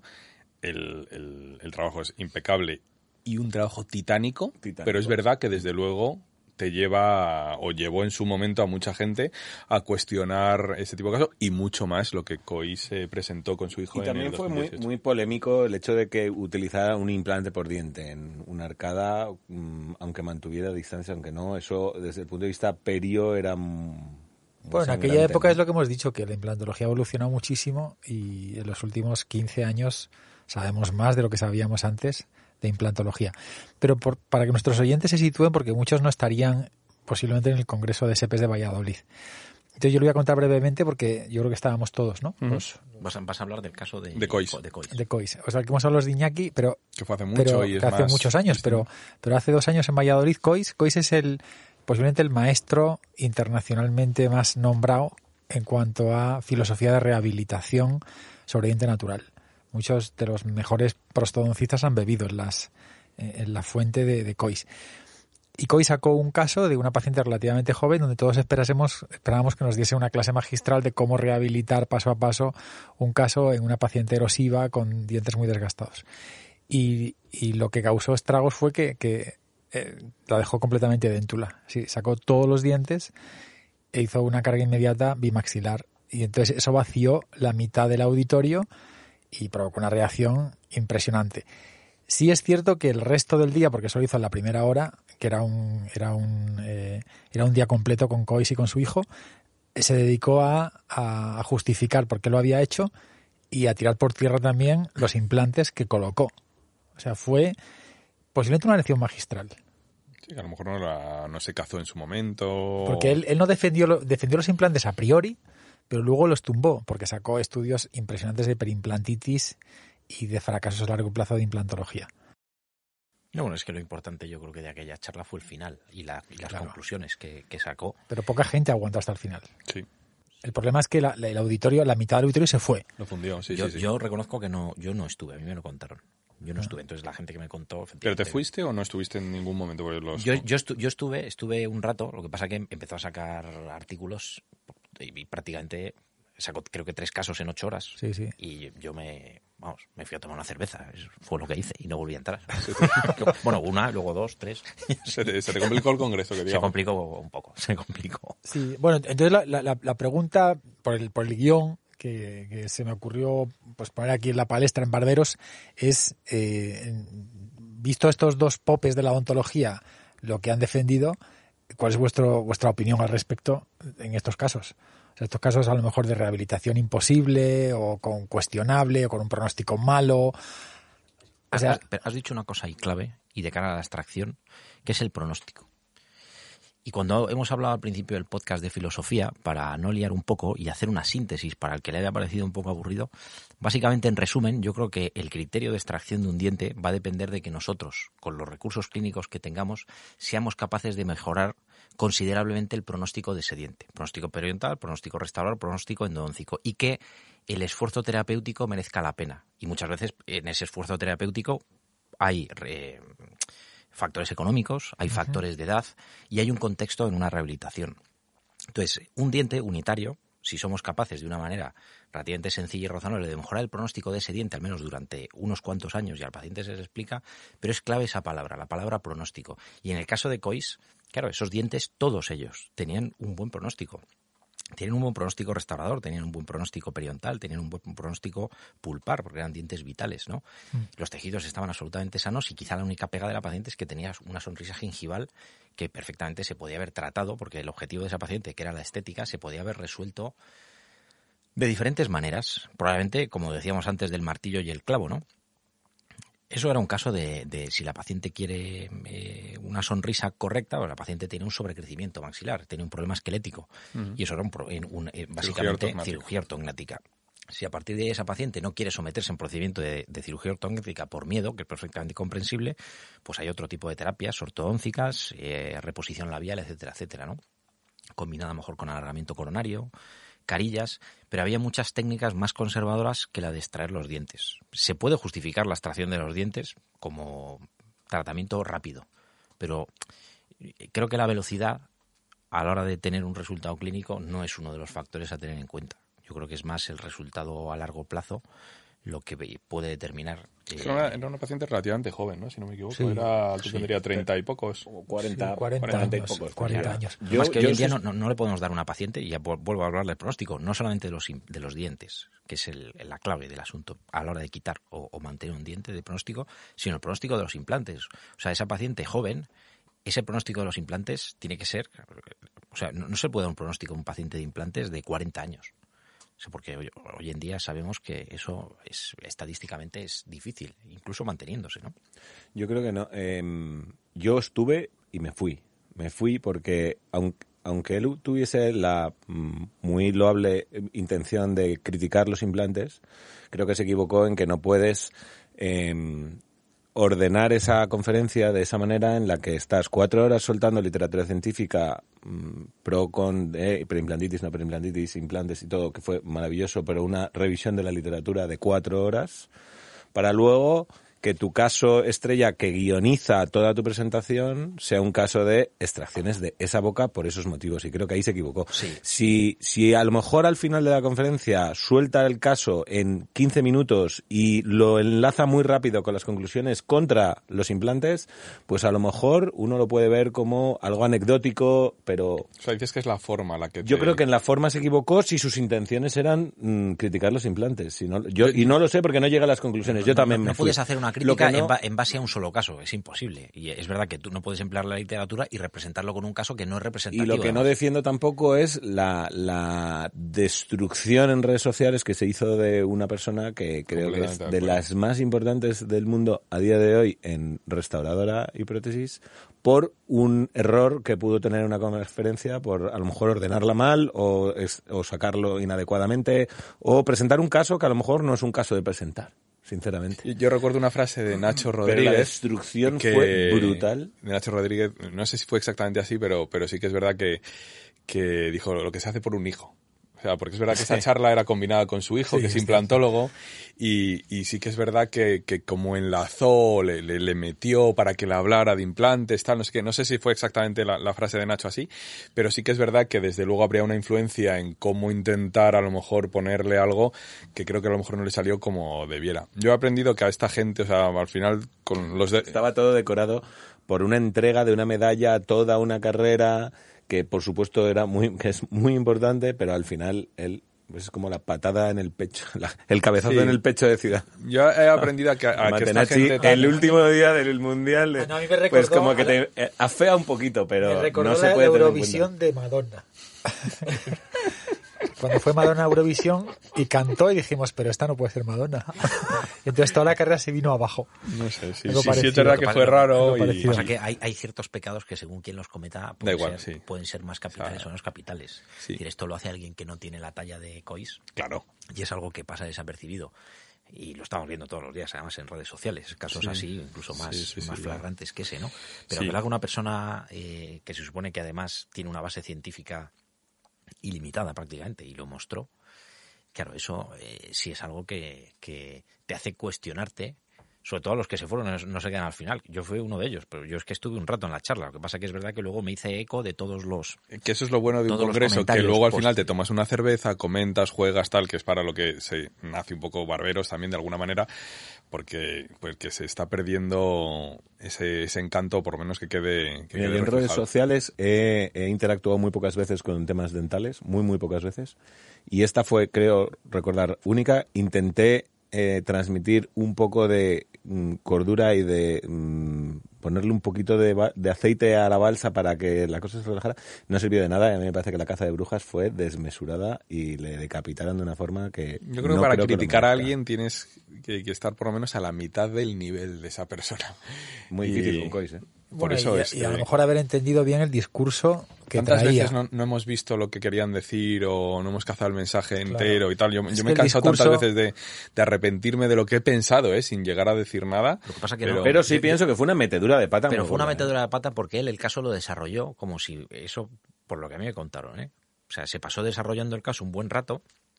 El, el, el trabajo es impecable y un trabajo titánico, titánico, pero es verdad que desde luego te lleva o llevó en su momento a mucha gente a cuestionar ese tipo de casos y mucho más lo que COIS se presentó con su hijo. Y en también el fue dos mil dieciocho. muy, muy polémico el hecho de que utilizara un implante por diente en una arcada, aunque mantuviera distancia, aunque no, eso desde el punto de vista perio era... Bueno, en aquella época, ¿no? Es lo que hemos dicho, que la implantología ha evolucionado muchísimo y en los últimos quince años sabemos más de lo que sabíamos antes de implantología. Pero por, para que nuestros oyentes se sitúen, porque muchos no estarían posiblemente en el Congreso de SEPES de Valladolid. Entonces yo lo voy a contar brevemente porque yo creo que estábamos todos, ¿no? Uh-huh. Pues, vas, a, vas a hablar del caso de, de COIS. De COIS. De COIS. O sea, que hemos hablado de Iñaki, pero... Que fue hace mucho pero, y es que hace más muchos años, pero, pero hace dos años en Valladolid, COIS. COIS es el posiblemente el maestro internacionalmente más nombrado en cuanto a filosofía de rehabilitación sobre diente natural. Muchos de los mejores prostodoncistas han bebido en, las, en la fuente de, de COIS. Y COIS sacó un caso de una paciente relativamente joven donde todos esperásemos, esperábamos que nos diese una clase magistral de cómo rehabilitar paso a paso un caso en una paciente erosiva con dientes muy desgastados. Y, y lo que causó estragos fue que, que eh, la dejó completamente déntula. Sí, sacó todos los dientes e hizo una carga inmediata bimaxilar. Y entonces eso vació la mitad del auditorio y provocó una reacción impresionante. Sí es cierto que el resto del día, porque solo hizo en la primera hora, que era un era un eh, era un día completo con COIS y con su hijo, se dedicó a, a justificar por qué lo había hecho y a tirar por tierra también los implantes que colocó. O sea, fue posiblemente una lección magistral. Sí, que a lo mejor no, la, no se cazó en su momento. Porque él, él no defendió, defendió los implantes a priori, pero luego los tumbó, porque sacó estudios impresionantes de perimplantitis y de fracasos a largo plazo de implantología. No, bueno, es que lo importante yo creo que de aquella charla fue el final y, la, y las claro. conclusiones que, que sacó. Pero poca gente aguantó hasta el final. Sí. El problema es que la, la, el auditorio, la mitad del auditorio se fue. Lo fundió, sí, yo, sí, sí. Yo reconozco que no, yo no estuve, a mí me lo contaron. Yo no estuve, entonces la gente que me contó... ¿Pero te fuiste o no estuviste en ningún momento? Porque los... Yo, yo, estu- yo estuve, estuve un rato, lo que pasa que empezó a sacar artículos y, y prácticamente sacó creo que tres casos en ocho horas. Sí, sí. Y yo me, vamos, me fui a tomar una cerveza, eso fue lo que hice y no volví a entrar. Bueno, una, luego dos, tres. Se te, se te complicó el congreso, que digamos. Se complicó un poco, se complicó. Sí, bueno, entonces la, la, la pregunta por el, por el guión que, que se me ocurrió pues poner aquí en la palestra en Barberos es, eh, visto estos dos popes de la odontología, lo que han defendido, ¿cuál es vuestro vuestra opinión al respecto en estos casos? O sea, estos casos a lo mejor de rehabilitación imposible o con cuestionable o con un pronóstico malo. O sea, has, has dicho una cosa ahí clave y de cara a la extracción, que es el pronóstico. Y cuando hemos hablado al principio del podcast de filosofía, para no liar un poco y hacer una síntesis para el que le haya parecido un poco aburrido, básicamente, en resumen, yo creo que el criterio de extracción de un diente va a depender de que nosotros, con los recursos clínicos que tengamos, seamos capaces de mejorar considerablemente el pronóstico de ese diente. Pronóstico periodontal, pronóstico restaurador, pronóstico endodóntico. Y que el esfuerzo terapéutico merezca la pena. Y muchas veces en ese esfuerzo terapéutico hay... Eh, factores económicos, hay factores de edad y hay un contexto en una rehabilitación. Entonces, un diente unitario, si somos capaces de una manera relativamente sencilla y razonable de mejorar el pronóstico de ese diente, al menos durante unos cuantos años, y al paciente se le explica, pero es clave esa palabra, la palabra pronóstico. Y en el caso de Coix, claro, esos dientes, todos ellos, tenían un buen pronóstico. Tienen un buen pronóstico restaurador, tenían un buen pronóstico periodontal, tenían un buen pronóstico pulpar, porque eran dientes vitales, ¿no? Mm. Los tejidos estaban absolutamente sanos y quizá la única pega de la paciente es que tenía una sonrisa gingival que perfectamente se podía haber tratado, porque el objetivo de esa paciente, que era la estética, se podía haber resuelto de diferentes maneras. Probablemente, como decíamos antes, del martillo y el clavo, ¿no? Eso era un caso de, de si la paciente quiere eh, una sonrisa correcta, o la paciente tiene un sobrecrecimiento maxilar, tiene un problema esquelético. Uh-huh. Y eso era un, un, un, eh, básicamente cirugía, cirugía ortognática. Si a partir de ahí esa paciente no quiere someterse a un procedimiento de, de cirugía ortognática por miedo, que es perfectamente comprensible, pues hay otro tipo de terapias ortodónticas, eh, reposición labial, etcétera, etcétera, ¿no? Combinada a lo mejor con alargamiento coronario, carillas, pero había muchas técnicas más conservadoras que la de extraer los dientes. Se puede justificar la extracción de los dientes como tratamiento rápido, pero creo que la velocidad a la hora de tener un resultado clínico no es uno de los factores a tener en cuenta. Yo creo que es más el resultado a largo plazo lo que puede determinar. Eh, era, una, era una paciente relativamente joven, ¿no? Si no me equivoco. Sí, era, tú sí, tendría treinta y pocos. O cuarenta, sí, cuarenta, cuarenta años, y pocos. cuarenta años. Yo, más que hoy en día sí, no, no, no le podemos dar a una paciente, y ya vuelvo a hablar del pronóstico, no solamente de los, de los dientes, que es el, la clave del asunto a la hora de quitar o, o mantener un diente de pronóstico, sino el pronóstico de los implantes. O sea, esa paciente joven, ese pronóstico de los implantes tiene que ser... O sea, no, no se puede dar un pronóstico a un paciente de implantes de cuarenta años. Porque hoy, hoy en día sabemos que eso es estadísticamente es difícil, incluso manteniéndose, ¿no? Yo creo que no. Eh, yo estuve y me fui. Me fui porque, aunque, aunque él tuviese la mm, muy loable intención de criticar los implantes, creo que se equivocó en que no puedes eh, ordenar esa conferencia de esa manera en la que estás cuatro horas soltando literatura científica mmm, pro, con, eh, preimplantitis, no preimplantitis, implantes y todo, que fue maravilloso, pero una revisión de la literatura de cuatro horas, para luego que tu caso estrella que guioniza toda tu presentación sea un caso de extracciones de esa boca por esos motivos. Y creo que ahí se equivocó. Sí. Si, si a lo mejor al final de la conferencia suelta el caso en quince minutos y lo enlaza muy rápido con las conclusiones contra los implantes, pues a lo mejor uno lo puede ver como algo anecdótico, pero... O sea, dices que es la forma la que te... Yo creo que en la forma se equivocó si sus intenciones eran mmm, criticar los implantes. Si no, yo, y no lo sé porque no llega a las conclusiones. Yo no, también no, me no fui. puedes hacer una crítica no... en, ba en base a un solo caso, es imposible. Y es verdad que tú no puedes emplear la literatura y representarlo con un caso que no es representativo. Y lo que además. no defiendo tampoco es la, la destrucción en redes sociales que se hizo de una persona que creo que es de las más importantes del mundo a día de hoy en restauradora y prótesis, por un error que pudo tener una conferencia, por a lo mejor ordenarla mal o, es, o sacarlo inadecuadamente o presentar un caso que a lo mejor no es un caso de presentar. Sinceramente. Yo recuerdo una frase de Nacho Rodríguez. Pero la destrucción que, fue brutal. De Nacho Rodríguez, no sé si fue exactamente así, pero, pero sí que es verdad que, que dijo lo que se hace por un hijo. O sea, porque es verdad que esta charla era combinada con su hijo, Sí, que es está. implantólogo, y, y sí que es verdad que, que como enlazó, le, le, le metió para que le hablara de implantes, tal, no sé qué, no sé si fue exactamente la, la frase de Nacho así, pero sí que es verdad que desde luego habría una influencia en cómo intentar a lo mejor ponerle algo que creo que a lo mejor no le salió como debiera. Yo he aprendido que a esta gente, o sea, al final con los de... Estaba todo decorado por una entrega de una medalla a toda una carrera que por supuesto era muy que es muy importante, pero al final él pues, es como la patada en el pecho, la, el cabezazo Sí. en el pecho de Ciudad. Yo he aprendido a que, a que esta Matenachi, gente... el último día del mundial, Ah, no, a mí me pues recordó como que a te eh, afea un poquito, pero Me recordó no se la puede tener en Eurovisión de Madonna. Cuando fue Madonna a Eurovisión y cantó y dijimos, pero esta no puede ser Madonna. Y entonces toda la carrera se vino abajo. No sé, sí, Algo sí, sí, parecido. es verdad que fue raro Algo y... parecido. O sea que hay, hay ciertos pecados que según quien los cometa pueden, igual, ser, sí. pueden ser más capitales O sea, o menos capitales. sí. Es decir, esto lo hace alguien que no tiene la talla de Cois Claro. y es algo que pasa desapercibido. Y lo estamos viendo todos los días, además en redes sociales, casos Sí. así, incluso más, Sí, sí, sí, más sí. flagrantes que ese, ¿no? Pero Sí. que lo haga una persona eh, que se supone que además tiene una base científica ilimitada prácticamente y lo mostró, claro, eso eh, sí es algo que, que te hace cuestionarte, sobre todo a los que se fueron, no, no se quedan al final. Yo fui uno de ellos, pero yo es que estuve un rato en la charla. Lo que pasa que es verdad que luego me hice eco de todos los... Que eso es lo bueno de un Todos los congreso, que comentarios luego al post- final te tomas una cerveza, comentas, juegas, tal, que es para lo que se nace un poco Barberos también de alguna manera, porque pues que se está perdiendo ese, ese encanto, por lo menos que quede, que Mira, quede yo en redes reflejado. sociales he, he interactuado muy pocas veces con temas dentales, muy, muy pocas veces. Y esta fue, creo recordar, única. Intenté eh, transmitir un poco de mm, cordura y de mm, ponerle un poquito de, ba- de aceite a la balsa para que la cosa se relajara. No sirvió de nada. A mí me parece que la caza de brujas fue desmesurada y le decapitaron de una forma que Yo creo no que para creo que lo criticar a merezca. alguien tienes que, que estar por lo menos a la mitad del nivel de esa persona. Muy Y- difícil con Cois, ¿eh? Por Bueno, eso y, es y a que- lo mejor haber entendido bien el discurso que ¿Cuántas traía. veces no, no hemos visto lo que querían decir o no hemos cazado el mensaje Claro. entero y tal? Yo, Es yo que me he el cansado discurso- tantas veces de, de arrepentirme de lo que he pensado, ¿eh? Sin llegar a decir nada. Lo que pasa que Pero- no. Pero sí Yo- pienso que fue una metedura de pata Pero muy fue una gorda, ¿eh? metedura de pata porque él el caso lo desarrolló como si eso, por lo que a mí me contaron, ¿eh? O sea, se pasó desarrollando el caso un buen rato,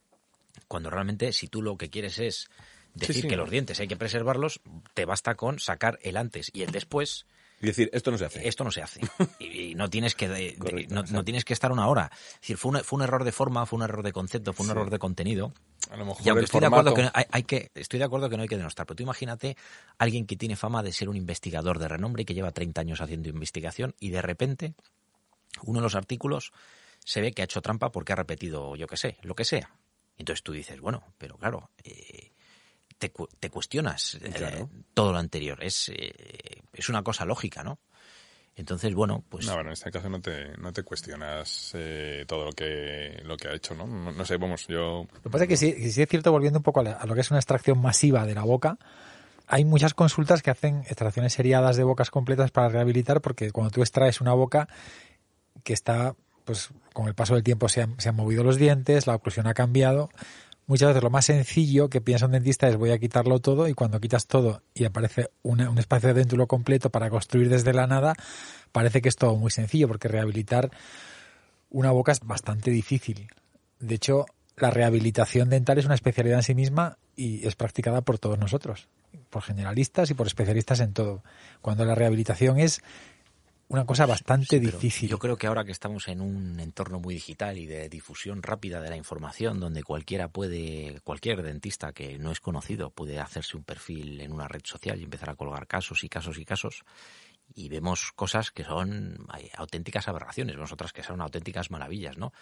cuando realmente si tú lo que quieres es decir Sí, sí. que los dientes hay que preservarlos, te basta con sacar el antes y el después. Y decir, esto no se hace. Esto no se hace. Y, y no tienes que de- de- Correcto, no, exacto. no tienes que estar una hora. Es decir, fue un, fue un error de forma, fue un error de concepto, fue un Sí. error de contenido. A lo mejor Y aunque el estoy de formato... acuerdo que no hay, hay que estoy de acuerdo que no hay que denostar, pero tú imagínate alguien que tiene fama de ser un investigador de renombre y que lleva treinta años haciendo investigación y de repente uno de los artículos se ve que ha hecho trampa porque ha repetido, yo qué sé, lo que sea. Entonces tú dices, bueno, pero claro, eh, te, cu- te cuestionas eh, Claro. todo lo anterior. Es, eh, es una cosa lógica, ¿no? Entonces, bueno, pues... No, bueno, en este caso no te, no te cuestionas eh, todo lo que, lo que ha hecho, ¿no? ¿no? No sé, vamos, yo... Lo que pasa es que sí, que sí es cierto, volviendo un poco a, la- a lo que es una extracción masiva de la boca, hay muchas consultas que hacen extracciones seriadas de bocas completas para rehabilitar, porque cuando tú extraes una boca que está, pues con el paso del tiempo se han, se han movido los dientes, la oclusión ha cambiado. Muchas veces lo más sencillo que piensa un dentista es voy a quitarlo todo, y cuando quitas todo y aparece una- un espacio de déntulo completo para construir desde la nada, parece que es todo muy sencillo, porque rehabilitar una boca es bastante difícil. De hecho, la rehabilitación dental es una especialidad en sí misma y es practicada por todos nosotros, por generalistas y por especialistas en todo. Cuando la rehabilitación es una cosa bastante Sí, pero difícil. Yo creo que ahora que estamos en un entorno muy digital y de difusión rápida de la información, donde cualquiera puede, cualquier dentista que no es conocido puede hacerse un perfil en una red social y empezar a colgar casos y casos y casos, y vemos cosas que son ay, auténticas aberraciones, vemos otras que son auténticas maravillas, ¿no?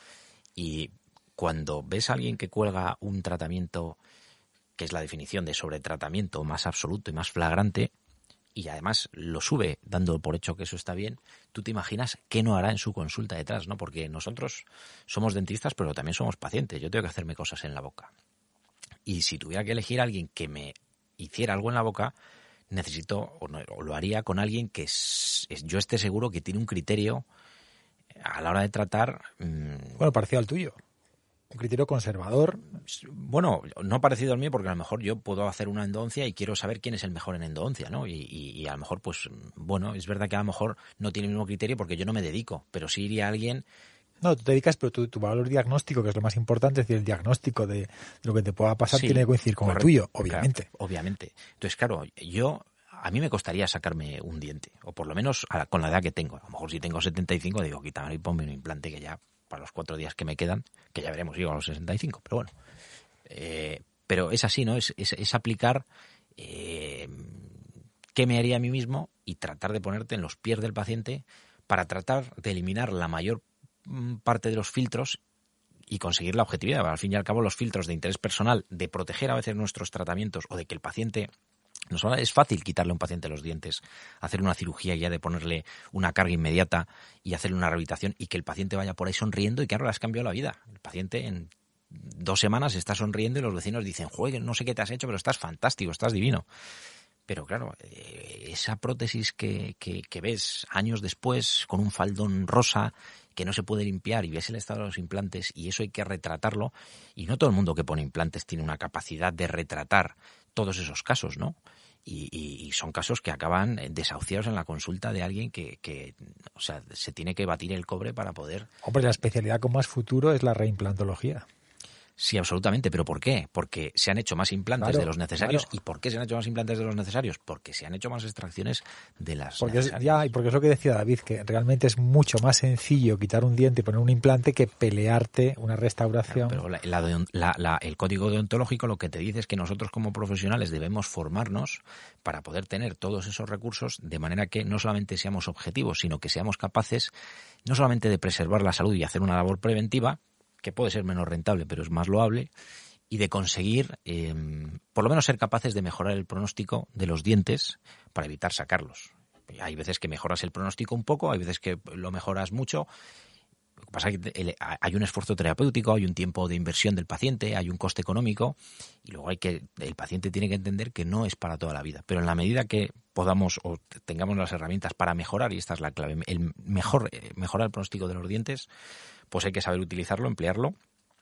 Y cuando ves a alguien que cuelga un tratamiento que es la definición de sobretratamiento más absoluto y más flagrante, y además lo sube dando por hecho que eso está bien, tú te imaginas qué no hará en su consulta detrás, ¿no? Porque nosotros somos dentistas, pero también somos pacientes. Yo tengo que hacerme cosas en la boca. Y si tuviera que elegir a alguien que me hiciera algo en la boca, necesito, o, no, o lo haría con alguien que es, es- yo esté seguro que tiene un criterio a la hora de tratar... Mmm, Bueno, parecido al tuyo. Un criterio conservador. bueno, no parecido al mío, porque a lo mejor yo puedo hacer una endodoncia y quiero saber quién es el mejor en endodoncia, ¿no? Y, y, y a lo mejor, pues, bueno, es verdad que a lo mejor no tiene el mismo criterio porque yo no me dedico, pero sí iría a alguien No, tú te dedicas, pero tu, tu valor diagnóstico, que es lo más importante, es decir, el diagnóstico de, de lo que te pueda pasar, Sí, tiene que coincidir con correcto, el tuyo, obviamente. Claro, obviamente. Entonces, claro, yo... A mí me costaría sacarme un diente, o por lo menos a la, con la edad que tengo. A lo mejor si tengo setenta y cinco, digo, quítame y ponme un implante que ya, para los cuatro días que me quedan, que ya veremos, llego a los sesenta y cinco, pero bueno. Eh, pero es así, ¿no? Es, es, es aplicar eh, qué me haría a mí mismo y tratar de ponerte en los pies del paciente para tratar de eliminar la mayor parte de los filtros y conseguir la objetividad. Al fin y al cabo, los filtros de interés personal, de proteger a veces nuestros tratamientos o de que el paciente... No es fácil quitarle a un paciente los dientes, hacer una cirugía ya de ponerle una carga inmediata y hacerle una rehabilitación y que el paciente vaya por ahí sonriendo y que ahora le has cambiado la vida. El paciente en dos semanas está sonriendo y los vecinos dicen, joder, no sé qué te has hecho, pero estás fantástico, estás divino. Pero claro, esa prótesis que, que, que ves años después con un faldón rosa que no se puede limpiar y ves el estado de los implantes y eso hay que retratarlo, y no todo el mundo que pone implantes tiene una capacidad de retratar todos esos casos, ¿no? Y, y, y son casos que acaban desahuciados en la consulta de alguien que, que, o sea, se tiene que batir el cobre para poder... Hombre, la especialidad con más futuro es la reimplantología. Sí, absolutamente. ¿Pero por qué? Porque se han hecho más implantes claro, de los necesarios. Claro. ¿Y por qué se han hecho más implantes de los necesarios? Porque se han hecho más extracciones de las porque necesarias. Es, ya, y porque es lo que decía David, que realmente es mucho más sencillo quitar un diente y poner un implante que pelearte una restauración. Claro, pero la, la, la, la, el código deontológico lo que te dice es que nosotros como profesionales debemos formarnos para poder tener todos esos recursos de manera que no solamente seamos objetivos, sino que seamos capaces no solamente de preservar la salud y hacer una labor preventiva, que puede ser menos rentable, pero es más loable, y de conseguir, eh, por lo menos ser capaces de mejorar el pronóstico de los dientes para evitar sacarlos. Hay veces que mejoras el pronóstico un poco, hay veces que lo mejoras mucho. Lo que pasa es que hay un esfuerzo terapéutico, hay un tiempo de inversión del paciente, hay un coste económico, y luego hay que el paciente tiene que entender que no es para toda la vida. Pero en la medida que podamos o tengamos las herramientas para mejorar, y esta es la clave, el mejor mejorar el pronóstico de los dientes, pues hay que saber utilizarlo, emplearlo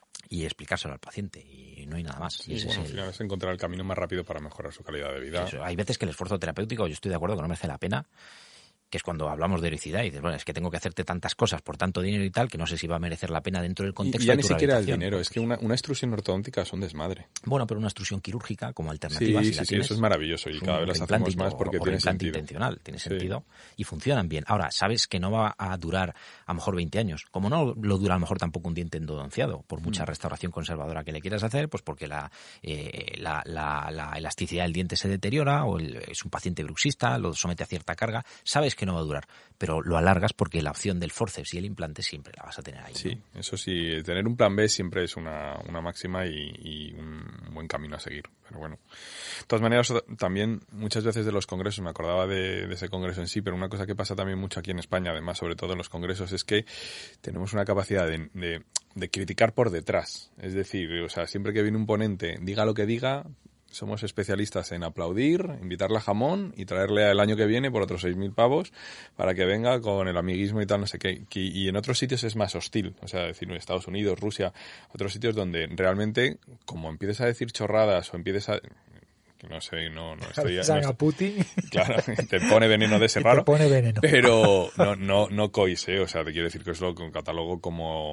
y explicárselo al paciente, y no hay nada más. Sí, y ese bueno, es al el... final es encontrar el camino más rápido para mejorar su calidad de vida. Eso, hay veces que el esfuerzo terapéutico, yo estoy de acuerdo que no merece la pena, que es cuando hablamos de heroicidad y dices, bueno, es que tengo que hacerte tantas cosas por tanto dinero y tal, que no sé si va a merecer la pena dentro del contexto y ya de ni tu siquiera el rehabilitación. dinero, es que una, una extrusión ortodóntica es un desmadre. Bueno, pero una extrusión quirúrgica como alternativa, Sí, si la sí, sí, tienes, eso es maravilloso y es cada un vez las reimplante hacemos más porque o, o tiene reimplante sentido. intencional, tiene Sí. sentido y funcionan bien. Ahora, sabes que no va a durar a lo mejor veinte años, como no lo dura a lo mejor tampoco un diente endodonciado, por mucha Mm. restauración conservadora que le quieras hacer, pues porque la, eh, la, la, la elasticidad del diente se deteriora o el, es un paciente bruxista, lo somete a cierta carga, sabes que no va a durar, pero lo alargas porque la opción del forceps y el implante siempre la vas a tener ahí. Sí, ¿no? eso sí, tener un plan B siempre es una, una máxima y, y un buen camino a seguir. Pero bueno, de todas maneras, también muchas veces de los congresos, me acordaba de, de ese congreso en sí, pero una cosa que pasa también mucho aquí en España, además, sobre todo en los congresos, es que tenemos una capacidad de, de, de criticar por detrás. Es decir, o sea, siempre que viene un ponente, diga lo que diga, somos especialistas en aplaudir, invitarle a jamón y traerle el año que viene por otros seis mil pavos para que venga con el amiguismo y tal, no sé qué. Y en otros sitios es más hostil, o sea, decir, en Estados Unidos, Rusia, otros sitios donde realmente, como empieces a decir chorradas o empieces a... que no sé, no, no estoy... No estoy, a Putin. Claro, te pone veneno de ese raro. Te pone veneno. Pero no, no, no cois, ¿eh? O sea, te quiero decir que os lo catalogo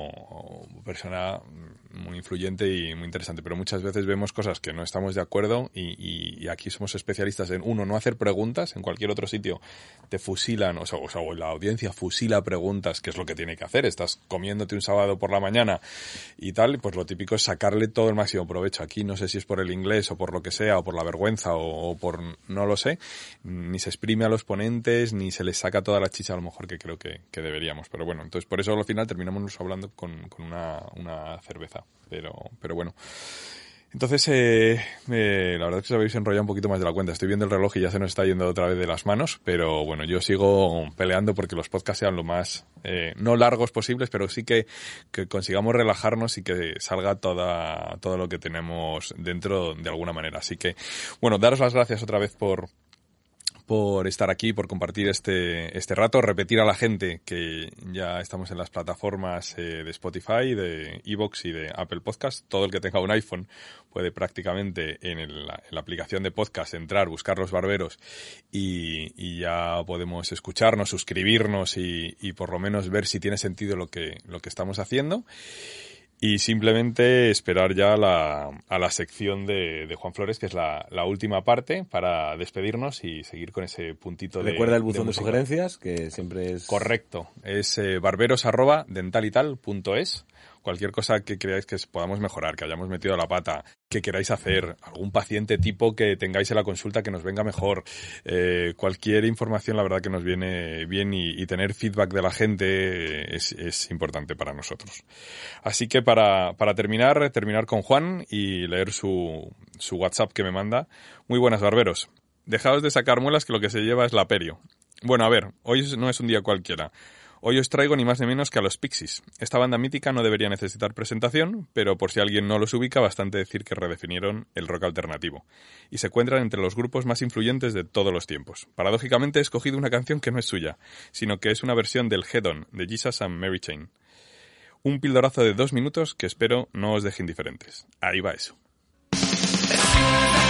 como persona muy influyente y muy interesante. Pero muchas veces vemos cosas que no estamos de acuerdo y, y, y aquí somos especialistas en, uno, no hacer preguntas. En cualquier otro sitio te fusilan, o sea, o sea, o la audiencia fusila preguntas, que es lo que tiene que hacer. Estás comiéndote un sábado por la mañana y tal, pues lo típico es sacarle todo el máximo provecho. Aquí no sé si es por el inglés o por lo que sea, o por la vergüenza o, o por no lo sé, ni se exprime a los ponentes ni se les saca toda la chicha a lo mejor que creo que, que deberíamos, pero bueno, entonces por eso al final terminamos hablando con, con una, una cerveza, pero pero bueno, entonces eh, eh, la verdad es que os habéis enrollado un poquito más de la cuenta. Estoy viendo el reloj y ya se nos está yendo otra vez de las manos, pero bueno, yo sigo peleando porque los podcasts sean lo más eh, no largos posibles, pero sí que, que consigamos relajarnos y que salga toda todo lo que tenemos dentro de alguna manera. Así que bueno, daros las gracias otra vez por por estar aquí, por compartir este este rato, repetir a la gente que ya estamos en las plataformas eh, de Spotify, de iVoox y de Apple Podcast. Todo el que tenga un iPhone puede prácticamente en, el, en la aplicación de podcast entrar, buscar Los Barberos y, y ya podemos escucharnos, suscribirnos y, y por lo menos ver si tiene sentido lo que, lo que estamos haciendo. Y simplemente esperar ya a la, a la sección de, de Juan Flores, que es la, la última parte, para despedirnos y seguir con ese puntito de... Recuerda el buzón de, de sugerencias, que siempre es... Correcto. Es eh, barberos arroba dentalital punto es. Cualquier cosa que creáis que podamos mejorar, que hayamos metido la pata, que queráis hacer, algún paciente tipo que tengáis en la consulta que nos venga mejor, eh, cualquier información la verdad que nos viene bien y, y tener feedback de la gente es, es importante para nosotros. Así que para, para terminar, terminar con Juan y leer su, su WhatsApp que me manda. Muy buenas, barberos. Dejaos de sacar muelas que lo que se lleva es la perio. Bueno, a ver, hoy no es un día cualquiera. Hoy os traigo ni más ni menos que a los Pixies. Esta banda mítica no debería necesitar presentación, pero por si alguien no los ubica, bastante decir que redefinieron el rock alternativo. Y se encuentran entre los grupos más influyentes de todos los tiempos. Paradójicamente he escogido una canción que no es suya, sino que es una versión del Head On, de Jesus and Mary Chain. Un pildorazo de dos minutos que espero no os deje indiferentes. Ahí va eso.